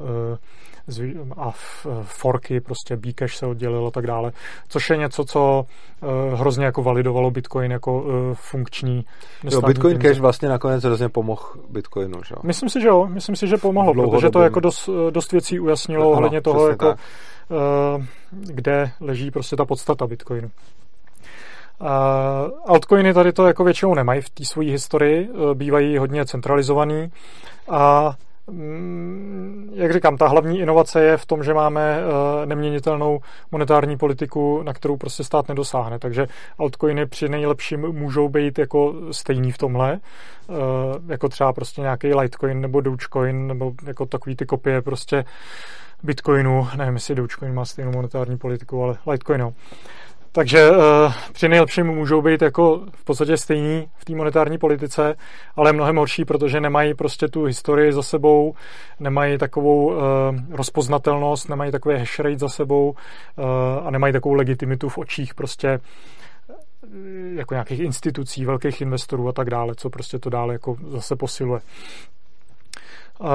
a forky, prostě Bcash se oddělil a tak dále, což je něco, co hrozně jako validovalo Bitcoin jako funkční. Jo, Bitcoin Cash vlastně nakonec hrozně pomohl Bitcoinu, že jo? Myslím si, že jo, myslím si, že pomohlo, protože to jako dost, dost věcí ujasnilo ohledně toho, jako tak. Kde leží prostě ta podstata Bitcoinu. Uh, altcoiny tady to jako většinou nemají v té své historii, uh, bývají hodně centralizovaný a mm, jak říkám, ta hlavní inovace je v tom, že máme uh, neměnitelnou monetární politiku, na kterou prostě stát nedosáhne, takže altcoiny při nejlepším můžou být jako stejný v tomhle, uh, jako třeba prostě nějaký Litecoin nebo Dogecoin nebo jako takový ty kopie prostě Bitcoinu, nevím, jestli Dogecoin má stejnou monetární politiku, ale Litecoin, no. Takže uh, při nejlepším můžou být jako v podstatě stejní v té monetární politice, ale mnohem horší, protože nemají prostě tu historii za sebou, nemají takovou uh, rozpoznatelnost, nemají takové hash rate za sebou uh, a nemají takovou legitimitu v očích prostě jako nějakých institucí, velkých investorů a tak dále, co prostě to dále jako zase posiluje. Uh,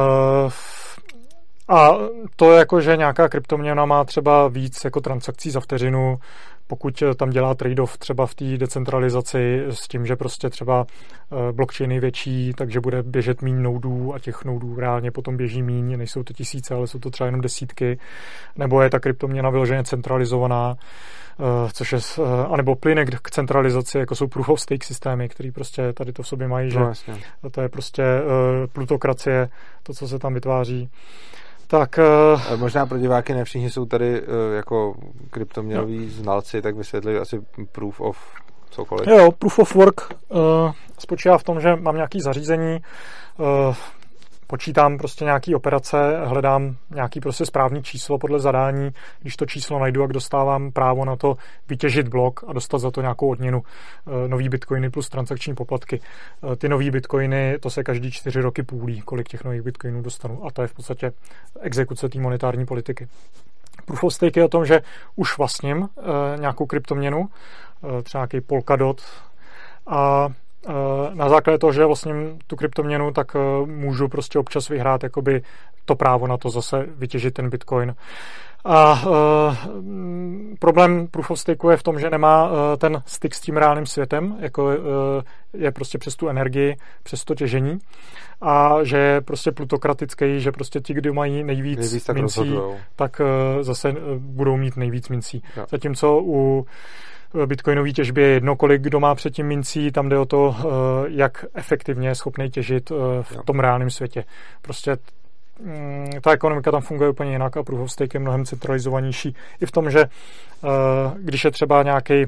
A to jako, že nějaká kryptoměna má třeba víc jako transakcí za vteřinu, pokud tam dělá trade-off třeba v té decentralizaci s tím, že prostě třeba blockchain je větší, takže bude běžet míň noudů a těch noudů reálně potom běží míň, nejsou to tisíce, ale jsou to třeba jenom desítky, nebo je ta kryptoměna vyloženě centralizovaná, což je, anebo plyne k centralizaci, jako jsou proof of stake systémy, které prostě tady to v sobě mají, že no, to je prostě plutokracie, to, co se tam vytváří. Tak, uh, možná pro diváky ne všichni jsou tady uh, jako kryptoměnoví no. znalci, tak vysvětlili asi proof of cokoliv. Jo, proof of work uh, spočívá v tom, že mám nějaké zařízení, uh, počítám prostě nějaký operace, hledám nějaký prostě správný číslo podle zadání, když to číslo najdu, jak dostávám právo na to vytěžit blok a dostat za to nějakou odměnu, nový bitcoiny plus transakční poplatky. Ty nový bitcoiny, to se každý čtyři roky půlí, kolik těch nových bitcoinů dostanu a to je v podstatě exekuce té monetární politiky. Proof of stake je o tom, že už vlastním nějakou kryptoměnu, třeba nějaký Polkadot a na základě toho, že vlastně tu kryptoměnu, tak můžu prostě občas vyhrát jakoby to právo na to zase vytěžit ten bitcoin. A uh, problém Proof of Stake je v tom, že nemá uh, ten styk s tím reálným světem, jako uh, je prostě přes tu energii, přes to těžení a že je prostě plutokratický, že prostě ti, kdo mají nejvíc, nejvíc tak mincí, rozhodujou. tak uh, zase uh, budou mít nejvíc mincí. Jo. Zatímco u bitcoinové těžby je jedno, kolik kdo má předtím mincí, tam jde o to, jak efektivně je schopný těžit v tom reálném světě. Prostě ta ekonomika tam funguje úplně jinak a Proof of Stake je mnohem centralizovanější i v tom, že když je třeba nějaký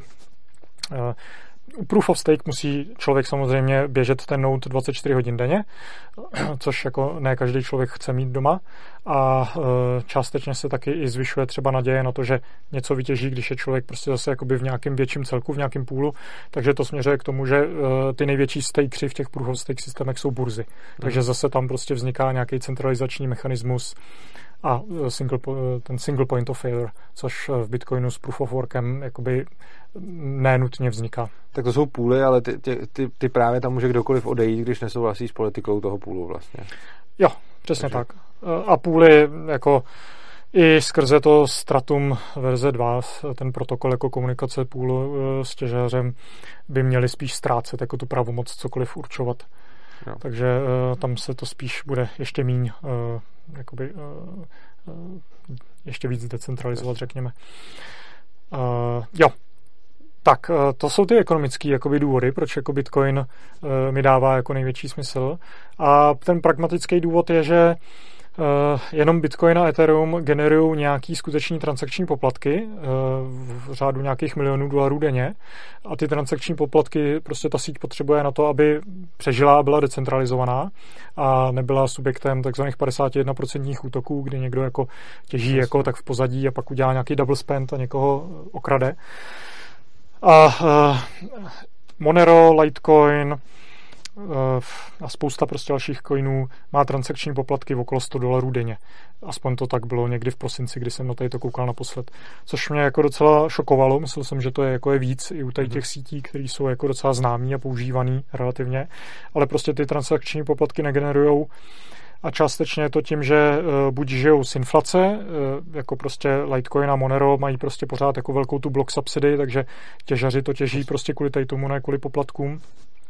u Proof of Stake musí člověk samozřejmě běžet ten node dvacet čtyři hodin denně, což jako ne každý člověk chce mít doma a částečně se taky i zvyšuje třeba naděje na to, že něco vytěží, když je člověk prostě zase jakoby v nějakém větším celku, v nějakém půlu, takže to směřuje k tomu, že ty největší stakeři v těch Proof of Stake systémech jsou burzy. Takže zase tam prostě vzniká nějaký centralizační mechanismus a single, ten single point of failure, což v Bitcoinu s Proof of Workem jakoby nenutně vzniká. Tak to jsou půly, ale ty, ty, ty, ty právě tam může kdokoliv odejít, když nesouhlasí s politikou toho půlu vlastně. Jo, přesně Takže... tak. A půly jako i skrze to Stratum verze dva, ten protokol jako komunikace půlu s těžařem by měli spíš ztrácet jako tu pravomoc cokoliv určovat. Jo. Takže uh, tam se to spíš bude ještě míň uh, jakoby, uh, uh, ještě víc decentralizovat, řekněme. Uh, jo. Tak, uh, to jsou ty ekonomické jakoby důvody, proč jako Bitcoin uh, mi dává jako největší smysl. A ten pragmatický důvod je, že Uh, jenom Bitcoin a Ethereum generují nějaký skutečný transakční poplatky uh, v řádu nějakých milionů dolarů denně a ty transakční poplatky prostě ta síť potřebuje na to, aby přežila a byla decentralizovaná a nebyla subjektem takzvaných padesát jedna procent útoků, kdy někdo jako těží jako tak v pozadí a pak udělá nějaký double spend a někoho okrade. A uh, Monero, Litecoin a spousta prostě dalších coinů má transakční poplatky v okolo sto dolarů denně. Aspoň to tak bylo někdy v prosinci, kdy jsem na tady to koukal naposled. Což mě jako docela šokovalo. Myslel jsem, že to je jako je víc i u tady těch sítí, které jsou jako docela známý a používaný relativně. Ale prostě ty transakční poplatky negenerujou a částečně je to tím, že uh, buď žijou z inflace, uh, jako prostě Litecoin a Monero mají prostě pořád jako velkou tu block subsidy, takže těžaři to těží prostě kvůli tady tomu, ne kvůli poplatkům.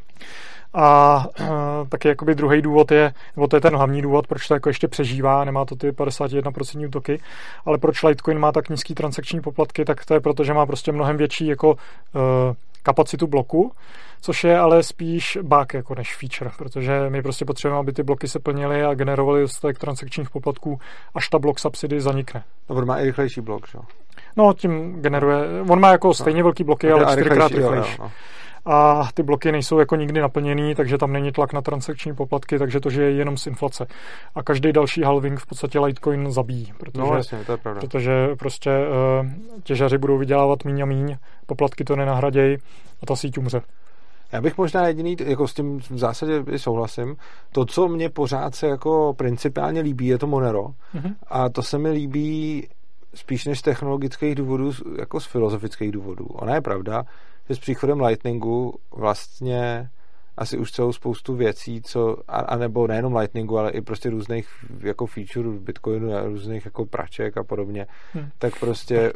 A uh, taky jakoby druhý důvod je, nebo to je ten hlavní důvod, proč to jako ještě přežívá, nemá to ty padesát jedna procent útoky, ale proč Litecoin má tak nízký transakční poplatky, tak to je proto, že má prostě mnohem větší jako uh, kapacitu bloku, což je ale spíš bug jako než feature, protože my prostě potřebujeme, aby ty bloky se plnily a generovaly dostatek transakčních poplatků, až ta block subsidy zanikne. No, on má i rychlejší blok, že jo? No, tím generuje, on má jako stejně no. velký bloky, no, ale čtyřikrát rychlejší. Jo, jo, no. A ty bloky nejsou jako nikdy naplněný, takže tam není tlak na transakční poplatky, takže to žije jenom z inflace. A každý další halving v podstatě Litecoin zabíjí, protože, no, jasně, to je pravda. protože prostě uh, těžaři budou vydělávat míň a míň, poplatky to nenahradějí a ta síť umře. Já bych možná jediný, jako s tím v zásadě i souhlasím, to, co mě pořád se jako principiálně líbí, je to Monero. Mm-hmm. A to se mi líbí spíš než z technologických důvodů, jako z filozofických důvodů. Ona je pravda, že s příchodem Lightningu vlastně asi už celou spoustu věcí, co, a, a nebo nejenom Lightningu, ale i prostě různých jako feature v Bitcoinu a různých jako praček a podobně, hmm. tak prostě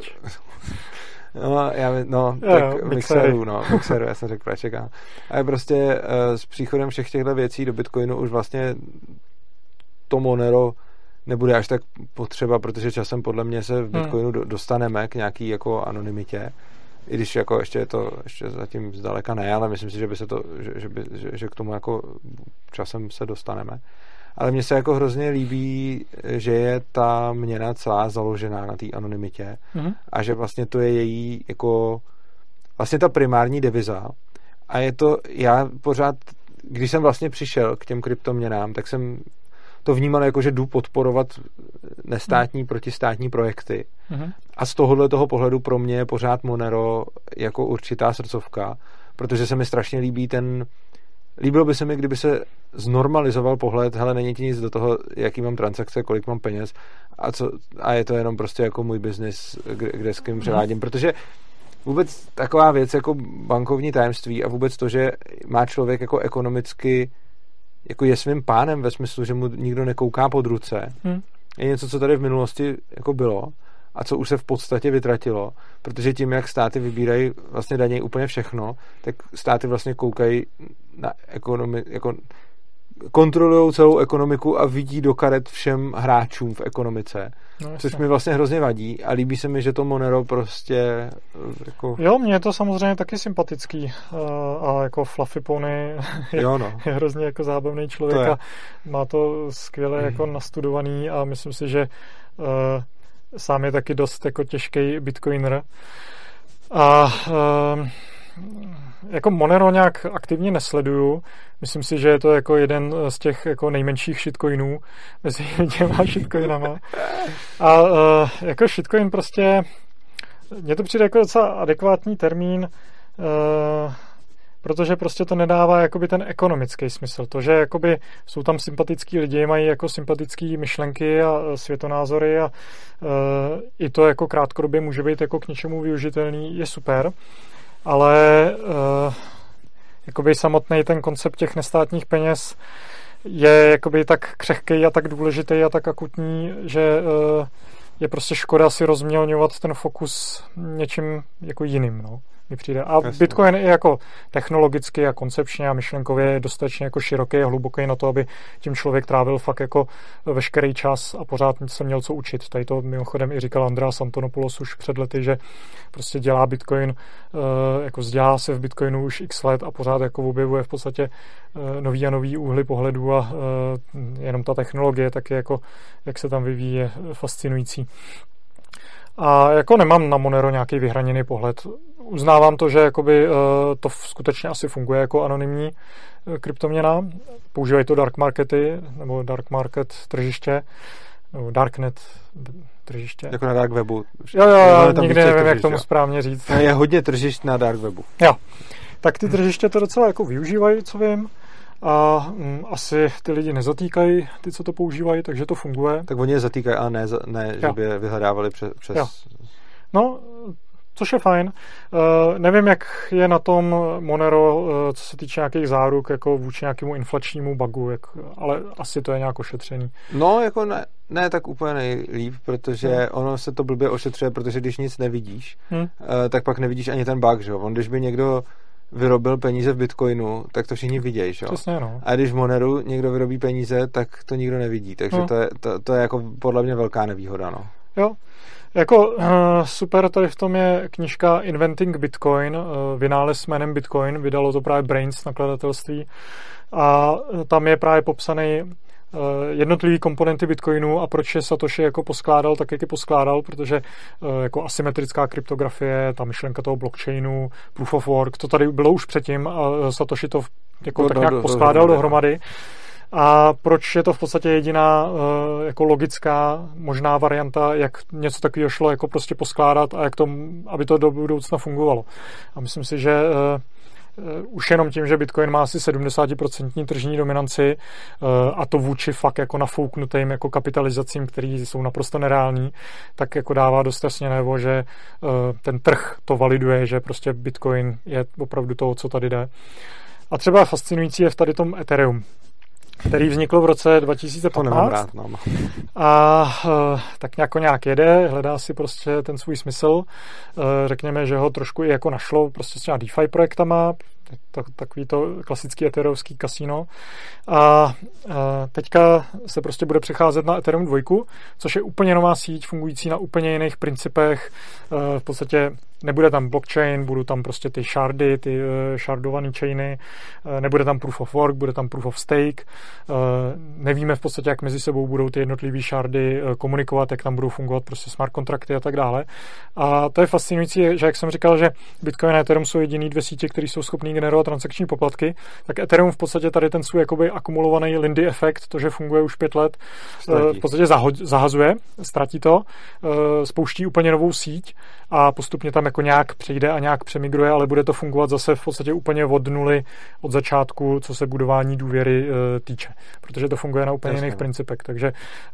no, já, no jo, tak jo, mixerů, no, mixerů, já jsem řekl praček, a, a prostě uh, s příchodem všech těchto věcí do Bitcoinu už vlastně to Monero nebude až tak potřeba, protože časem podle mě se v Bitcoinu hmm. dostaneme k nějaký jako anonymitě. I když jako ještě je to ještě zatím zdaleka ne, ale myslím si, že by se to, že, že, by, že, že k tomu jako časem se dostaneme. Ale mně se jako hrozně líbí, že je ta měna celá založená na té anonymitě mm-hmm. a že vlastně to je její jako vlastně ta primární deviza. A je to, já pořád, když jsem vlastně přišel k těm kryptoměnám, tak jsem to vnímal jako, že jdu podporovat nestátní, hmm. protistátní projekty. Hmm. A z tohohle toho pohledu pro mě je pořád Monero jako určitá srdcovka, protože se mi strašně líbí ten... Líbilo by se mi, kdyby se znormalizoval pohled, hele, není ti nic do toho, jaký mám transakce, kolik mám peněz a, co, a je to jenom prostě jako můj biznis, kde, kde s kým převádím, protože vůbec taková věc jako bankovní tajemství a vůbec to, že má člověk jako ekonomicky, jako je svým pánem ve smyslu, že mu nikdo nekouká pod ruce, hmm. je něco, co tady v minulosti jako bylo a co už se v podstatě vytratilo, protože tím, jak státy vybírají vlastně daně úplně všechno, tak státy vlastně koukají na ekonomi, jako kontrolují celou ekonomiku a vidí do karet všem hráčům v ekonomice, no, což mi vlastně hrozně vadí a líbí se mi, že to Monero prostě jako... Jo, mně je to samozřejmě taky sympatický a jako Fluffy Pony je, jo, no. je hrozně jako zábavný člověk to a má to skvěle jako nastudovaný a myslím si, že uh, sám je taky dost jako těžký bitcoiner. A uh, jako Monero nějak aktivně nesleduju. Myslím si, že je to jako jeden z těch jako nejmenších shitcoinů mezi těma shitcoinama. A uh, jako shitcoin prostě mně to přijde jako docela adekvátní termín, uh, protože prostě to nedává jakoby ten ekonomický smysl. To, že jakoby jsou tam sympatický lidi, mají jako sympatický myšlenky a světonázory a uh, i to jako krátkodobě může být jako k něčemu využitelný, je super. Ale uh, jakoby samotný ten koncept těch nestátních peněz je jakoby tak křehký a tak důležitý a tak akutní, že uh, je prostě škoda si rozmělňovat ten fokus něčím jako jiným, no. Mi přijde. A Jasně. Bitcoin i jako technologicky a koncepčně a myšlenkově je dostatečně jako široký a hluboký na to, aby tím člověk trávil fakt jako veškerý čas a pořád se měl co učit. Tady to mimochodem i říkal Andreas Antonopoulos už před lety, že prostě dělá Bitcoin, jako vzdělá se v Bitcoinu už x let a pořád jako objevuje v podstatě nový a nový úhly pohledu a jenom ta technologie taky jako, jak se tam vyvíjí, je fascinující. A jako nemám na Monero nějaký vyhraněný pohled. Uznávám to, že jakoby, uh, to skutečně asi funguje jako anonymní uh, kryptoměna. Používají to dark markety, nebo dark market tržiště, nebo darknet tržiště. Jako na dark webu. Jo, jo, jo nikdy nevím, tržiště, jak tomu správně říct. Je hodně tržišť na dark webu. Jo, tak ty tržiště to docela jako využívají, co vím. A um, asi ty lidi nezatýkají, ty, co to používají, takže to funguje. Tak oni je zatýkají, ale ne, ne že by je vyhledávali přes... přes... Jo. No, což je fajn. Uh, nevím, jak je na tom Monero, uh, co se týče nějakých záruk, jako vůči nějakému inflačnímu bugu, jak, ale asi to je nějak ošetřený. No, jako ne, ne tak úplně nejlíp, protože hmm. ono se to blbě ošetřuje, protože když nic nevidíš, hmm. uh, tak pak nevidíš ani ten bug, že jo. On, když by někdo vyrobil peníze v Bitcoinu, tak to všichni vidějí, že jo? Přesně, no. A když v Moneru někdo vyrobí peníze, tak to nikdo nevidí, takže no. to, je, to, to je jako podle mě velká nevýhoda, no. Jo, jako uh, super tady v tom je knížka Inventing Bitcoin, uh, vynález jménem Bitcoin, vydalo to právě Brains nakladatelství a tam je právě popsaný uh, jednotlivý komponenty Bitcoinu a proč je Satoshi jako poskládal tak, jak je poskládal, protože uh, jako asymetrická kryptografie, ta myšlenka toho blockchainu, proof of work, to tady bylo už předtím a Satoshi to jako do, tak nějak do, poskládal do, do, dohromady. A proč je to v podstatě jediná uh, jako logická možná varianta, jak něco takového šlo jako prostě poskládat a jak to, aby to do budoucna fungovalo. A myslím si, že uh, uh, už jenom tím, že Bitcoin má asi sedmdesát procent tržní dominanci uh, a to vůči fakt jako nafouknutým jako kapitalizacím, které jsou naprosto nereální, tak jako dává dost jasně najevo, že uh, ten trh to validuje, že prostě Bitcoin je opravdu to, co tady jde. A třeba fascinující je v tady tom Ethereum, který vznikl v roce dva tisíce patnáct. To nemám rád, no. A uh, tak nějak nějak jede, hledá si prostě ten svůj smysl. Uh, řekněme, že ho trošku i jako našlo prostě s těma DeFi projektama, to, takový to klasický ethereumský kasino. A uh, teďka se prostě bude přecházet na Ethereum dva, což je úplně nová síť fungující na úplně jiných principech. Uh, v podstatě Nebude tam blockchain, budou tam prostě ty shardy, ty shardované chainy, nebude tam proof of work, bude tam proof of stake. Nevíme v podstatě, jak mezi sebou budou ty jednotlivé shardy komunikovat, jak tam budou fungovat prostě smart kontrakty a tak dále. A to je fascinující, že jak jsem říkal, že Bitcoin a Ethereum jsou jediný dvě sítě, které jsou schopné generovat transakční poplatky, tak Ethereum v podstatě tady ten svůj jakoby akumulovaný Lindy efekt, to, že funguje už pět let, ztratí. v podstatě zahazuje, ztratí to, spouští úplně novou síť a postupně tam jako nějak přejde a nějak přemigruje, ale bude to fungovat zase v podstatě úplně od nuly, od začátku, co se budování důvěry e, týče. Protože to funguje na úplně Jasně. jiných principech. Takže e,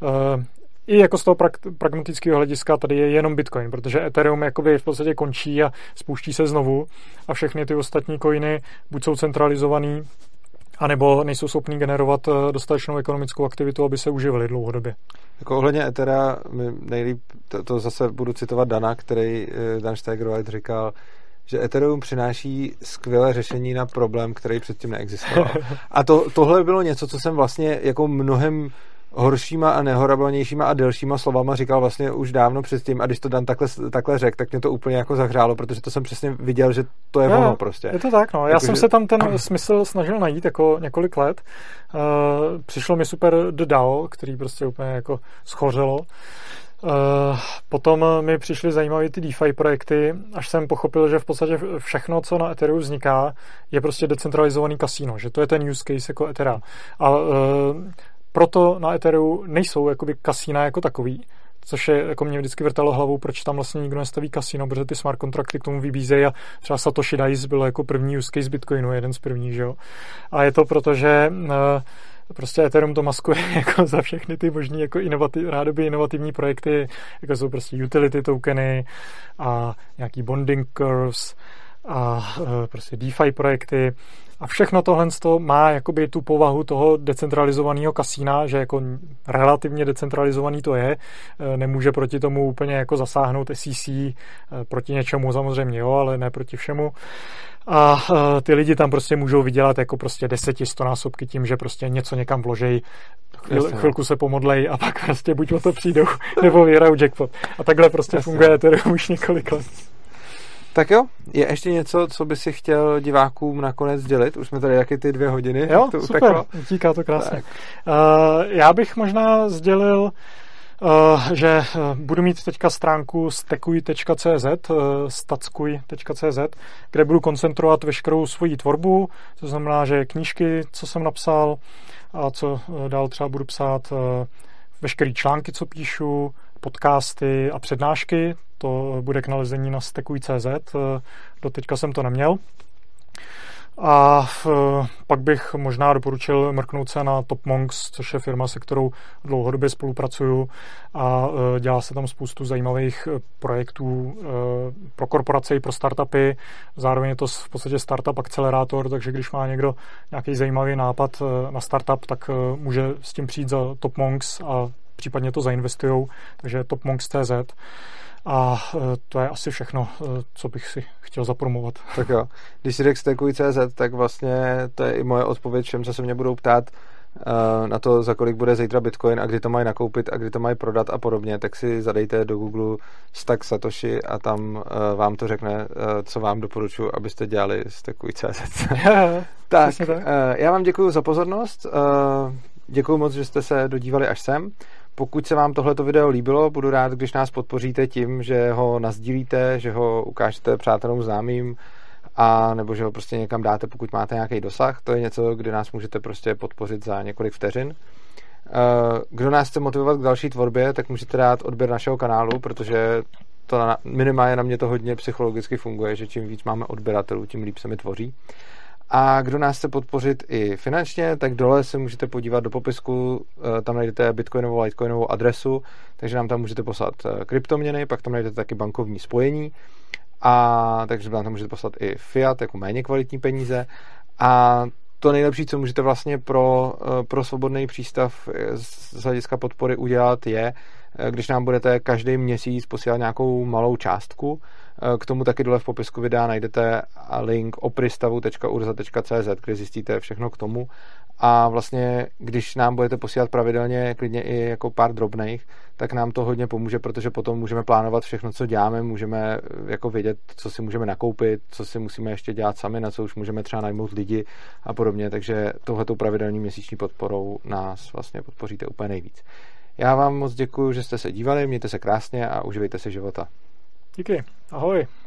i jako z toho pra- pragmatického hlediska tady je jenom Bitcoin, protože Ethereum jakoby v podstatě končí a spouští se znovu a všechny ty ostatní coiny buď jsou centralizovaný, anebo nejsou schopní generovat dostatečnou ekonomickou aktivitu, aby se uživili dlouhodobě. Jako ohledně Ethera, nejlíp, to, to zase budu citovat Dana, který Dan Steigerwald říkal, že Ethereum přináší skvělé řešení na problém, který předtím neexistoval. A to, tohle bylo něco, co jsem vlastně jako mnohem horšíma a nehorabilnějšíma a delšíma slovama říkal vlastně už dávno předtím a když to Dan takhle, takhle řekl, tak mě to úplně jako zahřálo, protože to jsem přesně viděl, že to je no, ono prostě. Je to tak, no. Já jako, jsem že... se tam ten smysl snažil najít jako několik let. Uh, přišlo mi super The DAO, který prostě úplně jako schořelo. Uh, potom mi přišly zajímavé ty DeFi projekty, až jsem pochopil, že v podstatě všechno, co na Ethereum vzniká, je prostě decentralizovaný kasino, že to je ten use case jako Ethera. A uh, proto na Ethereum nejsou jakoby kasína jako takový, což je, jako mě vždycky vrtalo hlavou, proč tam vlastně nikdo nestaví kasino, protože ty smart kontrakty k tomu vybízejí a třeba Satoshi Dice byl jako první use case Bitcoinu, jeden z prvních, že jo. A je to proto, že uh, prostě Ethereum to maskuje jako za všechny ty možný jako inovativ, rádoby inovativní projekty, jako jsou prostě utility tokeny a nějaký bonding curves a uh, prostě DeFi projekty. A všechno tohle má jakoby tu povahu toho decentralizovaného kasína, že jako relativně decentralizovaný to je. Nemůže proti tomu úplně jako zasáhnout S E C, proti něčemu samozřejmě, jo, ale ne proti všemu. A ty lidi tam prostě můžou vydělat jako prostě desetistonásobky tím, že prostě něco někam vložej, chvíl, chvilku se pomodlej a pak prostě buď o to přijdou, nebo vyhrajou jackpot. A takhle prostě Jasně. funguje to už několik let. Tak jo, je ještě něco, co by si chtěl divákům nakonec sdělit? Už jsme tady jaké ty dvě hodiny. Jo, to super, uteklo. Utíká to krásně. Uh, já bych možná sdělil, uh, že uh, budu mít teďka stránku stekuj tečka cé zet, uh, statskuj tečka cé zet, kde budu koncentrovat veškerou svoji tvorbu, to znamená, že knížky, co jsem napsal a co uh, dál třeba budu psát, uh, veškerý články, co píšu, podcasty a přednášky, to bude k nalezení na stekuj tečka cé zet, doteďka jsem to neměl. A pak bych možná doporučil mrknout se na TopMonks, což je firma, se kterou dlouhodobě spolupracuju a dělá se tam spoustu zajímavých projektů pro korporace i pro startupy. Zároveň je to v podstatě startup akcelerátor, takže když má někdo nějaký zajímavý nápad na startup, tak může s tím přijít za TopMonks a případně to zainvestujou, takže topmonks tečka cé zet. A to je asi všechno, co bych si chtěl zapromovat. Tak jo. Když si řekl stekuj tečka cé zet, tak vlastně to je i moje odpověď všem, co se mě budou ptát na to, za kolik bude zítra Bitcoin a kdy to mají nakoupit a kdy to mají prodat a podobně, tak si zadejte do Google stack Satoshi a tam vám to řekne, co vám doporučuji, abyste dělali stekuj tečka cé zet. tak, tak, já vám děkuji za pozornost. Děkuji moc, že jste se dodívali až sem. Pokud se vám tohleto video líbilo, budu rád, když nás podpoříte tím, že ho nasdílíte, že ho ukážete přátelům, známým, a nebo že ho prostě někam dáte, pokud máte nějaký dosah. To je něco, kde nás můžete prostě podpořit za několik vteřin. Kdo nás chce motivovat k další tvorbě, tak můžete dát odběr našeho kanálu, protože to na, minimálně na mě to hodně psychologicky funguje, že čím víc máme odběratelů, tím líp se mi tvoří. A kdo nás chce podpořit i finančně, tak dole se můžete podívat do popisku, tam najdete bitcoinovou, litecoinovou adresu, takže nám tam můžete poslat kryptoměny, pak tam najdete taky bankovní spojení, a takže nám tam můžete poslat i fiat, jako méně kvalitní peníze. A to nejlepší, co můžete vlastně pro, pro svobodný přístav z hlediska podpory udělat, je, když nám budete každý měsíc posílat nějakou malou částku. K tomu taky dole v popisku videa najdete link opristavu tečka urza tečka cé zet, kde zjistíte všechno k tomu a vlastně, když nám budete posílat pravidelně, klidně i jako pár drobných, tak nám to hodně pomůže, protože potom můžeme plánovat všechno, co děláme, můžeme jako vědět, co si můžeme nakoupit, co si musíme ještě dělat sami, na co už můžeme třeba najmout lidi a podobně, takže touhletou pravidelní měsíční podporou nás vlastně podpoříte úplně nejvíc. Já vám moc děkuji, že jste se dívali, mějte se krásně a uživejte se života. Díky, ahoj.